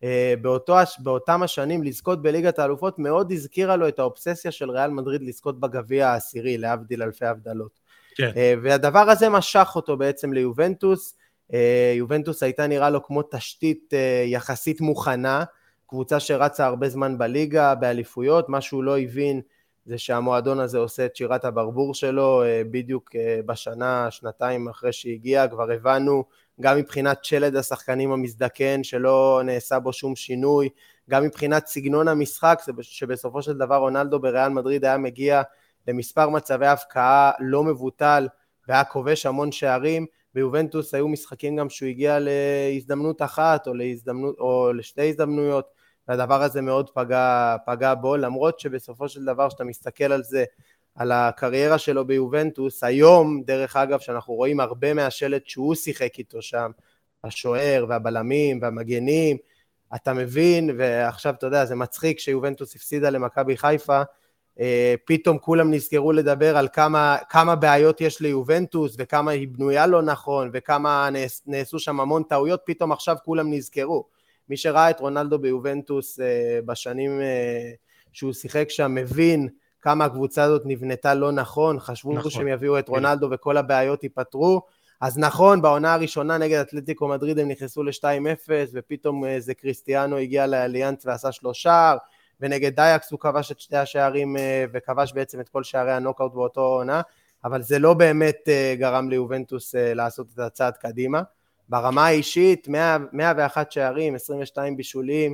באותם השנים לזכות בליגת האלופות, מאוד הזכירה לו את האובססיה של ריאל מדריד לזכות בגביע העשירי, להבדיל אלפי הבדלות. כן. והדבר הזה משך אותו בעצם ליובנטוס, יובנטוס הייתה נראה לו כמו תשתית יחסית מוכנה, קבוצה שרצה הרבה זמן בליגה, באליפויות, מה שהוא לא הבין זה שהמועדון הזה עושה את שירת הברבור שלו, בדיוק בשנה, שנתיים אחרי שהגיע, כבר הבנו, גם מבחינת שלד השחקנים המזדקן, שלא נעשה בו שום שינוי, גם מבחינת סגנון המשחק, שבסופו של דבר רונלדו בריאל מדריד היה מגיע למספר מצבי הפקעה לא מבוטל, והיה כובש המון שערים, ביובנטוס היו משחקים גם שהוא הגיע להזדמנות אחת, או לשתי הזדמנויות, והדבר הזה מאוד פגע בו, למרות שבסופו של דבר שאתה מסתכל על זה, על הקריירה שלו ביובנטוס, היום דרך אגב שאנחנו רואים הרבה מהשלט שהוא שיחק איתו שם, השוער והבלמים והמגנים, אתה מבין, ועכשיו אתה יודע, זה מצחיק שיובנטוס הפסידה למכבי חיפה, פתאום כולם נזכרו לדבר על כמה בעיות יש ליובנטוס, וכמה היא בנויה לא נכון, וכמה נעשו שם המון טעויות, פתאום עכשיו כולם נזכרו. מי שראה את רונלדו ביובנטוס בשנים שהוא שיחק שם, מבין כמה הקבוצה הזאת נבנתה לא נכון, חשבו שהם יביאו את רונלדו וכל הבעיות ייפתרו, אז נכון, בעונה הראשונה נגד אתלטיקו מדריד הם נכנסו ל-2-0, ופתאום זה קריסטיאנו הגיע לאליאנס ועשה 3 שער, ונגד דייקס הוא כבש את 2 השערים, וכבש בעצם את כל שערי הנוקאוט באותו עונה, אבל זה לא באמת גרם ליובנטוס לעשות את הצעד קדימה. ברמה האישית, 101 שערים, 22 בישולים,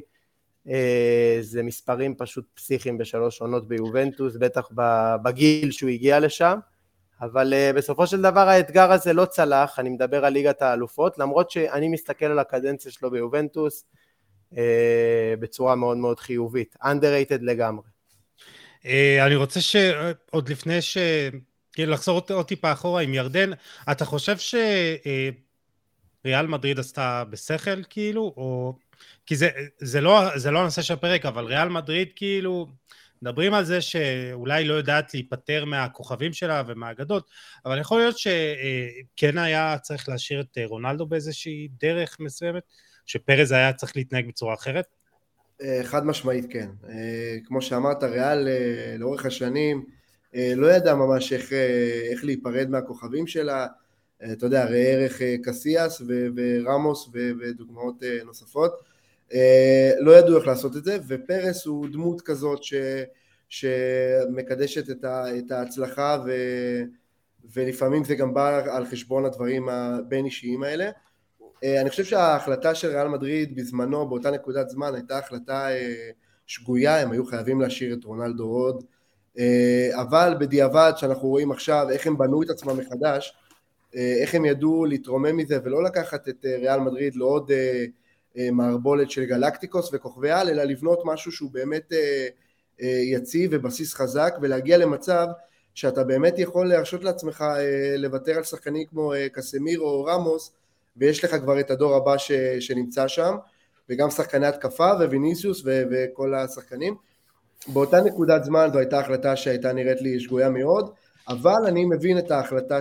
זה מספרים פשוט פסיכיים בשלוש עונות ביובנטוס, בטח בגיל שהוא הגיע לשם, אבל בסופו של דבר האתגר הזה לא צלח, אני מדבר על ליגת האלופות, למרות שאני מסתכל על הקדנציה שלו ביובנטוס, בצורה מאוד מאוד חיובית, underrated לגמרי. אני רוצה שעוד לפני לחזור עוד טיפה אחורה עם ירדן, אתה חושב ריאל מדריד עשתה בשכל כאילו, או כי זה לא הנושא של הפרק, אבל ריאל מדריד כאילו מדברים על זה שאולי לא יודעת להיפטר מהכוכבים שלה ומהאגדות, אבל יכול להיות שכן היה צריך להשאיר את רונלדו באיזושהי דרך מסוימת, שפרז היה צריך להתנהג בצורה אחרת? חד משמעית כן, כמו שאמרת, ריאל לאורך השנים לא ידע ממש איך להיפרד מהכוכבים שלה, אתה יודע, ראה ערך קסיאס ורמוס ודוגמאות נוספות, לא ידעו איך לעשות את זה, ופרס הוא דמות כזאת שמקדשת את ההצלחה, ולפעמים זה גם בא על חשבון הדברים הבין אישיים האלה. אני חושב שההחלטה של ריאל מדריד בזמנו, באותה נקודת זמן, הייתה החלטה שגויה, הם היו חייבים להשאיר את רונלדו עוד, אבל בדיעבד שאנחנו רואים עכשיו איך הם בנו את עצמם מחדש, איך הם ידעו להתרומם מזה ולא לקחת את ריאל מדריד לעוד מערבולת של גלקטיקוס וכוכבי על, אלא לבנות משהו שהוא באמת יציב ובסיס חזק, ולהגיע למצב שאתה באמת יכול להרשות לעצמך לוותר על שחקנים כמו קסמירו או רמוס, ויש לך כבר את הדור הבא שנמצא שם, וגם שחקני התקפה וויניסיוס וכל השחקנים. באותה נקודת זמן זו הייתה החלטה שהייתה נראית לי שגויה מאוד, אבל אני מבין את ההחלטה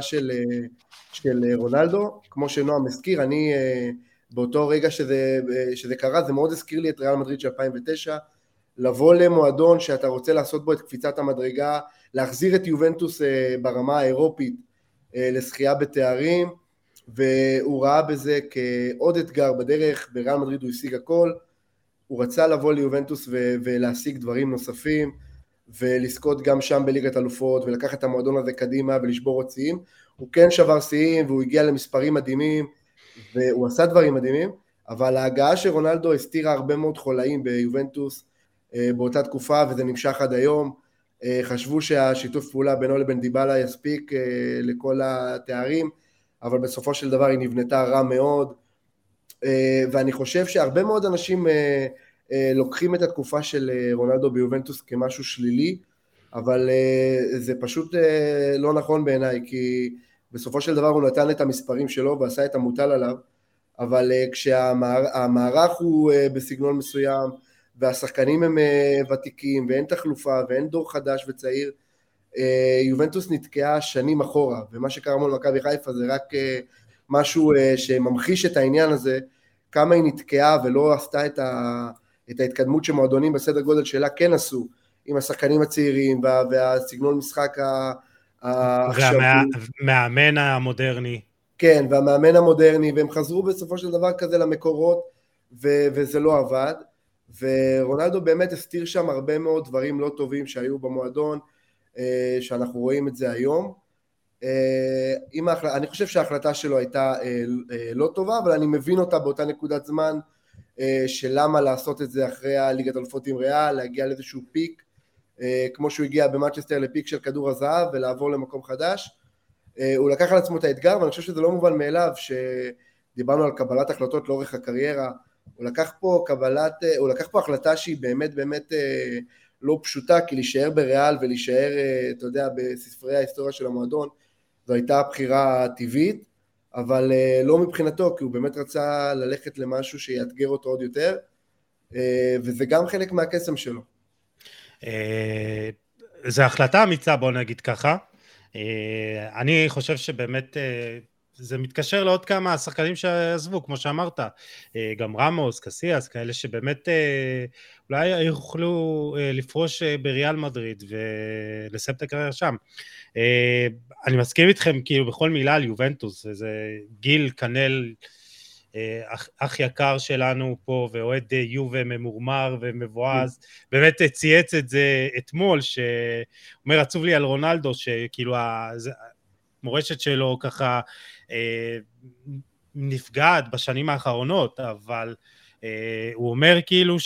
של רונלדו, כמו שנועם הזכיר, אני באותו רגע שזה קרה, זה מאוד הזכיר לי את ריאל מדריד של 2009, לבוא למועדון שאתה רוצה לעשות בו את קפיצת המדרגה, להחזיר את יובנטוס ברמה האירופית לשחייה בתארים, והוא ראה בזה כעוד אתגר בדרך, בריאל מדריד הוא השיג הכל, הוא רצה לבוא ליובנטוס ולהשיג דברים נוספים, ולזכות גם שם בליגת אלופות, ולקחת את המועדון הזה קדימה ולשבור עוד שיאים. הוא כן שבר שיאים, והוא הגיע למספרים מדהימים, והוא עשה דברים מדהימים, אבל ההגעה של רונלדו הסתירה הרבה מאוד חולאים ביובנטוס באותה תקופה, וזה נמשך עד היום. חשבו שהשיתוף פעולה בינו לבין דיבאלה יספיק לכל התארים, אבל בסופו של דבר היא נבנתה רע מאוד, ואני חושב שהרבה מאוד אנשים לוקחים את התקופה של רונלדו ביובנטוס כמשהו שלילי, אבל זה פשוט לא נכון בעיניי, כי בסופו של דבר הוא נתן את המספרים שלו ועשה את המוטל עליו, אבל כשהמערך הוא בסגנון מסוים, והשחקנים הם ותיקים, ואין תחלופה, ואין דור חדש וצעיר, יובנטוס נתקעה שנים אחורה, ומה שקרה מול מכבי חיפה זה רק משהו שממחיש את העניין הזה, כמה היא נתקעה ולא עשתה את ההתקדמות שמועדונים בסדר גודל שלה כן עשו, עם השחקנים הצעירים והסגנון משחק העכשווי. והמאמן המודרני. כן, והמאמן המודרני, והם חזרו בסופו של דבר כזה למקורות, וזה לא עבד, ורונלדו באמת הסתיר שם הרבה מאוד דברים לא טובים שהיו במועדון, שאנחנו רואים את זה היום. אני חושב שההחלטה שלו הייתה לא טובה, אבל אני מבין אותה באותה נקודת זמן, של למה לעשות את זה אחרי הליגת אלופות עם ריאל, להגיע לאיזשהו פיק, כמו שהוא הגיע במנצ'סטר לפיק של כדור הזהב, ולעבור למקום חדש. הוא לקח על עצמו את האתגר, ואני חושב שזה לא מובן מאליו, שדיברנו על קבלת החלטות לאורך הקריירה, הוא לקח פה החלטה שהיא באמת באמת לא פשוטה, כי להישאר בריאל ולהישאר, אתה יודע, בספרי ההיסטוריה של המועדון, זו הייתה בחירה טבעית, אבל לא מבחינתו, כי הוא באמת רצה ללכת למשהו שיאתגר אותו עוד יותר, וזה גם חלק מהקסם שלו. זו החלטה אמיצה, בוא נגיד ככה. אני חושב שבאמת זה מתקשר לעוד כמה שחקנים שעזבו, כמו שאמרת, גם רמוס, קסיאס, כאלה שבאמת אולי יוכלו לפרוש בריאל מדריד ולסיים את הקריירה שם. אני מסכים איתכם כאילו בכל מילה על יובנטוס, זה גיל קנל, אח יקר שלנו פה, ואוהד יובה ממורמר ומבועז, באמת צייץ את זה אתמול, שאומר עצוב לי על רונלדו, שכאילו המורשת שלו ככה נפגעת בשנים האחרונות, אבל הוא אומר כאילו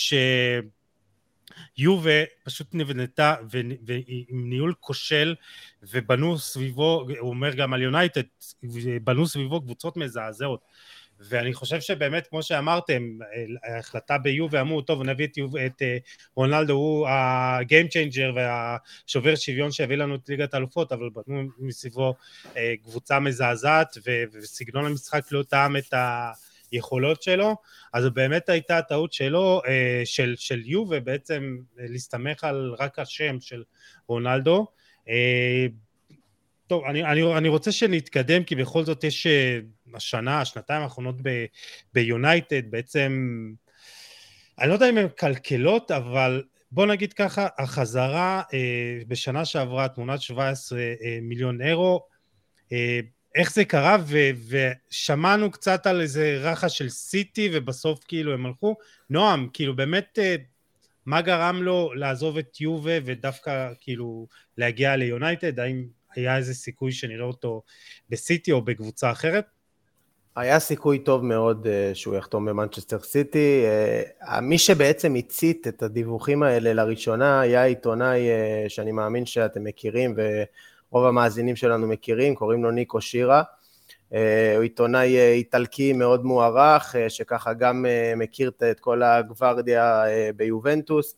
שיובה פשוט נבנתה ועם ניהול כושל, ובנו סביבו, הוא אומר גם על יונייטד, בנו סביבו קבוצות מזעזעות, ואני חושב שבאמת כמו שאמרתם, ההחלטה ביובה אמרו, טוב נביא את רונלדו, הוא הגיים צ'יינג'ר והשובר שוויון שהביא לנו את ליגת האלופות, אבל בנו מסביבו קבוצה מזעזעת, וסגנון המשחק לא טעם את היכולות שלו, אז באמת הייתה טעות שלו, של יובה בעצם להסתמך על רק השם של רונלדו. טוב, אני רוצה שנתקדם, כי בכל זאת יש השנתיים האחרונות ביונייטד, בעצם, אני לא יודע אם הן קלקלות, אבל בוא נגיד ככה, החזרה בשנה שעברה, תמונת 17 מיליון אירו, איך זה קרה, ושמענו קצת על איזה רחש של סיטי, ובסוף כאילו הם הלכו. נועם, כאילו באמת, מה גרם לו לעזוב את יובה, ודווקא כאילו להגיע ליונייטד? האם היה איזה סיכוי שנראה אותו בסיטי או בקבוצה אחרת? היה סיכוי טוב מאוד שהוא יחתום במנצ'סטר סיטי. מי שבעצם הצית את הדיווחים האלה לראשונה היה עיתונאי שאני מאמין שאתם מכירים, ורוב המאזינים שלנו מכירים, קוראים לו ניקו שירה. הוא עיתונאי איטלקי מאוד מוערך, שככה גם מכיר את כל הגוורדיה ביובנטוס.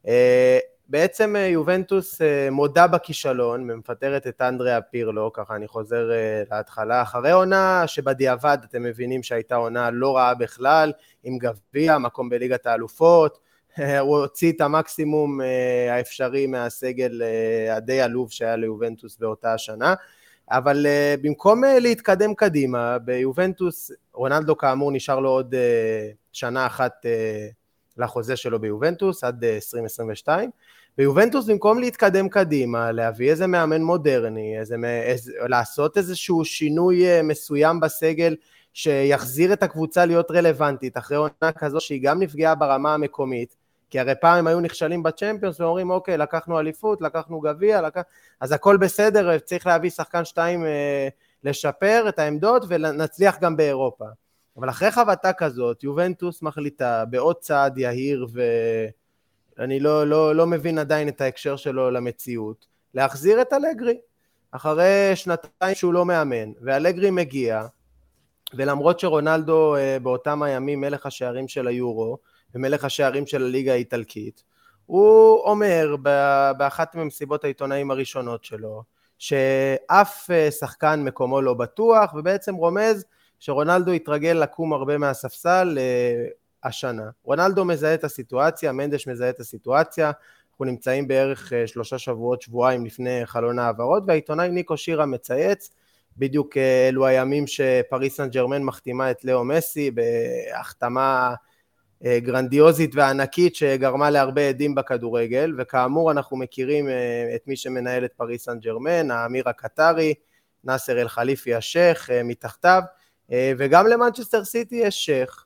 בעצם יובנטוס מודה בכישלון, מפטרת את אנדריה פירלו, ככה אני חוזר להתחלה, אחרי עונה שבדיעבד אתם מבינים שהייתה עונה לא רעה בכלל, עם גביע, מקום בליגת האלופות, הוא הוציא את המקסימום האפשרי מהסגל הדי עלוב שהיה ליובנטוס באותה השנה, אבל במקום להתקדם קדימה, ביובנטוס, רונלדו כאמור נשאר לו עוד שנה אחת לחוזה שלו ביובנטוס, עד 2022, ביובנטוס במקום להתקדם קדימה, להביא איזה מאמן מודרני, לעשות איזשהו שינוי מסוים בסגל, שיחזיר את הקבוצה להיות רלוונטית, אחרי עונה כזו שהיא גם נפגעה ברמה המקומית, כי הרי פעם הם היו נכשלים בצ'מפיונס, ואומרים אוקיי, לקחנו אליפות, לקחנו גביע, אז הכל בסדר, צריך להביא שחקן 2 לשפר את העמדות, ונצליח גם באירופה. אבל אחרי חבטה כזאת, יובנטוס מחליטה בעוד צעד יהיר, ואני לא מבין עדיין את ההקשר שלו למציאות, להחזיר את אלגרי, אחרי שנתיים שהוא לא מאמן, ואלגרי מגיע, ולמרות שרונלדו באותם הימים מלך השערים של היורו, ומלך השערים של הליגה האיטלקית, הוא אומר באחת ממסיבות העיתונאים הראשונות שלו, שאף שחקן מקומו לא בטוח, ובעצם רומז שרונלדו יתרגל לקום הרבה מהספסל השנה. רונלדו מזהה את הסיטואציה, מנדש מזהה את הסיטואציה, אנחנו נמצאים בערך 3 שבועות, שבועיים לפני חלון העברות, והעיתונאי ניקו שירה מצייץ, בדיוק אלו הימים שפריס סן ז'רמן מחתימה את לאו מסי, בהחתמה גרנדיוזית וענקית שגרמה להרבה עדים בכדורגל, וכאמור אנחנו מכירים את מי שמנהל את פריס סן ז'רמן, האמיר הקטרי, נאסר אל חליפי השייך מתחתיו, וגם למנצ'סטר סיטי יש שייך,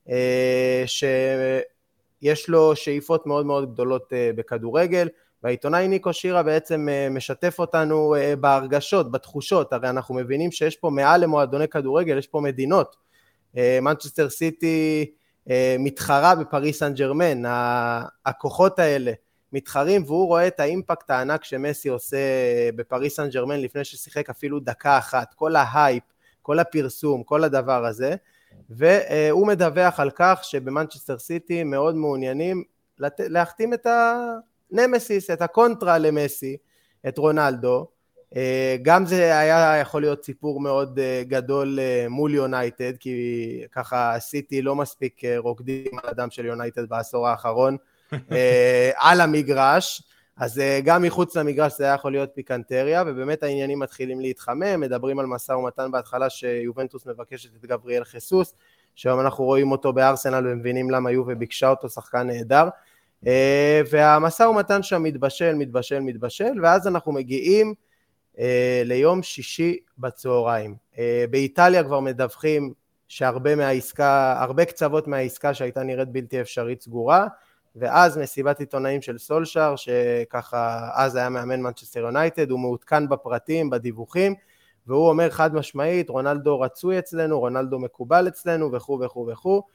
שיש לו שאיפות מאוד מאוד גדולות בכדורגל, והעיתונאי ניקו שירה בעצם משתף אותנו בהרגשות, בתחושות, הרי אנחנו מבינים שיש פה מעל למועדוני כדורגל, יש פה מדינות, מנצ'סטר סיטי מתחרה בפריס סן ז'רמן, הכוחות האלה מתחרים, והוא רואה את האימפקט הענק שמסי עושה בפריס סן ז'רמן לפני ששיחק אפילו דקה אחת, כל ההייפ, כל הפרסום, כל הדבר הזה, והוא מדווח על כך שבמנצ'סטר סיטי מאוד מעוניינים להחתים את הנמסיס, את הקונטרה למסי, את רונלדו, גם זה היה יכול להיות סיפור מאוד גדול מול יונייטד, כי ככה סיטי לא מספיק רוקדים על הדם של יונייטד בעשור האחרון, על המגרש, אז גם מחוץ למגרש זה היה יכול להיות פיקנטריה, ובאמת העניינים מתחילים להתחמם, מדברים על משא ומתן בהתחלה שיובנטוס מבקשת את גבריאל חסוס, שהיום אנחנו רואים אותו בארסנל ומבינים למה יובה ביקשה אותו, שחקן נהדר, והמשא ומתן שם מתבשל, ואז אנחנו מגיעים ליום שישי בצהריים. באיטליה כבר מדווחים שהרבה מהעסקה, הרבה קצוות מהעסקה שהייתה נראית בלתי אפשרית סגורה, ואז מסיבת עיתונאים של סולשר, שככה אז היה מאמן מנצ'סטר יונייטד, הוא מעודכן בפרטים, בדיווחים, והוא אומר חד משמעית, רונלדו רצוי אצלנו, רונלדו מקובל אצלנו, וכו' וכו' וכו'.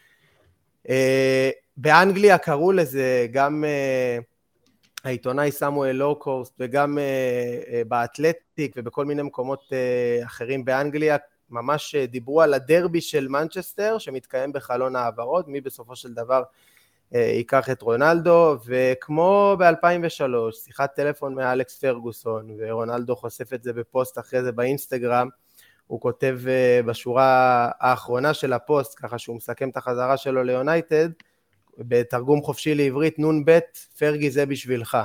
באנגליה קראו לזה גם העיתונאי סמואל לוקורסט, וגם באתלטיק ובכל מיני מקומות אחרים באנגליה, ממש דיברו על הדרבי של מנצ'סטר, שמתקיים בחלון העברות, מי בסופו של דבר ייקח את רונלדו, וכמו ב-2003, שיחת טלפון מאלכס פרגוסון, ורונלדו חושף את זה בפוסט אחרי זה באינסטגרם, הוא כותב בשורה האחרונה של הפוסט, ככה שהוא מסכם את החזרה שלו ליונייטד, בתרגום חופשי לעברית, נון בית, פרגי זה בשבילך.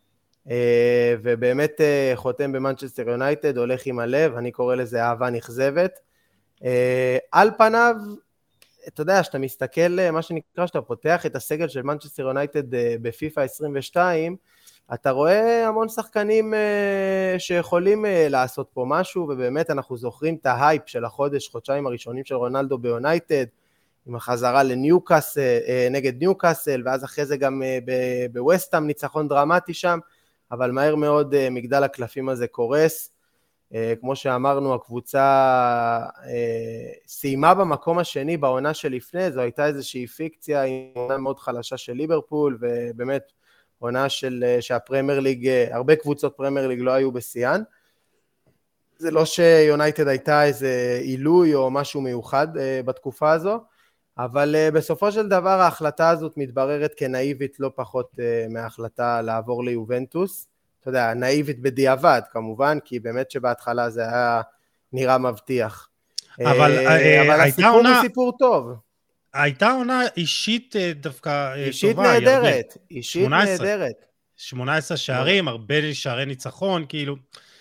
ובאמת חותם במנצ'סטר יונייטד, הולך עם הלב, אני קורא לזה אהבה נכזבת. על פניו, אתה יודע, שאתה מסתכל, מה שנקרא, שאתה פותח את הסגל של מנצ'סטר יונייטד בפיפה 22, אתה רואה המון שחקנים שיכולים לעשות פה משהו, ובאמת אנחנו זוכרים את ההייפ של חודשיים הראשונים של רונלדו ביונייטד, עם החזרה נגד ניוקאסל, ואז אחרי זה גם בווסטהאם ניצחון דרמטי שם, אבל מהר מאוד מגדל הקלפים הזה קורס. כמו שאמרנו, הקבוצה סיימה במקום השני בעונה שלפני, זו הייתה איזושהי פיקציה עם עונה מאוד חלשה של ליברפול, ובאמת עונה שהפרמייר ליג, הרבה קבוצות פרמייר ליג לא היו בשיאן. זה לא שיונייטד הייתה איזה עילוי או משהו מיוחד בתקופה הזו, אבל בסופו של דבר ההחלטה הזאת מתבררת כנאיבית לא פחות מההחלטה לעבור ליובנטוס. אתה יודע, נאיבית בדיעבד כמובן, כי באמת שבהתחלה זה היה נראה מבטיח. אבל הסיפור הוא סיפור טוב. הייתה עונה אישית דווקא אישית טובה. נהדרת, אישית נהדרת. 18 שערים, הרבה שערי ניצחון, כאילו.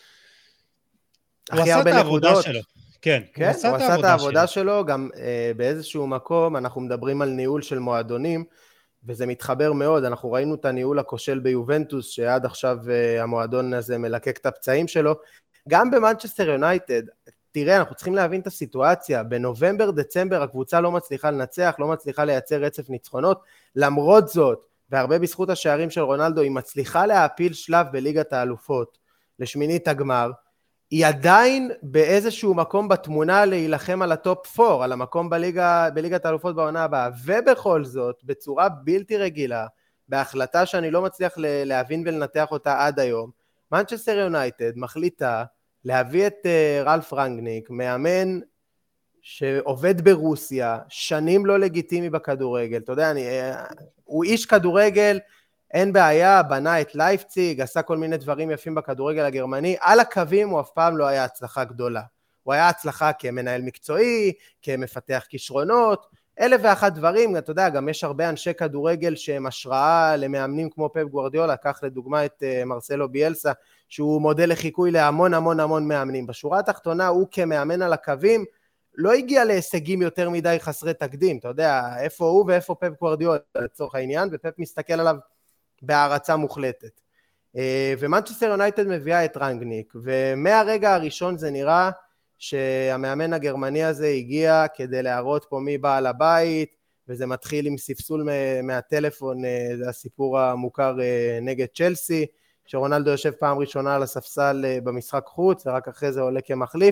הכי הרבה נקודות. כן, הוא עשה את העבודה שלו, גם באיזשהו מקום, אנחנו מדברים על ניהול של מועדונים, וזה מתחבר מאוד, אנחנו ראינו את הניהול הכושל ביובנטוס, שעד עכשיו המועדון הזה מלקק את הפצעים שלו, גם במנצ'סטר יונייטד, תראה, אנחנו צריכים להבין את הסיטואציה, בנובמבר, דצמבר, הקבוצה לא מצליחה לנצח, לא מצליחה לייצר רצף ניצחונות, למרות זאת, והרבה בזכות השערים של רונלדו, היא מצליחה להפיל שלב בליגת האלופות, לשמינית הגמר, היא עדיין באיזשהו מקום בתמונה להילחם על הטופ 4, על המקום בליגת האלופות בעונה הבאה, ובכל זאת, בצורה בלתי רגילה, בהחלטה שאני לא מצליח להבין ולנתח אותה עד היום, מנצ'סטר יונייטד מחליטה להביא את רלף רנגניק, מאמן שעובד ברוסיה, שנים לא לגיטימי בכדורגל, אתה יודע, הוא איש כדורגל, אין בעיה, בנה את לייפציג, עשה כל מיני דברים יפים בכדורגל הגרמני, על הקווים הוא אף פעם לא היה הצלחה גדולה, הוא היה הצלחה כמנהל מקצועי, כמפתח כישרונות, 1001 דברים, אתה יודע, גם יש הרבה אנשי כדורגל שהם השראה למאמנים כמו פפ גוארדיולה, קח לדוגמה את מרסלו ביאלסה, שהוא מודל לחיקוי להמון המון המון מאמנים, בשורה התחתונה הוא כמאמן על הקווים, לא הגיע להישגים יותר מדי חסרי תקדים, אתה יודע, איפה הוא ואיפה פפ גוארדיולה לצורך העניין, ופפ מסתכל עליו בהערצה מוחלטת. ומנצ'סטר יונייטד מביאה את רנגניק, ומהרגע הראשון זה נראה שהמאמן הגרמני הזה הגיע כדי להראות פה מי בעל הבית, וזה מתחיל עם ספסול מהטלפון, זה הסיפור המוכר נגד צ'לסי, שרונלדו יושב פעם ראשונה על הספסל במשחק חוץ, ורק אחרי זה עולה כמחליף,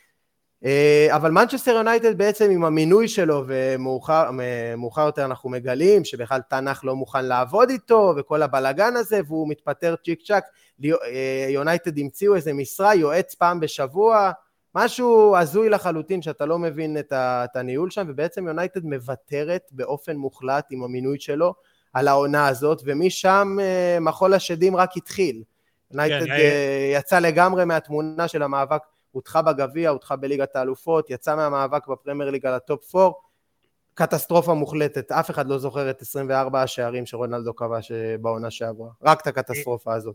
אבל מנצ'סטר יונייטד בעצם עם המינוי שלו, ומאוחר יותר אנחנו מגלים שבכלל תנח לא מוכן לעבוד איתו, וכל הבלגן הזה, והוא מתפטר צ'יק צ'ק, יונייטד המציאו איזה משרה, יועץ פעם בשבוע, משהו הזוי לחלוטין שאתה לא מבין את הניהול שם, ובעצם יונייטד מבטרת באופן מוחלט עם המינוי שלו על העונה הזאת, ומשם מחול השדים רק התחיל. יונייטד יצא לגמרי מהתמונה של המאבק, הותחה בגביע, הותחה בליגת האלופות, יצא מהמאבק בפרמייר ליג על הטופ 4, קטסטרופה מוחלטת, אף אחד לא זוכר את 24 השערים שרונלדו כבש בעונה שעברה, רק את הקטסטרופה הזאת.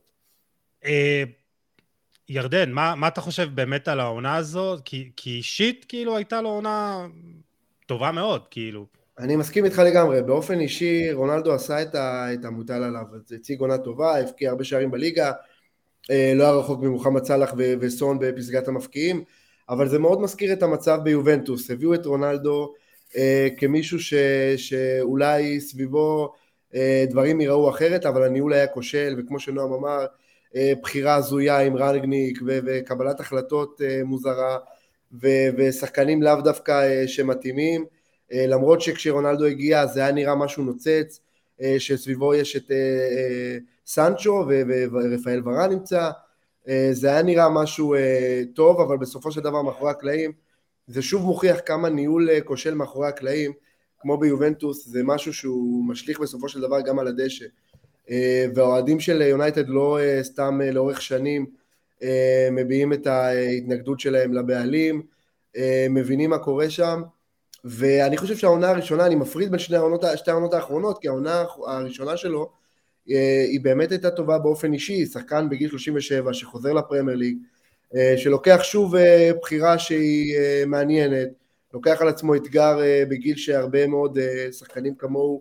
ירדן, מה אתה חושב באמת על העונה הזו? כי אישית כאילו הייתה לו עונה טובה מאוד, כאילו. אני מסכים איתך לגמרי, באופן אישי רונלדו עשה את המוטל עליו, זה הציג עונה טובה, הבקיע הרבה שערים בליגה, לא הרחוק ממוחמד סלאח וסון בפסגת המפקיעים, אבל זה מאוד מזכיר את המצב ביובנטוס, הביאו את רונלדו כמישהו שאולי סביבו דברים יראו אחרת, אבל הניהול היה כושל, וכמו שנועם אמר, בחירה הזויה עם רנגניק וקבלת החלטות מוזרה, ושחקנים לאו דווקא שמתאימים, למרות שכשרונלדו הגיע זה היה נראה משהו נוצץ, שסביבו יש את סנצ'ו ורפאל ורן נמצא, זה היה נראה משהו טוב, אבל בסופו של דבר מאחורי הקלעים, זה שוב מוכיח כמה ניהול כושל מאחורי הקלעים, כמו ביובנטוס, זה משהו שהוא משליך בסופו של דבר גם על הדשא, והאוהדים של יונייטד לא סתם לאורך שנים מביעים את ההתנגדות שלהם לבעלים, מבינים מה קורה שם, ואני חושב שהעונה הראשונה, אני מפריד בין שתי העונות האחרונות, כי העונה הראשונה שלו היא באמת הייתה טובה באופן אישי, שחקן בגיל 37 שחוזר לפרמייר ליג, שלוקח שוב בחירה שהיא מעניינת, לוקח על עצמו אתגר בגיל שהרבה מאוד שחקנים כמוהו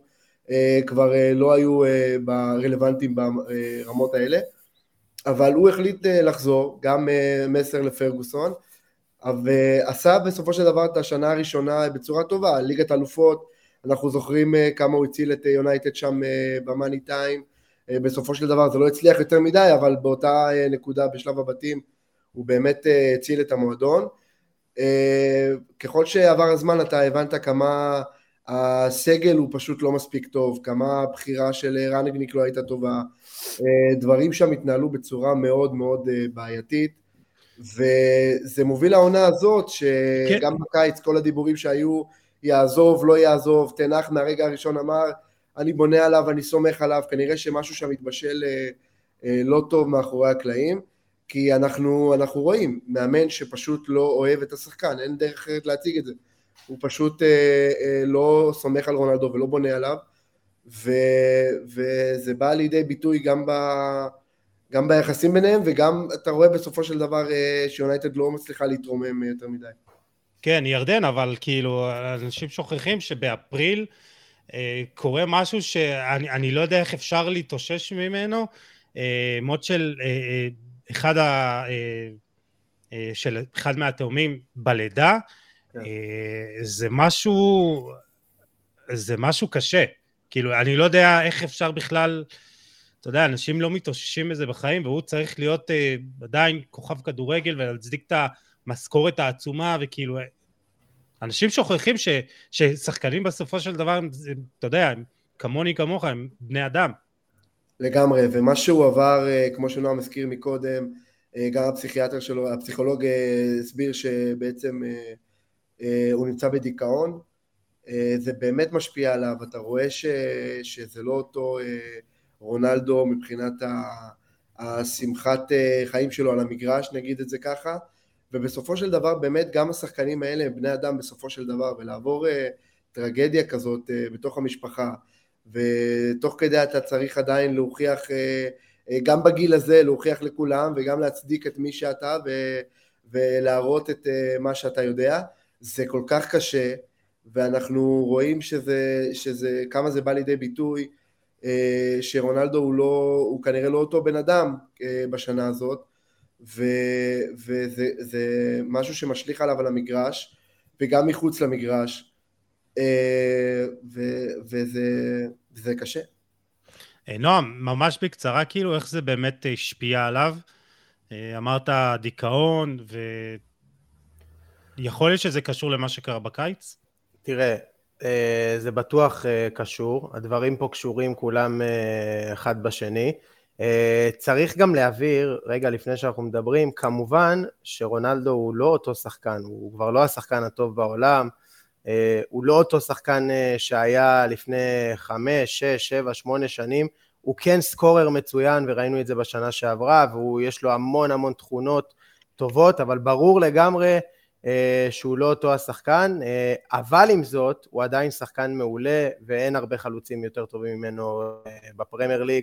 כבר לא היו רלוונטיים ברמות האלה, אבל הוא החליט לחזור, גם מסר לפרגוסון, ועשה בסופו של דבר את השנה הראשונה בצורה טובה, ליגת אלופות, אנחנו זוכרים כמה הוא הציל את יונייטד שם במאני טיים, בסופו של דבר זה לא הצליח יותר מדי, אבל באותה נקודה בשלב הבתים הוא באמת הציל את המועדון. ככל שעבר הזמן אתה הבנת כמה הסגל הוא פשוט לא מספיק טוב, כמה הבחירה של רנגניק לא הייתה טובה, דברים שם התנהלו בצורה מאוד מאוד בעייתית, וזה מוביל לעונה הזאת שגם בקיץ כל הדיבורים שהיו יעזוב, לא יעזוב, תנח מהרגע הראשון אמר אני בונה עליו, אני סומך עליו, כנראה שמשהו שם מתבשל לא טוב מאחורי הקלעים, כי אנחנו רואים מאמן שפשוט לא אוהב את השחקן, אין דרך אחרת להציג את זה, הוא פשוט לא סומך על רונלדו ולא בונה עליו, וזה בא לידי ביטוי גם ביחסים ביניהם, וגם אתה רואה בסופו של דבר שיונייטד לא מצליחה להתרומם יותר מדי. כן, ירדן, אבל כאילו אנשים שוכחים שבאפריל קורה משהו שאני לא יודע איך אפשר להתאושש ממנו, מות של אחד מהתאומים בלידה, זה משהו קשה, כאילו אני לא יודע איך אפשר בכלל, אתה יודע, אנשים לא מתאוששים בזה בחיים, והוא צריך להיות עדיין כוכב כדורגל ולהצדיק את המשכורת העצומה, וכאילו אנשים שוכחים ששחקנים בסופו של דבר, אתה יודע, כמוני כמוך, הם בני אדם. לגמרי, ומה שהוא עבר, כמו שנועם הזכיר מקודם, גם הפסיכיאטר שלו, הפסיכולוג הסביר שבעצם הוא נמצא בדיכאון, זה באמת משפיע עליו, אתה רואה שזה לא אותו רונלדו מבחינת השמחת חיים שלו על המגרש, נגיד את זה ככה, ובסופו של דבר באמת גם השחקנים האלה הם בני אדם בסופו של דבר, ולעבור טרגדיה כזאת בתוך המשפחה, ותוך כדי אתה צריך עדיין להוכיח, גם בגיל הזה להוכיח לכולם, וגם להצדיק את מי שאתה, ולהראות את מה שאתה יודע, זה כל כך קשה, ואנחנו רואים שזה כמה זה בא לידי ביטוי, שרונלדו הוא כנראה לא אותו בן אדם בשנה הזאת, וזה משהו שמשליך עליו על המגרש, וגם מחוץ למגרש, וזה קשה. נועם, ממש בקצרה, כאילו איך זה באמת השפיע עליו? אמרת דיכאון, ויכול להיות שזה קשור למה שקרה בקיץ? תראה, זה בטוח קשור, הדברים פה קשורים כולם אחד בשני, צריך גם להעביר, רגע לפני שאנחנו מדברים, כמובן שרונלדו הוא לא אותו שחקן, הוא כבר לא השחקן הטוב בעולם, הוא לא אותו שחקן שהיה לפני 5, 6, 7, 8 שנים, הוא כן סקורר מצוין וראינו את זה בשנה שעברה, ויש לו המון תכונות טובות, אבל ברור לגמרי שהוא לא אותו השחקן, אבל עם זאת הוא עדיין שחקן מעולה, ואין הרבה חלוצים יותר טובים ממנו בפרמייר ליג,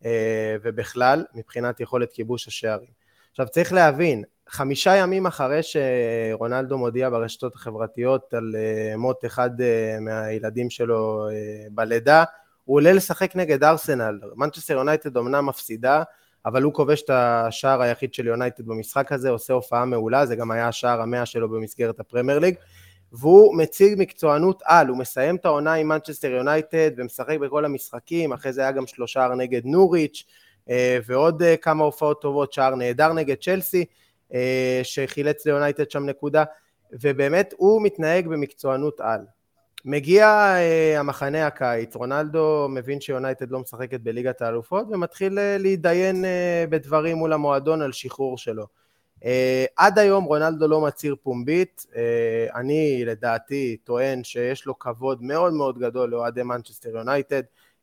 ובכלל מבחינת יכולת כיבוש השערים. עכשיו צריך להבין, 5 ימים אחרי שרונלדו מודיע ברשתות החברתיות על מות אחד מהילדים שלו בלידה, הוא עולה לשחק נגד ארסנל. מנצ'סטר יונייטד אמנם מפסידה, אבל הוא כובש את השער היחיד של יונייטד במשחק הזה, עושה הופעה מעולה, זה גם היה השער 100 שלו במסגרת הפרמייר ליג, והוא מציג מקצוענות על, הוא מסיים את העונה עם מנצ'סטר יונייטד, ומשחק בכל המשחקים, אחרי זה היה גם 3 שער נגד נוריץ', ועוד כמה הופעות טובות, שער נהדר נגד צ'לסי, שחילץ ליונייטד שם נקודה, ובאמת הוא מתנהג במקצוענות על. מגיע המחנה הקיץ, רונלדו מבין שיונייטד לא משחקת בליגת האלופות, ומתחיל להידיין בדברים מול המועדון על שחרור שלו. עד היום רונלדו לא מצהיר פומבית, אני לדעתי טוען שיש לו כבוד מאוד מאוד גדול לאוהדי מנצ'סטר יונייטד,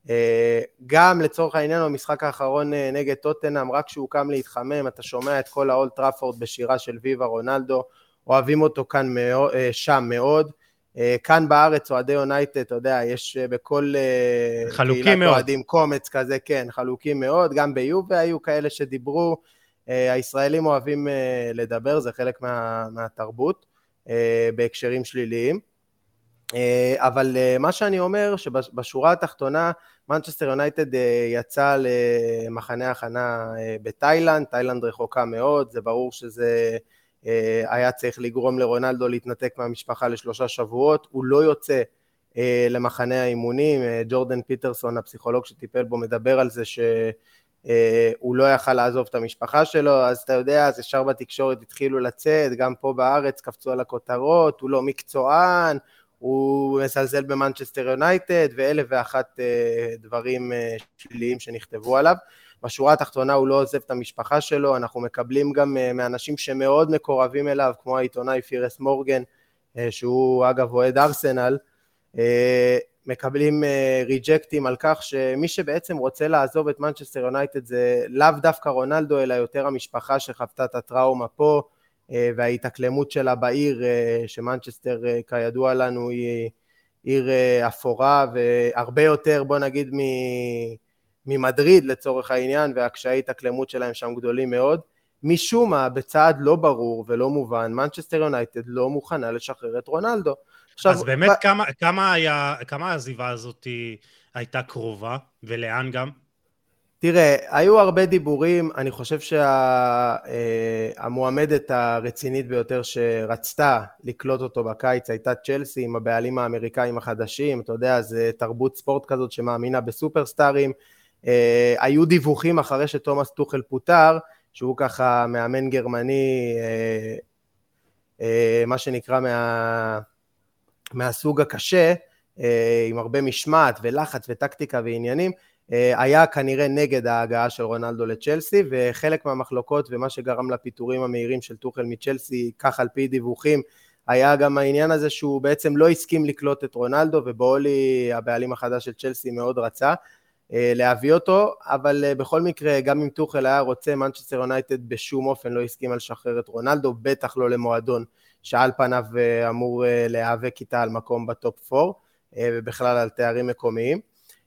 גם לצורך העניין במשחק האחרון נגד טוטנהאם, רק שהוא קם להתחמם, אתה שומע את כל האולד טראפורד בשירה של ויבה רונלדו, אוהבים אותו כאן שם מאוד, כאן בארץ אוהדי יונייטד, אתה יודע, יש בכל חלוקים מאוד, אוהדים קומץ כזה, כן, חלוקים מאוד, גם ביובה היו כאלה שדיברו, הישראלים אוהבים לדבר, זה חלק מהתרבות, בהקשרים שליליים, אבל מה שאני אומר, שבשורה התחתונה, מנצ'סטר יונייטד יצא למחנה הכנה בתאילנד, תאילנד רחוקה מאוד, זה ברור שזה היה צריך לגרום לרונלדו להתנתק מהמשפחה ל3 שבועות, הוא לא יוצא למחנה האימונים, ג'ורדן פיטרסון, הפסיכולוג שטיפל בו, מדבר על זה שהוא לא יכל לעזוב את המשפחה שלו, אז אתה יודע, אז ישר בתקשורת התחילו לצאת, גם פה בארץ קפצו על הכותרות, הוא לא מקצוען, הוא מסלזל במנצ'סטר יונייטד, ואלף ואחת דברים שליליים שנכתבו עליו. בשורה התחתונה הוא לא עוזב את המשפחה שלו, אנחנו מקבלים גם מאנשים שמאוד מקורבים אליו, כמו העיתונאי פירס מורגן, שהוא אגב אוהד ארסנל, מקבלים ריג'קטים על כך שמי שבעצם רוצה לעזוב את מנצ'סטר יונייטד זה לאו דווקא רונלדו, אלא יותר המשפחה שחוותה את הטראומה פה, וההתאקלמות שלה בעיר, שמנצ'סטר כידוע לנו היא עיר אפורה, והרבה יותר בוא נגיד ממדריד לצורך העניין, והקשיי ההתאקלמות שלהם שם גדולים מאוד. משום מה, בצעד לא ברור ולא מובן, מנצ'סטר יונייטד לא מוכנה לשחרר את רונלדו. אז באמת כמה העזיבה הזאת הייתה קרובה, ולאן גם? תראה, היו הרבה דיבורים, אני חושב שהמועמדת הרצינית ביותר שרצתה לקלוט אותו בקיץ הייתה צ'לסי עם הבעלים האמריקאים החדשים, אתה יודע, זה תרבות ספורט כזאת שמאמינה בסופרסטארים, היו דיווחים אחרי שתומאס טוחל פוטר, שהוא ככה מאמן גרמני, מה שנקרא מהסוג הקשה, עם הרבה משמעת ולחץ וטקטיקה ועניינים, היה כנראה נגד ההגעה של רונלדו לצ'לסי, וחלק מהמחלוקות ומה שגרם לפיטורים המהירים של טוחל מצ'לסי, כך על פי דיווחים, היה גם העניין הזה שהוא בעצם לא הסכים לקלוט את רונלדו, ובאולי הבעלים החדש של צ'לסי מאוד רצה להביא אותו, אבל בכל מקרה גם אם טוחל היה רוצה, מנצ'סטר יונייטד בשום אופן לא הסכים על לשחרר את רונלדו, בטח לא למועדון שעל פניו אמור להיאבק איתה על מקום בטופ 4, ובכלל על תארים מקומיים.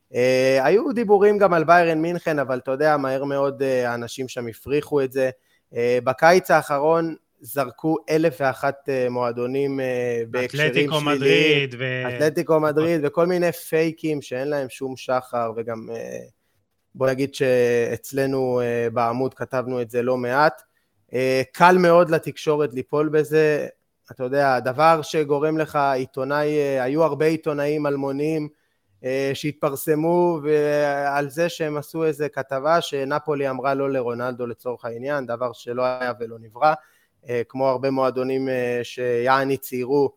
היו דיבורים גם על ביירן מינכן, אבל אתה יודע, מהר מאוד האנשים שם הפריחו את זה. בקיץ האחרון זרקו 1001 מועדונים בהקשרים שליליים. אתלטיקו מדריד וכל מיני פייקים שאין להם שום שחר, וגם בוא נגיד שאצלנו בעמוד כתבנו את זה לא מעט. קל מאוד לתקשורת ליפול בזה, אתה יודע, הדבר שגורם לך עיתונאי, היו הרבה עיתונאים אלמונים שהתפרסמו ועל זה שהם עשו איזה כתבה שנפולי אמרה לא לרונלדו לצורך העניין, דבר שלא היה ולא נברא, כמו הרבה מועדונים שיעני ציירו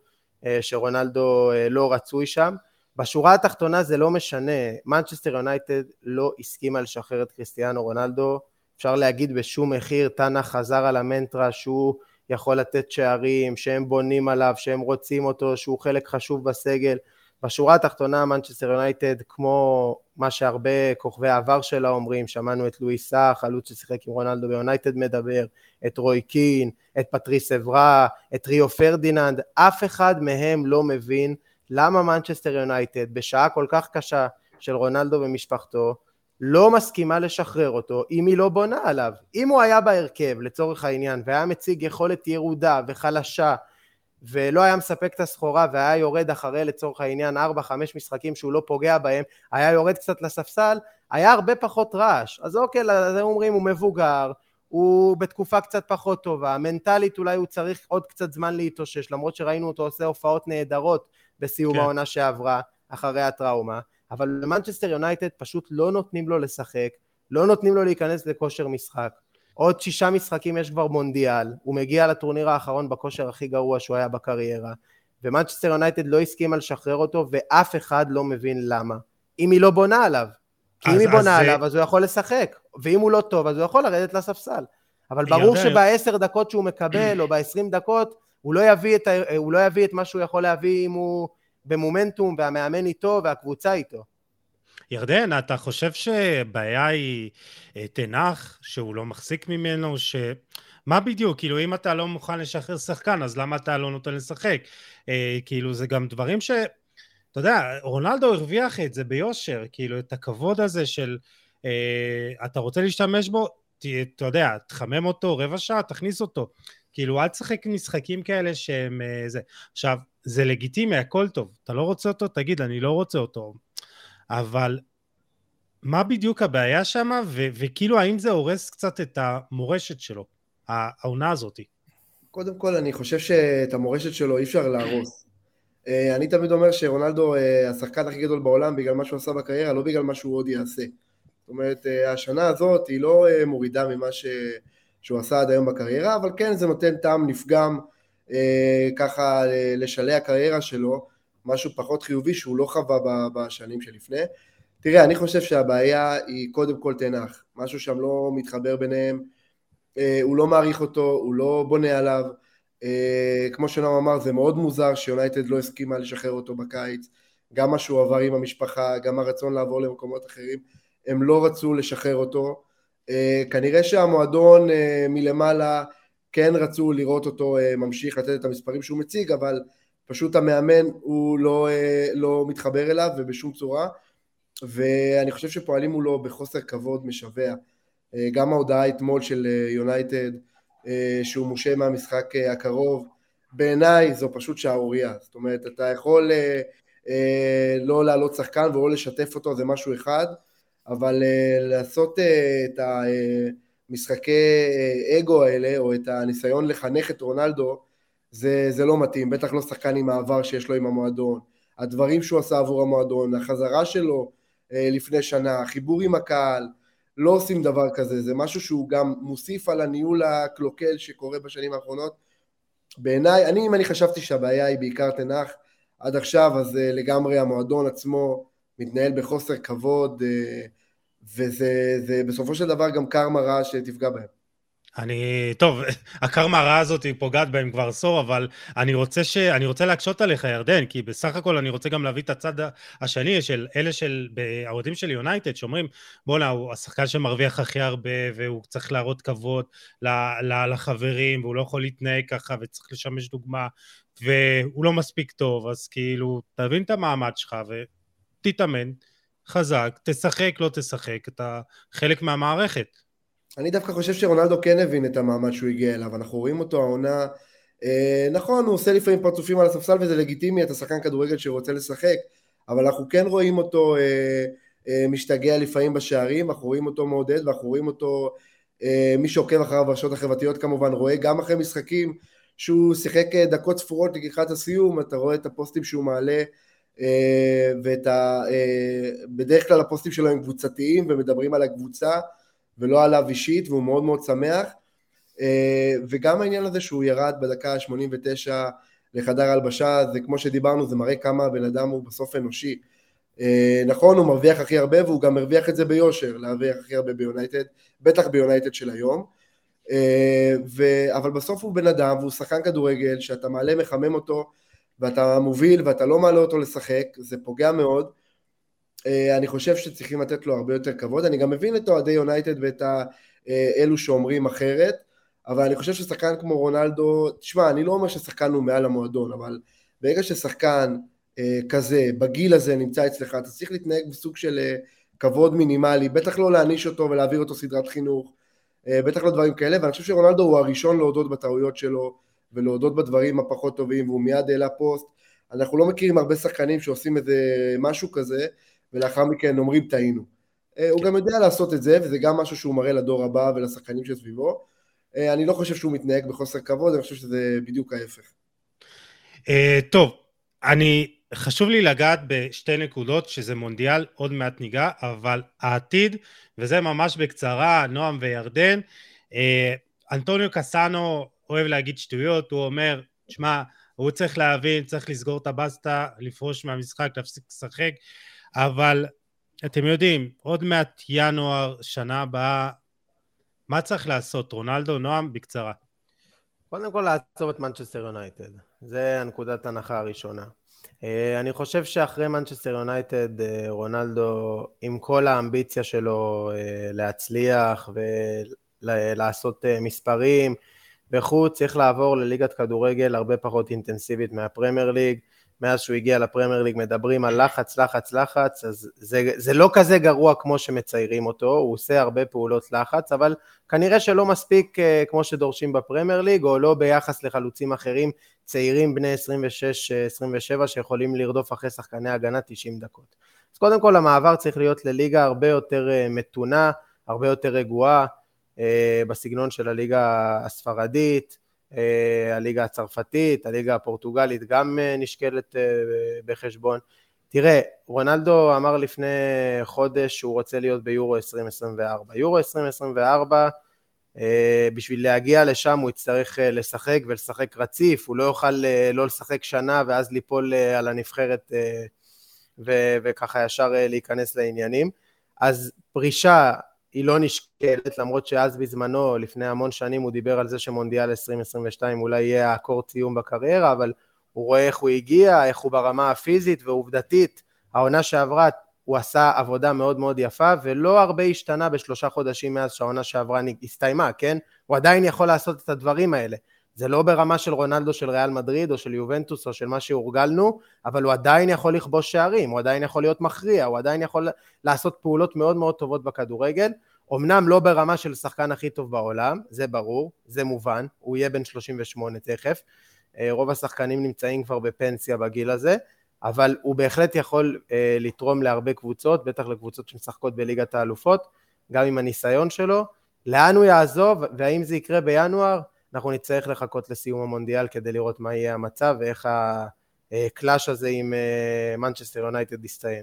שרונלדו לא רצוי שם. בשורה התחתונה זה לא משנה, מנצ'סטר יונייטד לא הסכימה לשחרר את קריסטיאנו רונלדו, אפשר להגיד בשום מחיר, טאנה חזר על המנטרה שהוא יכול לתת שערים, שהם בונים עליו, שהם רוצים אותו, שהוא חלק חשוב בסגל. בשורה התחתונה, מנצ'סטר יונייטד, כמו מה שהרבה כוכבי העבר שלה אומרים, שמענו את לואיס סאח, חלוץ ששיחק עם רונלדו ביונייטד מדבר, את רוי קין, את פטריס אברה, את ריו פרדיננד, אף אחד מהם לא מבין למה מנצ'סטר יונייטד, בשעה כל כך קשה של רונלדו ומשפחתו, לא מסכימה לשחרר אותו, אם היא לא בונה עליו. אם הוא היה בהרכב, לצורך העניין, והיה מציג יכולת ירודה וחלשה, ולא היה מספק את הסחורה, והיה יורד אחרי לצורך העניין 4-5 משחקים שהוא לא פוגע בהם, היה יורד קצת לספסל, היה הרבה פחות רעש. אז אוקיי, זה אומרים, הוא מבוגר, הוא בתקופה קצת פחות טובה, מנטלית אולי הוא צריך עוד קצת זמן להתאושש, למרות שראינו אותו עושה הופעות נהדרות בסיום העונה שעברה, אחרי הטראומה, אבל למנצ'סטר יונייטד פשוט לא נותנים לו לשחק, לא נותנים לו להיכנס לכושר משחק, עוד 6 משחקים יש כבר מונדיאל, הוא מגיע לטורניר האחרון בכושר הכי גרוע שהוא היה בקריירה, ומנצ'סטר יונייטד לא הסכים על לשחרר אותו, ואף אחד לא מבין למה, אם היא לא בונה עליו, כי אם היא בונה עליו אז הוא יכול לשחק, ואם הוא לא טוב אז הוא יכול לרדת לספסל, אבל ברור שב10 דקות שהוא מקבל, או ב20 דקות, הוא לא יביא את מה שהוא יכול להביא אם הוא במומנטום, והמאמן איתו, והקבוצה איתו. ירדן, אתה חושב שבעיה היא תנח, שהוא לא מחזיק ממנו, מה בדיוק? כאילו, אם אתה לא מוכן לשחרר שחקן, אז למה אתה לא נותן לשחק? כאילו, זה גם דברים אתה יודע, רונלדו הרוויח את זה ביושר, כאילו, את הכבוד הזה של, אתה רוצה להשתמש בו, אתה יודע, תחמם אותו, 15 שעה, תכניס אותו. כאילו, אל תשחק משחקים כאלה שהם זה. עכשיו, זה לגיטימי, הכל טוב, אתה לא רוצה אותו, תגיד, אני לא רוצה אותו, אבל מה בדיוק הבעיה שם, וכאילו האם זה הורס קצת את המורשת שלו, העונה הזאת? קודם כל, אני חושב שאת המורשת שלו אי אפשר להרוס. אני תמיד אומר שרונלדו השחקן הכי גדול בעולם בגלל מה שהוא עשה בקריירה, לא בגלל מה שהוא עוד יעשה. זאת אומרת, השנה הזאת היא לא מורידה ממה שהוא עשה עד היום בקריירה, אבל כן, זה נותן טעם נפגם ככה לשלהי הקריירה שלו, משהו פחות חיובי שהוא לא חווה בשנים שלפני. תראה, אני חושב שהבעיה היא קודם כל תנח, משהו שם לא מתחבר ביניהם, הוא לא מעריך אותו, הוא לא בונה עליו, כמו שנאם אמר, זה מאוד מוזר שיונייטד לא הסכימה לשחרר אותו בקיץ, גם מה שהוא עבר עם המשפחה, גם הרצון לעבור למקומות אחרים, הם לא רצו לשחרר אותו, כנראה שהמועדון מלמעלה כן רצו לראות אותו ממשיך לתת את המספרים שהוא מציג, אבל פשוט המאמן הוא לא מתחבר אליו ובשום צורה, ואני חושב שפועלים מולו בחוסר כבוד משווע. גם ההודעה אתמול של יונייטד שהוא מושה מהמשחק הקרוב, בעיניי זו פשוט שערוריה. זאת אומרת, אתה יכול לא לעלות שחקן ולא לשתף אותו, זה משהו אחד, אבל לעשות את המשחקי אגו האלה, או את הניסיון לחנך את רונלדו, זה לא מתאים, בטח לא שחקן עם העבר שיש לו עם המועדון, הדברים שהוא עשה עבור המועדון, החזרה שלו לפני שנה, החיבור עם הקהל, לא עושים דבר כזה, זה משהו שהוא גם מוסיף על הניהול הקלוקל שקורה בשנים האחרונות. בעיניי, אם אני חשבתי שהבעיה היא בעיקר תנח עד עכשיו, אז לגמרי המועדון עצמו מתנהל בחוסר כבוד, וזה בסופו של דבר גם קרמה רעה שתפגע בהם. טוב, הקרמה הרעה הזאת היא פוגעת בהם כבר עשור, אבל אני רוצה להקשות עליך, ירדן, כי בסך הכל אני רוצה גם להביא את הצד השני של אלה האוהדים של יונייטד, שאומרים, בוא'נה, הוא השחקן שמרוויח הכי הרבה, והוא צריך להראות כבוד לחברים, והוא לא יכול להתנהג ככה, וצריך לשמש דוגמה, והוא לא מספיק טוב, אז כאילו, תבין את המעמד שלך, ותתאמן, חזק, תשחק, לא תשחק, אתה חלק מהמערכת. אני דווקא חושב שרונלדו כן הבין את המעמד שהוא הגיע אליו, אנחנו רואים אותו העונה, נכון, הוא עושה לפעמים פרצופים על הספסל וזה לגיטימי, אתה שחקן כדורגל שרוצה לשחק, אבל אנחנו כן רואים אותו משתגע לפעמים בשערים, אנחנו רואים אותו מעודד, ואנחנו רואים אותו, מי שעוקב אחריו ברשתות החברתיות כמובן, רואה גם אחרי משחקים שהוא שיחק דקות ספורות לקראת הסיום, אתה רואה את הפוסטים שהוא מעלה, בדרך כלל הפוסטים שלו הם קבוצתיים ומדברים על הקבוצה, ולא עליו אישית, והוא מאוד מאוד שמח, וגם העניין הזה שהוא ירד בדקה 89 לחדר הלבשה, זה כמו שדיברנו, זה מראה כמה הבן אדם הוא בסוף אנושי, נכון, הוא מרוויח הכי הרבה, והוא גם מרוויח את זה ביושר, להרוויח הכי הרבה ביונייטד, בטח ביונייטד של היום, אבל בסוף הוא בן אדם, והוא שחקן כדורגל, שאתה מעלה מחמם אותו, ואתה מוביל, ואתה לא מעלה אותו לשחק, זה פוגע מאוד, אני חושב שצריכים לתת לו הרבה יותר כבוד, אני גם מבין את אוהדי יונייטד ואת אלו שאומרים אחרת, אבל אני חושב ששחקן כמו רונלדו, תשמע, אני לא אומר ששחקן הוא מעל המועדון, אבל ברגע ששחקן כזה, בגיל הזה נמצא אצלך, אתה צריך להתנהג בסוג של כבוד מינימלי, בטח לא להעניש אותו ולהעביר אותו סדרת חינוך, בטח לא דברים כאלה, ואני חושב שרונלדו הוא הראשון להודות בטעויות שלו, ולהודות בדברים הפחות טובים, והוא מיד העלה פוסט, אנחנו לא מכירים הרבה שחקנים שעושים איזה משהו כזה, ולאחר מכן אומרים טעינו. הוא גם יודע לעשות את זה, וזה גם משהו שהוא מראה לדור הבא ולשחקנים שסביבו. אני לא חושב שהוא מתנהג בחוסר כבוד, אני חושב שזה בדיוק ההפך. טוב, חשוב לי לגעת בשתי נקודות, שזה מונדיאל, עוד מעט ניגע, אבל העתיד, וזה ממש בקצרה, נועם וירדן, אנטוניו קסאנו אוהב להגיד שטויות, הוא אומר, תשמע, הוא צריך להבין, צריך לסגור את הבסטה, לפרוש מהמשחק, להפסיק לשחק, אבל אתם יודעים, עוד מעט ינואר, שנה הבאה, מה צריך לעשות? רונלדו, נועם, בקצרה. קודם כל לעצוב את מנצ'סטר יונייטד, זה הנקודת הנחה הראשונה. אני חושב שאחרי מנצ'סטר יונייטד, רונלדו עם כל האמביציה שלו להצליח ולעשות מספרים, בחוץ צריך לעבור לליגת כדורגל הרבה פחות אינטנסיבית מהפרמייר ליג, מאז שהוא הגיע לפרמייר ליג מדברים על לחץ, אז זה לא כזה גרוע כמו שמציירים אותו, הוא עושה הרבה פעולות לחץ, אבל כנראה שלא מספיק כמו שדורשים בפרמייר ליג, או לא ביחס לחלוצים אחרים, צעירים בני 26-27 שיכולים לרדוף אחרי שחקני הגנה 90 דקות. אז קודם כל המעבר צריך להיות לליגה הרבה יותר מתונה, הרבה יותר רגועה, בסגנון של הליגה הספרדית, הליגה הצרפתית, הליגה הפורטוגלית גם נשקלת בחשבון. תראה, רונלדו אמר לפני חודש שהוא רוצה להיות ביורו 2024. יורו 2024, בשביל להגיע לשם הוא יצטרך לשחק ולשחק רציף, הוא לא יוכל לא לשחק שנה ואז ליפול על הנבחרת וככה ישר להיכנס לעניינים. אז פרישה היא לא נשקלת, למרות שאז בזמנו, לפני המון שנים, הוא דיבר על זה שמונדיאל 2022 אולי יהיה האקורד סיום בקריירה, אבל הוא רואה איך הוא הגיע, איך הוא ברמה הפיזית ועובדתית. העונה שעברה, הוא עשה עבודה מאוד מאוד יפה, ולא הרבה השתנה ב3 חודשים מאז שהעונה שעברה הסתיימה, כן? הוא עדיין יכול לעשות את הדברים האלה. זה לא ברמה של רונלדו של ריאל מדריד, או של יובנטוס, או של מה שהורגלנו, אבל הוא עדיין יכול לכבוש שערים, הוא עדיין יכול להיות מכריע, הוא עדיין יכול לעשות פעולות מאוד מאוד טובות בכדורגל, אמנם לא ברמה של שחקן הכי טוב בעולם, זה ברור, זה מובן, הוא יהיה בן 38 תכף, רוב השחקנים נמצאים כבר בפנסיה בגיל הזה, אבל הוא בהחלט יכול לתרום להרבה קבוצות, בטח לקבוצות שמשחקות בליגת האלופות, גם עם הניסיון שלו, לאן הוא יעזוב, והאם זה יקרה בינואר, אנחנו נצטרך לחכות לסיום המונדיאל כדי לראות מה יהיה המצב, ואיך הקלאש הזה עם מנצ'סטר יונייטד יסתיים.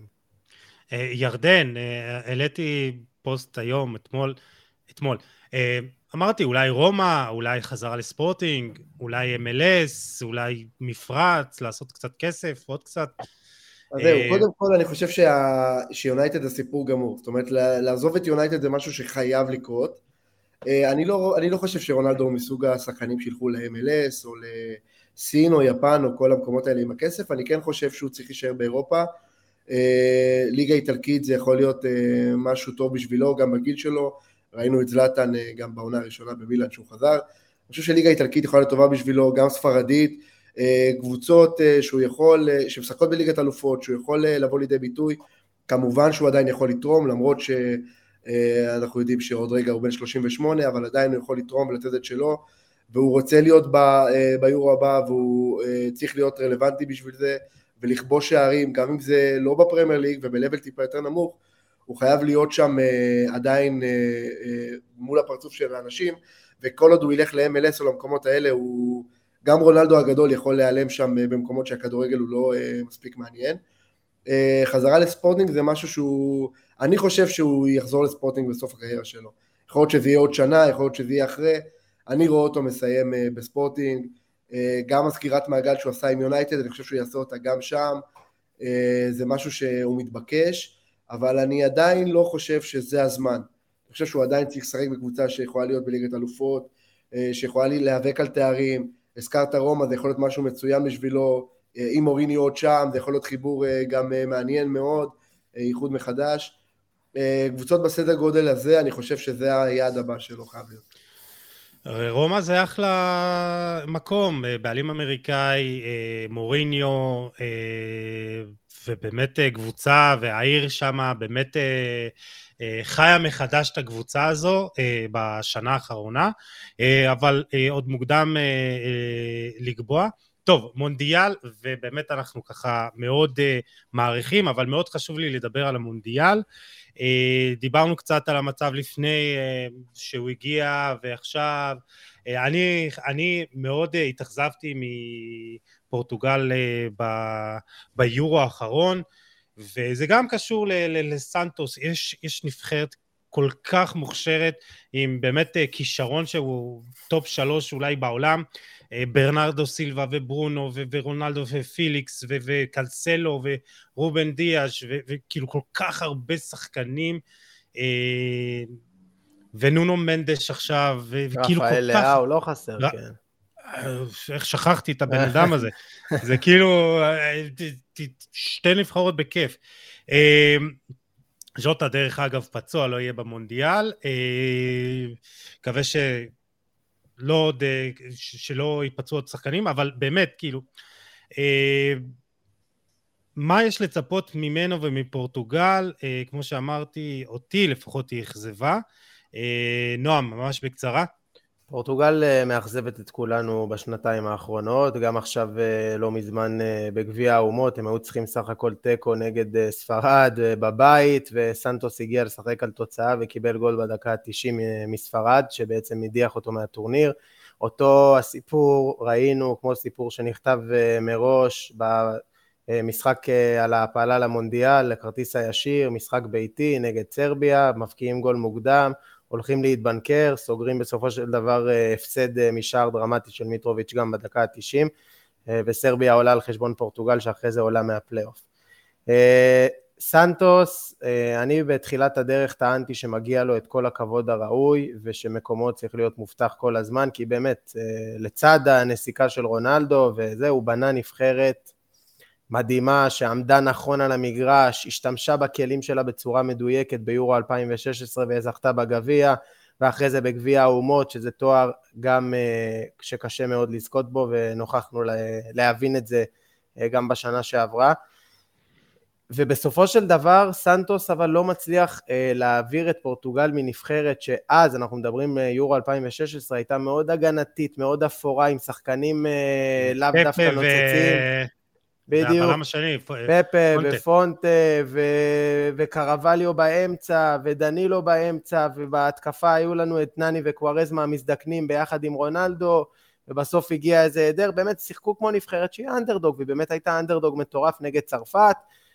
ירדן, העליתי פוסט היום, אתמול, אמרתי אולי רומא, אולי חזרה לספורטינג, אולי MLS, אולי מפרץ, לעשות קצת כסף, עוד קצת. אז זהו, קודם כל אני חושב שיונייטד זה סיפור גמור, זאת אומרת לעזוב את יונייטד זה משהו שחייב לקרות, אני לא חושב שרונלדו הוא מסוג השחקנים שילכו ל-MLS או לסין או יפן או כל המקומות האלה עם הכסף, אני כן חושב שהוא צריך להישאר באירופה, ליגה איטלקית זה יכול להיות משהו טוב בשבילו, גם בגיל שלו, ראינו את זלאטן גם בעונה הראשונה במילאן שהוא חזר, אני חושב שליגה איטלקית יכולה להיות טובה בשבילו, גם ספרדית, קבוצות שהוא יכול, שמשחקות בליגת אלופות, שהוא יכול לבוא לידי ביטוי, כמובן שהוא עדיין יכול לתרום, למרות שאנחנו יודעים שעוד רגע הוא בן 38, אבל עדיין הוא יכול לתרום ולתת את שלו, והוא רוצה להיות ביורו הבא, והוא צריך להיות רלוונטי בשביל זה, ולכבוש שערים, גם אם זה לא בפרמייר ליג ובלבל טיפה יותר נמוך, הוא חייב להיות שם עדיין מול הפרצוף של האנשים, וכל עוד הוא ילך ל-MLS או למקומות האלה, הוא, גם רונלדו הגדול יכול להיעלם שם במקומות שהכדורגל הוא לא מספיק מעניין. חזרה לספורטינג זה משהו שהוא, אני חושב שהוא יחזור לספורטינג בסוף הקריירה שלו. יכול להיות שזה יהיה עוד שנה, יכול להיות שזה יהיה אחרי, אני רואה אותו מסיים בספורטינג, גם הסגירת מעגל שהוא עשה עם יונייטד, אני חושב שהוא יעשה אותה גם שם, זה משהו שהוא מתבקש, אבל אני עדיין לא חושב שזה הזמן. אני חושב שהוא עדיין צריך לשחק בקבוצה שיכולה להיות בליגת אלופות, שיכולה להיאבק על תארים, הזכרת רומא, זה יכול להיות משהו מצוין בשבילו, עם מוריניו עוד שם, זה יכול להיות חיבור גם מעניין מאוד, ייחוד מחדש. קבוצות בסדר גודל הזה, אני חושב שזה היעד הבא שלו חייב להיות. רומא זה אחלה מקום, בעלים אמריקאי, מוריניו, ובאמת קבוצה, והעיר שם באמת חיה מחדש את הקבוצה הזו בשנה האחרונה, אבל עוד מוקדם לקבוע. טוב, מונדיאל, ובאמת אנחנו ככה מאוד מעריכים, אבל מאוד חשוב לי לדבר על המונדיאל. דיברנו קצת על המצב לפני שהוא הגיע ועכשיו. אני מאוד התאכזבתי מפורטוגל ביורו האחרון, וזה גם קשור לסנטוס. יש נבחרת כל כך מוכשרת, עם באמת כישרון שהוא טופ 3 אולי בעולם, ברנרדו סילבה וברונו ורונלדו ופיליקס וקלסלו ורובן דיאש וכאילו כל כך הרבה שחקנים, ונונו מנדש עכשיו, וכאילו כל כך... רפאל לאו לא חסר, כן. איך שכחתי את הבן אדם הזה, זה כאילו שתי נבחרות בכיף. ז'וטה דרך אגב פצוע, לא יהיה במונדיאל, מקווה שלא ייפצעו עוד שחקנים, אבל באמת כאילו, מה יש לצפות ממנו ומפורטוגל? כמו שאמרתי, אותי לפחות היא אכזבה. נועם, ממש בקצרה. פורטוגל מאכזבת את כולנו בשנתיים האחרונות, גם עכשיו לא מזמן בגביע האומות, הם היו צריכים סך הכל תיקו נגד ספרד בבית, וסנטוס הגיע לשחק על תוצאה וקיבל גול בדקה ה-90 מספרד, שבעצם הדיח אותו מהטורניר. אותו הסיפור ראינו, כמו סיפור שנכתב מראש במשחק על ההעפלה למונדיאל, לכרטיס הישיר, משחק ביתי נגד סרביה, מבקיעים גול מוקדם, הולכים להתבנקר, סוגרים בסופו של דבר הפסד משער דרמטי של מיטרוביץ' גם בדקה ה-90, וסרביה עולה על חשבון פורטוגל שאחרי זה עולה מהפלייאוף. סנטוס, אני בתחילת הדרך טענתי שמגיע לו את כל הכבוד הראוי, ושמקומו צריך להיות מובטח כל הזמן, כי באמת לצד הנסיקה של רונלדו וזה, הוא בנה נבחרת מדהימה שעמדה נכון על המגרש, השתמשה בכלים שלה בצורה מדויקת ביורו 2016 וזכתה בגביע, ואחרי זה בגביע האומות, שזה תואר גם שקשה מאוד לזכות בו, ונוכחנו להבין את זה גם בשנה שעברה. ובסופו של דבר סנטוס אבל לא מצליח להעביר את פורטוגל מנבחרת שאז, אנחנו מדברים יורו 2016, הייתה מאוד הגנתית, מאוד אפורה, עם שחקנים לאו דווקא נוצצים. בדיוק, פפה ופונטה וקרווליו באמצע ודנילו באמצע, ובהתקפה היו לנו את נני וקוארזמה המזדקנים ביחד עם רונלדו, ובסוף הגיע איזה הידר, באמת שיחקו כמו נבחרת שהיא אנדרדוג, והיא באמת הייתה אנדרדוג מטורף נגד צרפת,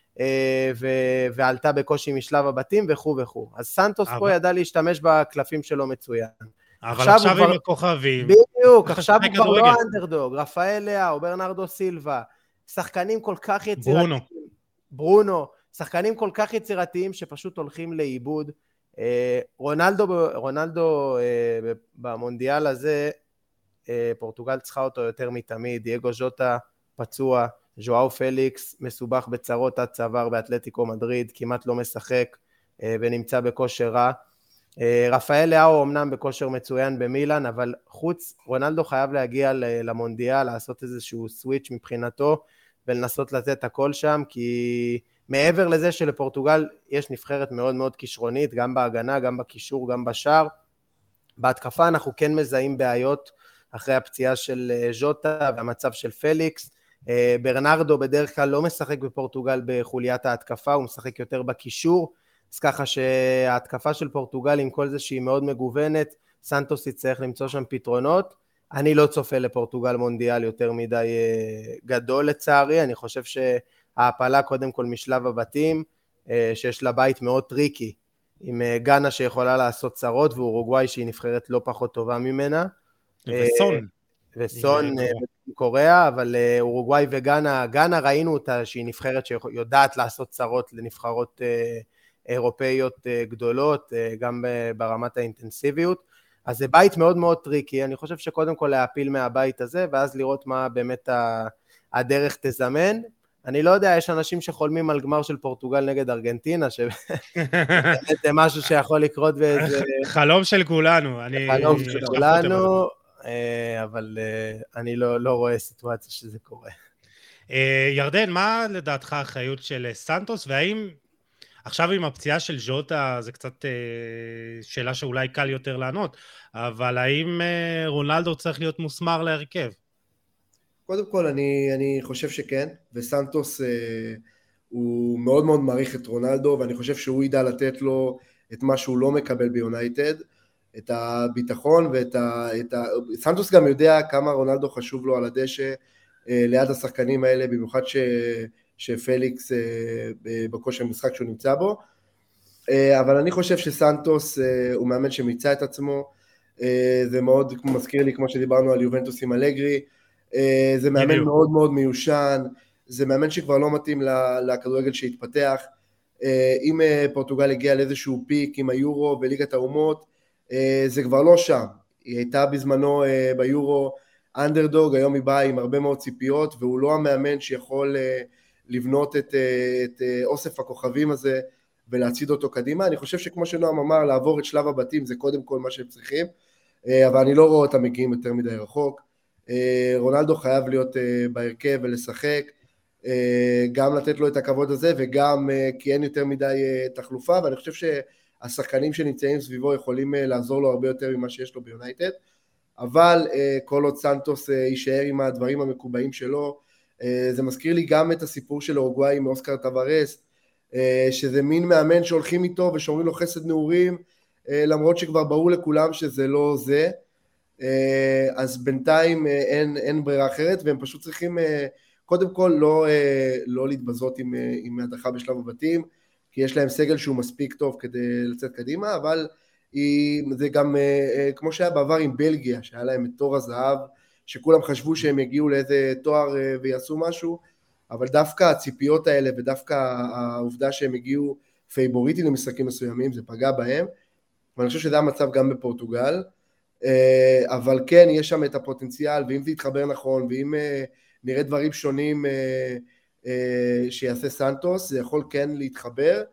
ועלתה בקושי משלב הבתים וכו' וכו'. אז סנטוס פה ידע להשתמש בקלפים שלו מצוין. אבל עכשיו עם הכוכבים. בדיוק, עכשיו הוא כבר לא אנדרדוג, רפאל לאו, ברנרדו סילבה, שחקנים כל כך יצירתיים, ברונו, שחקנים כל כך יצירתיים שפשוט הולכים לאיבוד. רונלדו במונדיאל הזה, פורטוגל צריכה אותו יותר מתמיד, דייגו ז'וטה פצוע, ז'ואאו פליקס מסובך בצרות עד צוואר באתלטיקו מדריד, כמעט לא משחק ונמצא בכושר רע. רפאל לאו אמנם בכושר מצוין במילאן, אבל רונלדו חייב להגיע למונדיאל, לעשות איזשהו סוויץ' מבחינתו, ולנסות לתת הכל שם, כי מעבר לזה שלפורטוגל יש נבחרת מאוד מאוד כישרונית, גם בהגנה, גם בקישור, גם בשער, בהתקפה אנחנו כן מזהים בעיות, אחרי הפציעה של ז'וטה והמצב של פליקס. ברנרדו בדרך כלל לא משחק בפורטוגל בחוליית ההתקפה, הוא משחק יותר בקישור, אז ככה שההתקפה של פורטוגל עם כל זה שהיא מאוד מגוונת, סנטוס יצטרך למצוא שם פתרונות. אני לא צופה לפורטוגל מונדיאל יותר מדי גדול לצערי, אני חושב שההעפלה קודם כל משלב הבתים, שיש לה בית מאוד טריקי, עם גאנה שיכולה לעשות צרות, ואורוגוואי שהיא נבחרת לא פחות טובה ממנה. וסון קוריאה, אבל אורוגוואי וגאנה, גאנה ראינו אותה שהיא נבחרת שיודעת לעשות צרות לנבחרות אירופאיות גדולות, גם ברמת האינטנסיביות, אז זה בית מאוד מאוד טריקי, אני חושב שקודם כל להפיל מהבית הזה, ואז לראות מה באמת הדרך תזמן. אני לא יודע, יש אנשים שחולמים על גמר של פורטוגל נגד ארגנטינה, שזה משהו שיכול לקרות באיזה... חלום של כולנו. חלום של כולנו, אבל אני לא רואה סיטואציה שזה קורה. ירדן, מה לדעתך האחריות של סנטוס, והאם עכשיו עם הפציעה של ז'וטה, זה קצת שאלה שאולי קל יותר לענות, אבל האם רונלדו צריך להיות מוסמר להרכב? קודם כל אני חושב שכן, וסנטוס הוא מאוד מאוד מעריך את רונלדו, ואני חושב שהוא ידע לתת לו את מה שהוא לא מקבל ביונייטד, את הביטחון סנטוס גם יודע כמה רונלדו חשוב לו על הדשא ליד השחקנים האלה, במיוחד שפליקס בכושר משחק שהוא נמצא בו, אבל אני חושב שסנטוס הוא מאמן שמיצה את עצמו, זה מאוד מזכיר לי כמו שדיברנו על יובנטוס עם אלגרי, זה מאמן מאוד מאוד מיושן, זה מאמן שכבר לא מתאים לכדורגל שהתפתח. אם פורטוגל הגיע לאיזשהו פיק עם היורו וליגת האומות, זה כבר לא שם, היא הייתה בזמנו ביורו אנדרדוג, היום היא באה עם הרבה מאוד ציפיות, והוא לא המאמן שיכול לבנות את אוסף הכוכבים הזה ולהציד אותו קדימה. אני חושב שכמו שנועם אמר, לעבור את שלב הבתים זה קודם כל מה שהם צריכים, אבל אני לא רואה אותם מגיעים יותר מדי רחוק. רונלדו חייב להיות בהרכב ולשחק, גם לתת לו את הכבוד הזה, וגם כי אין יותר מדי תחלופה, ואני חושב שהשחקנים שנמצאים סביבו יכולים לעזור לו הרבה יותר ממה שיש לו ביונייטד, אבל כל עוד סנטוס יישאר עם הדברים המקובעים שלו, זה מזכיר לי גם את הסיפור של אורוגוואי מאוסקר טווארס, שזה מין מאמן שהולכים איתו ושומרים לו חסד נעורים, למרות שכבר ברור לכולם שזה לא זה, אז בינתיים אין ברירה אחרת, והם פשוט צריכים קודם כל לא להתבזות עם הדחה בשלב הבתים, כי יש להם סגל שהוא מספיק טוב כדי לצאת קדימה, אבל זה גם כמו שהיה בעבר עם בלגיה, שהיה להם את תור הזהב, שכולם חשבו שהם יגיעו לאיזה תואר ויעשו משהו, אבל דווקא הציפיות האלה ודווקא העובדה שהם הגיעו פייבוריטים למשחקים מסוימים, זה פגע בהם, ואני חושב שזה המצב גם בפורטוגל, אבל כן, יש שם את הפוטנציאל, ואם זה יתחבר נכון, ואם נראה דברים שונים שיעשה סנטוס, זה יכול כן להתחבר,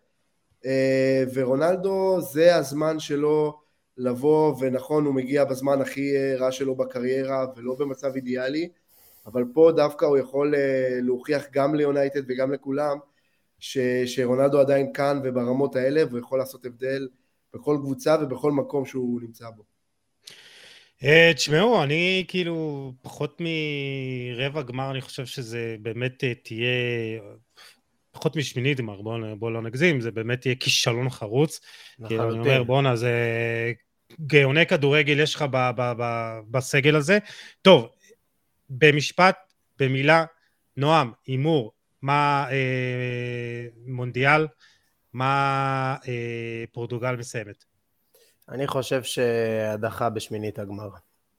ורונלדו זה הזמן שלו לבוא, ונכון הוא מגיע בזמן הכי רע שלו בקריירה, ולא במצב אידיאלי, אבל פה דווקא הוא יכול להוכיח גם ליונייטד וגם לכולם, שרונלדו עדיין כאן וברמות האלה, והוא יכול לעשות הבדל בכל קבוצה ובכל מקום שהוא נמצא בו. תשמעו, אני כאילו פחות מרבע גמר, אני חושב שזה באמת תהיה פחות משמינית גמר, בוא לא נגזים, זה באמת תהיה כישלון חרוץ, כאילו אני אומר בואנה, זה גאוני כדורגל יש לך בסגל הזה. טוב, במשפט, במילה, נועם, אימור, מה מונדיאל, מה פורטוגל מסיימת? אני חושב שהדחה בשמינית הגמר.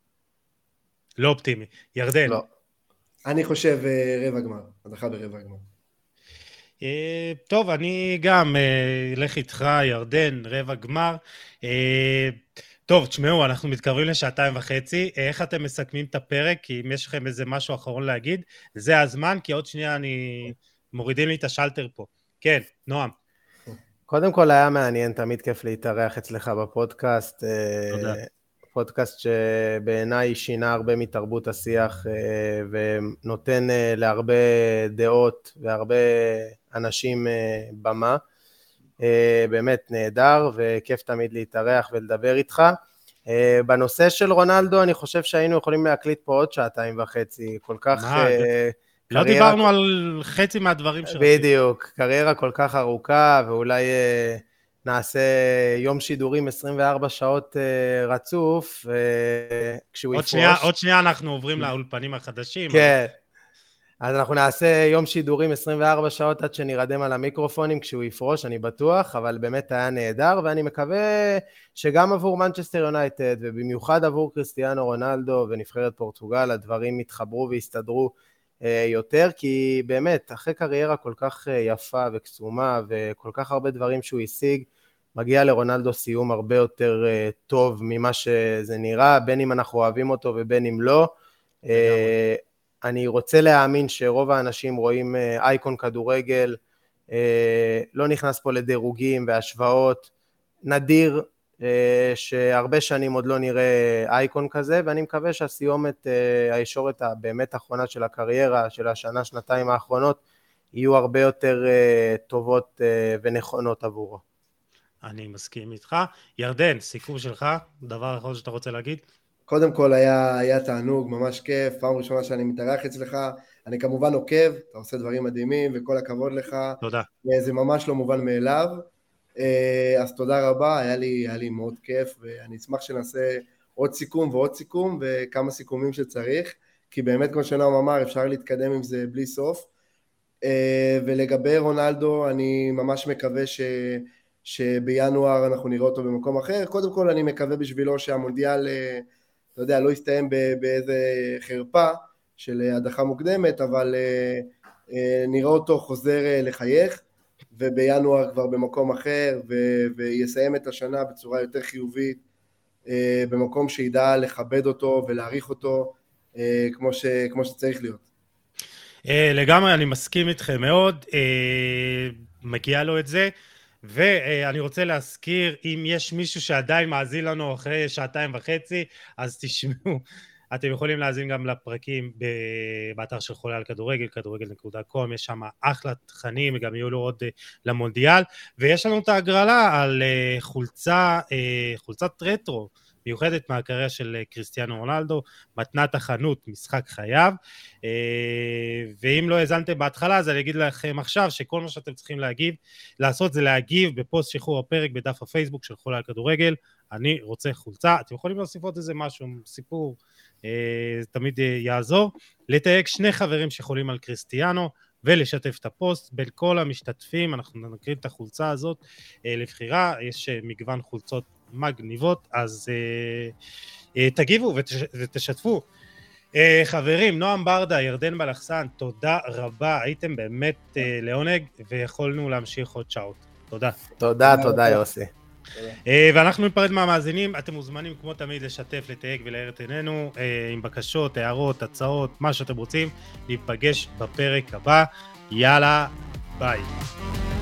לא אופטימי. ירדן. לא. אני חושב רבע גמר, הדחה ברבע גמר. טוב, אני גם אלך איתך, ירדן, רבע גמר. טוב, תשמעו, אנחנו מתקרבים לשעתיים וחצי. איך אתם מסכמים את הפרק? כי אם יש לכם איזה משהו אחרון להגיד, זה הזמן, כי עוד שנייה מורידים לי את השלטר פה. כן, נועם. קודם כל היה מעניין, תמיד כיף להתארח אצלך בפודקאסט. תודה. פודקאסט שבעיניי שינה הרבה מתרבות השיח, ונותן להרבה דעות והרבה אנשים במה. באמת נהדר, וכיף תמיד להתארח ולדבר איתך. בנושא של רונלדו, אני חושב שהיינו יכולים להקליט פה עוד שעתיים וחצי, כל כך... לא דיברנו על חצי מהדברים שלנו. בדיוק, קריירה כל כך ארוכה, ואולי נעשה יום שידורים 24 שעות רצוף, כשהוא יפרוש. עוד שנייה אנחנו עוברים לאולפנים החדשים. כן, אז אנחנו נעשה יום שידורים 24 שעות עד שנרדם על המיקרופונים כשהוא יפרוש, אני בטוח, אבל באמת היה נהדר, ואני מקווה שגם עבור מנצ'סטר יונייטד, ובמיוחד עבור קריסטיאנו רונלדו ונבחרת פורטוגל, הדברים יתחברו ויסתדרו יותר, כי באמת, אחרי קריירה כל כך יפה וקסומה, וכל כך הרבה דברים שהוא השיג, מגיע לרונלדו סיום הרבה יותר טוב ממה שזה נראה, בין אם אנחנו אוהבים אותו ובין אם לא. אני רוצה להאמין שרוב האנשים רואים אייקון כדורגל, לא נכנס פה לדירוגים והשוואות, נדיר שהרבה שנים עוד לא נראה אייקון כזה, ואני מקווה שהסיומת, הישורת הבאמת האחרונה של הקריירה, של השנה, שנתיים האחרונות, יהיו הרבה יותר טובות ונכונות עבורו. אני מסכים איתך. ירדן, סיכום שלך, דבר אחרון שאתה רוצה להגיד? קודם כל היה תענוג, ממש כיף, פעם ראשונה שאני מתארח אצלך, אני כמובן עוקב, אתה עושה דברים מדהימים וכל הכבוד לך. תודה. זה ממש לא מובן מאליו, אז תודה רבה, היה לי מאוד כיף, ואני אשמח שנעשה עוד סיכום ועוד סיכום, וכמה סיכומים שצריך, כי באמת כמו שנועם אמר, אפשר להתקדם עם זה בלי סוף, ולגבי רונלדו, אני ממש מקווה שבינואר אנחנו נראה אותו במקום אחר. קודם כל אני מקווה בשבילו שהמונדיאל, אתה יודע, לא יסתיים באיזה חרפה של הדחה מוקדמת, אבל נראה אותו חוזר לחייך, ובינואר כבר במקום אחר, ויסיים את השנה בצורה יותר חיובית, במקום שידע לכבד אותו ולהעריך אותו, כמו שצריך להיות. לגמרי, אני מסכים איתכם מאוד, מגיע לו את זה, ואני רוצה להזכיר, אם יש מישהו שעדיין מאזין לנו אחרי שעתיים וחצי, אז תשמעו, אתם יכולים להאזין גם לפרקים באתר של חולה על כדורגל, כדורגל.com, יש שם אחלה תכנים, וגם יהיו לו עוד למונדיאל, ויש לנו את ההגרלה על חולצת רטרו, מיוחדת מהקריירה של קריסטיאנו רונלדו, מתנת החנות, משחק חייו, ואם לא האזנתם בהתחלה, אז אני אגיד לכם עכשיו, שכל מה שאתם צריכים לעשות זה להגיב בפוסט שחרור הפרק בדף הפייסבוק של חולה על כדורגל, אני רוצה חולצה, אתם יכולים להוסיף עוד איזה משהו, סיפור, תמיד יעזור, לתייג 2 חברים שחולים על קריסטיאנו, ולשתף את הפוסט בין כל המשתתפים, אנחנו נקריא את החולצה הזאת לבחירה, יש מגוון חולצות מגניבות, אז תגיבו ותשתפו. חברים, נועם ברדה, ירדן בלחסן, תודה רבה, הייתם באמת לעונג, ויכולנו להמשיך עוד שעות. תודה. תודה יוסי. ואנחנו ניפרד מהמאזינים, אתם מוזמנים כמו תמיד לשתף, לתייג ולהאיר את עינינו, עם בקשות, הערות, הצעות, מה שאתם רוצים, ניפגש בפרק הבא, יאללה, ביי.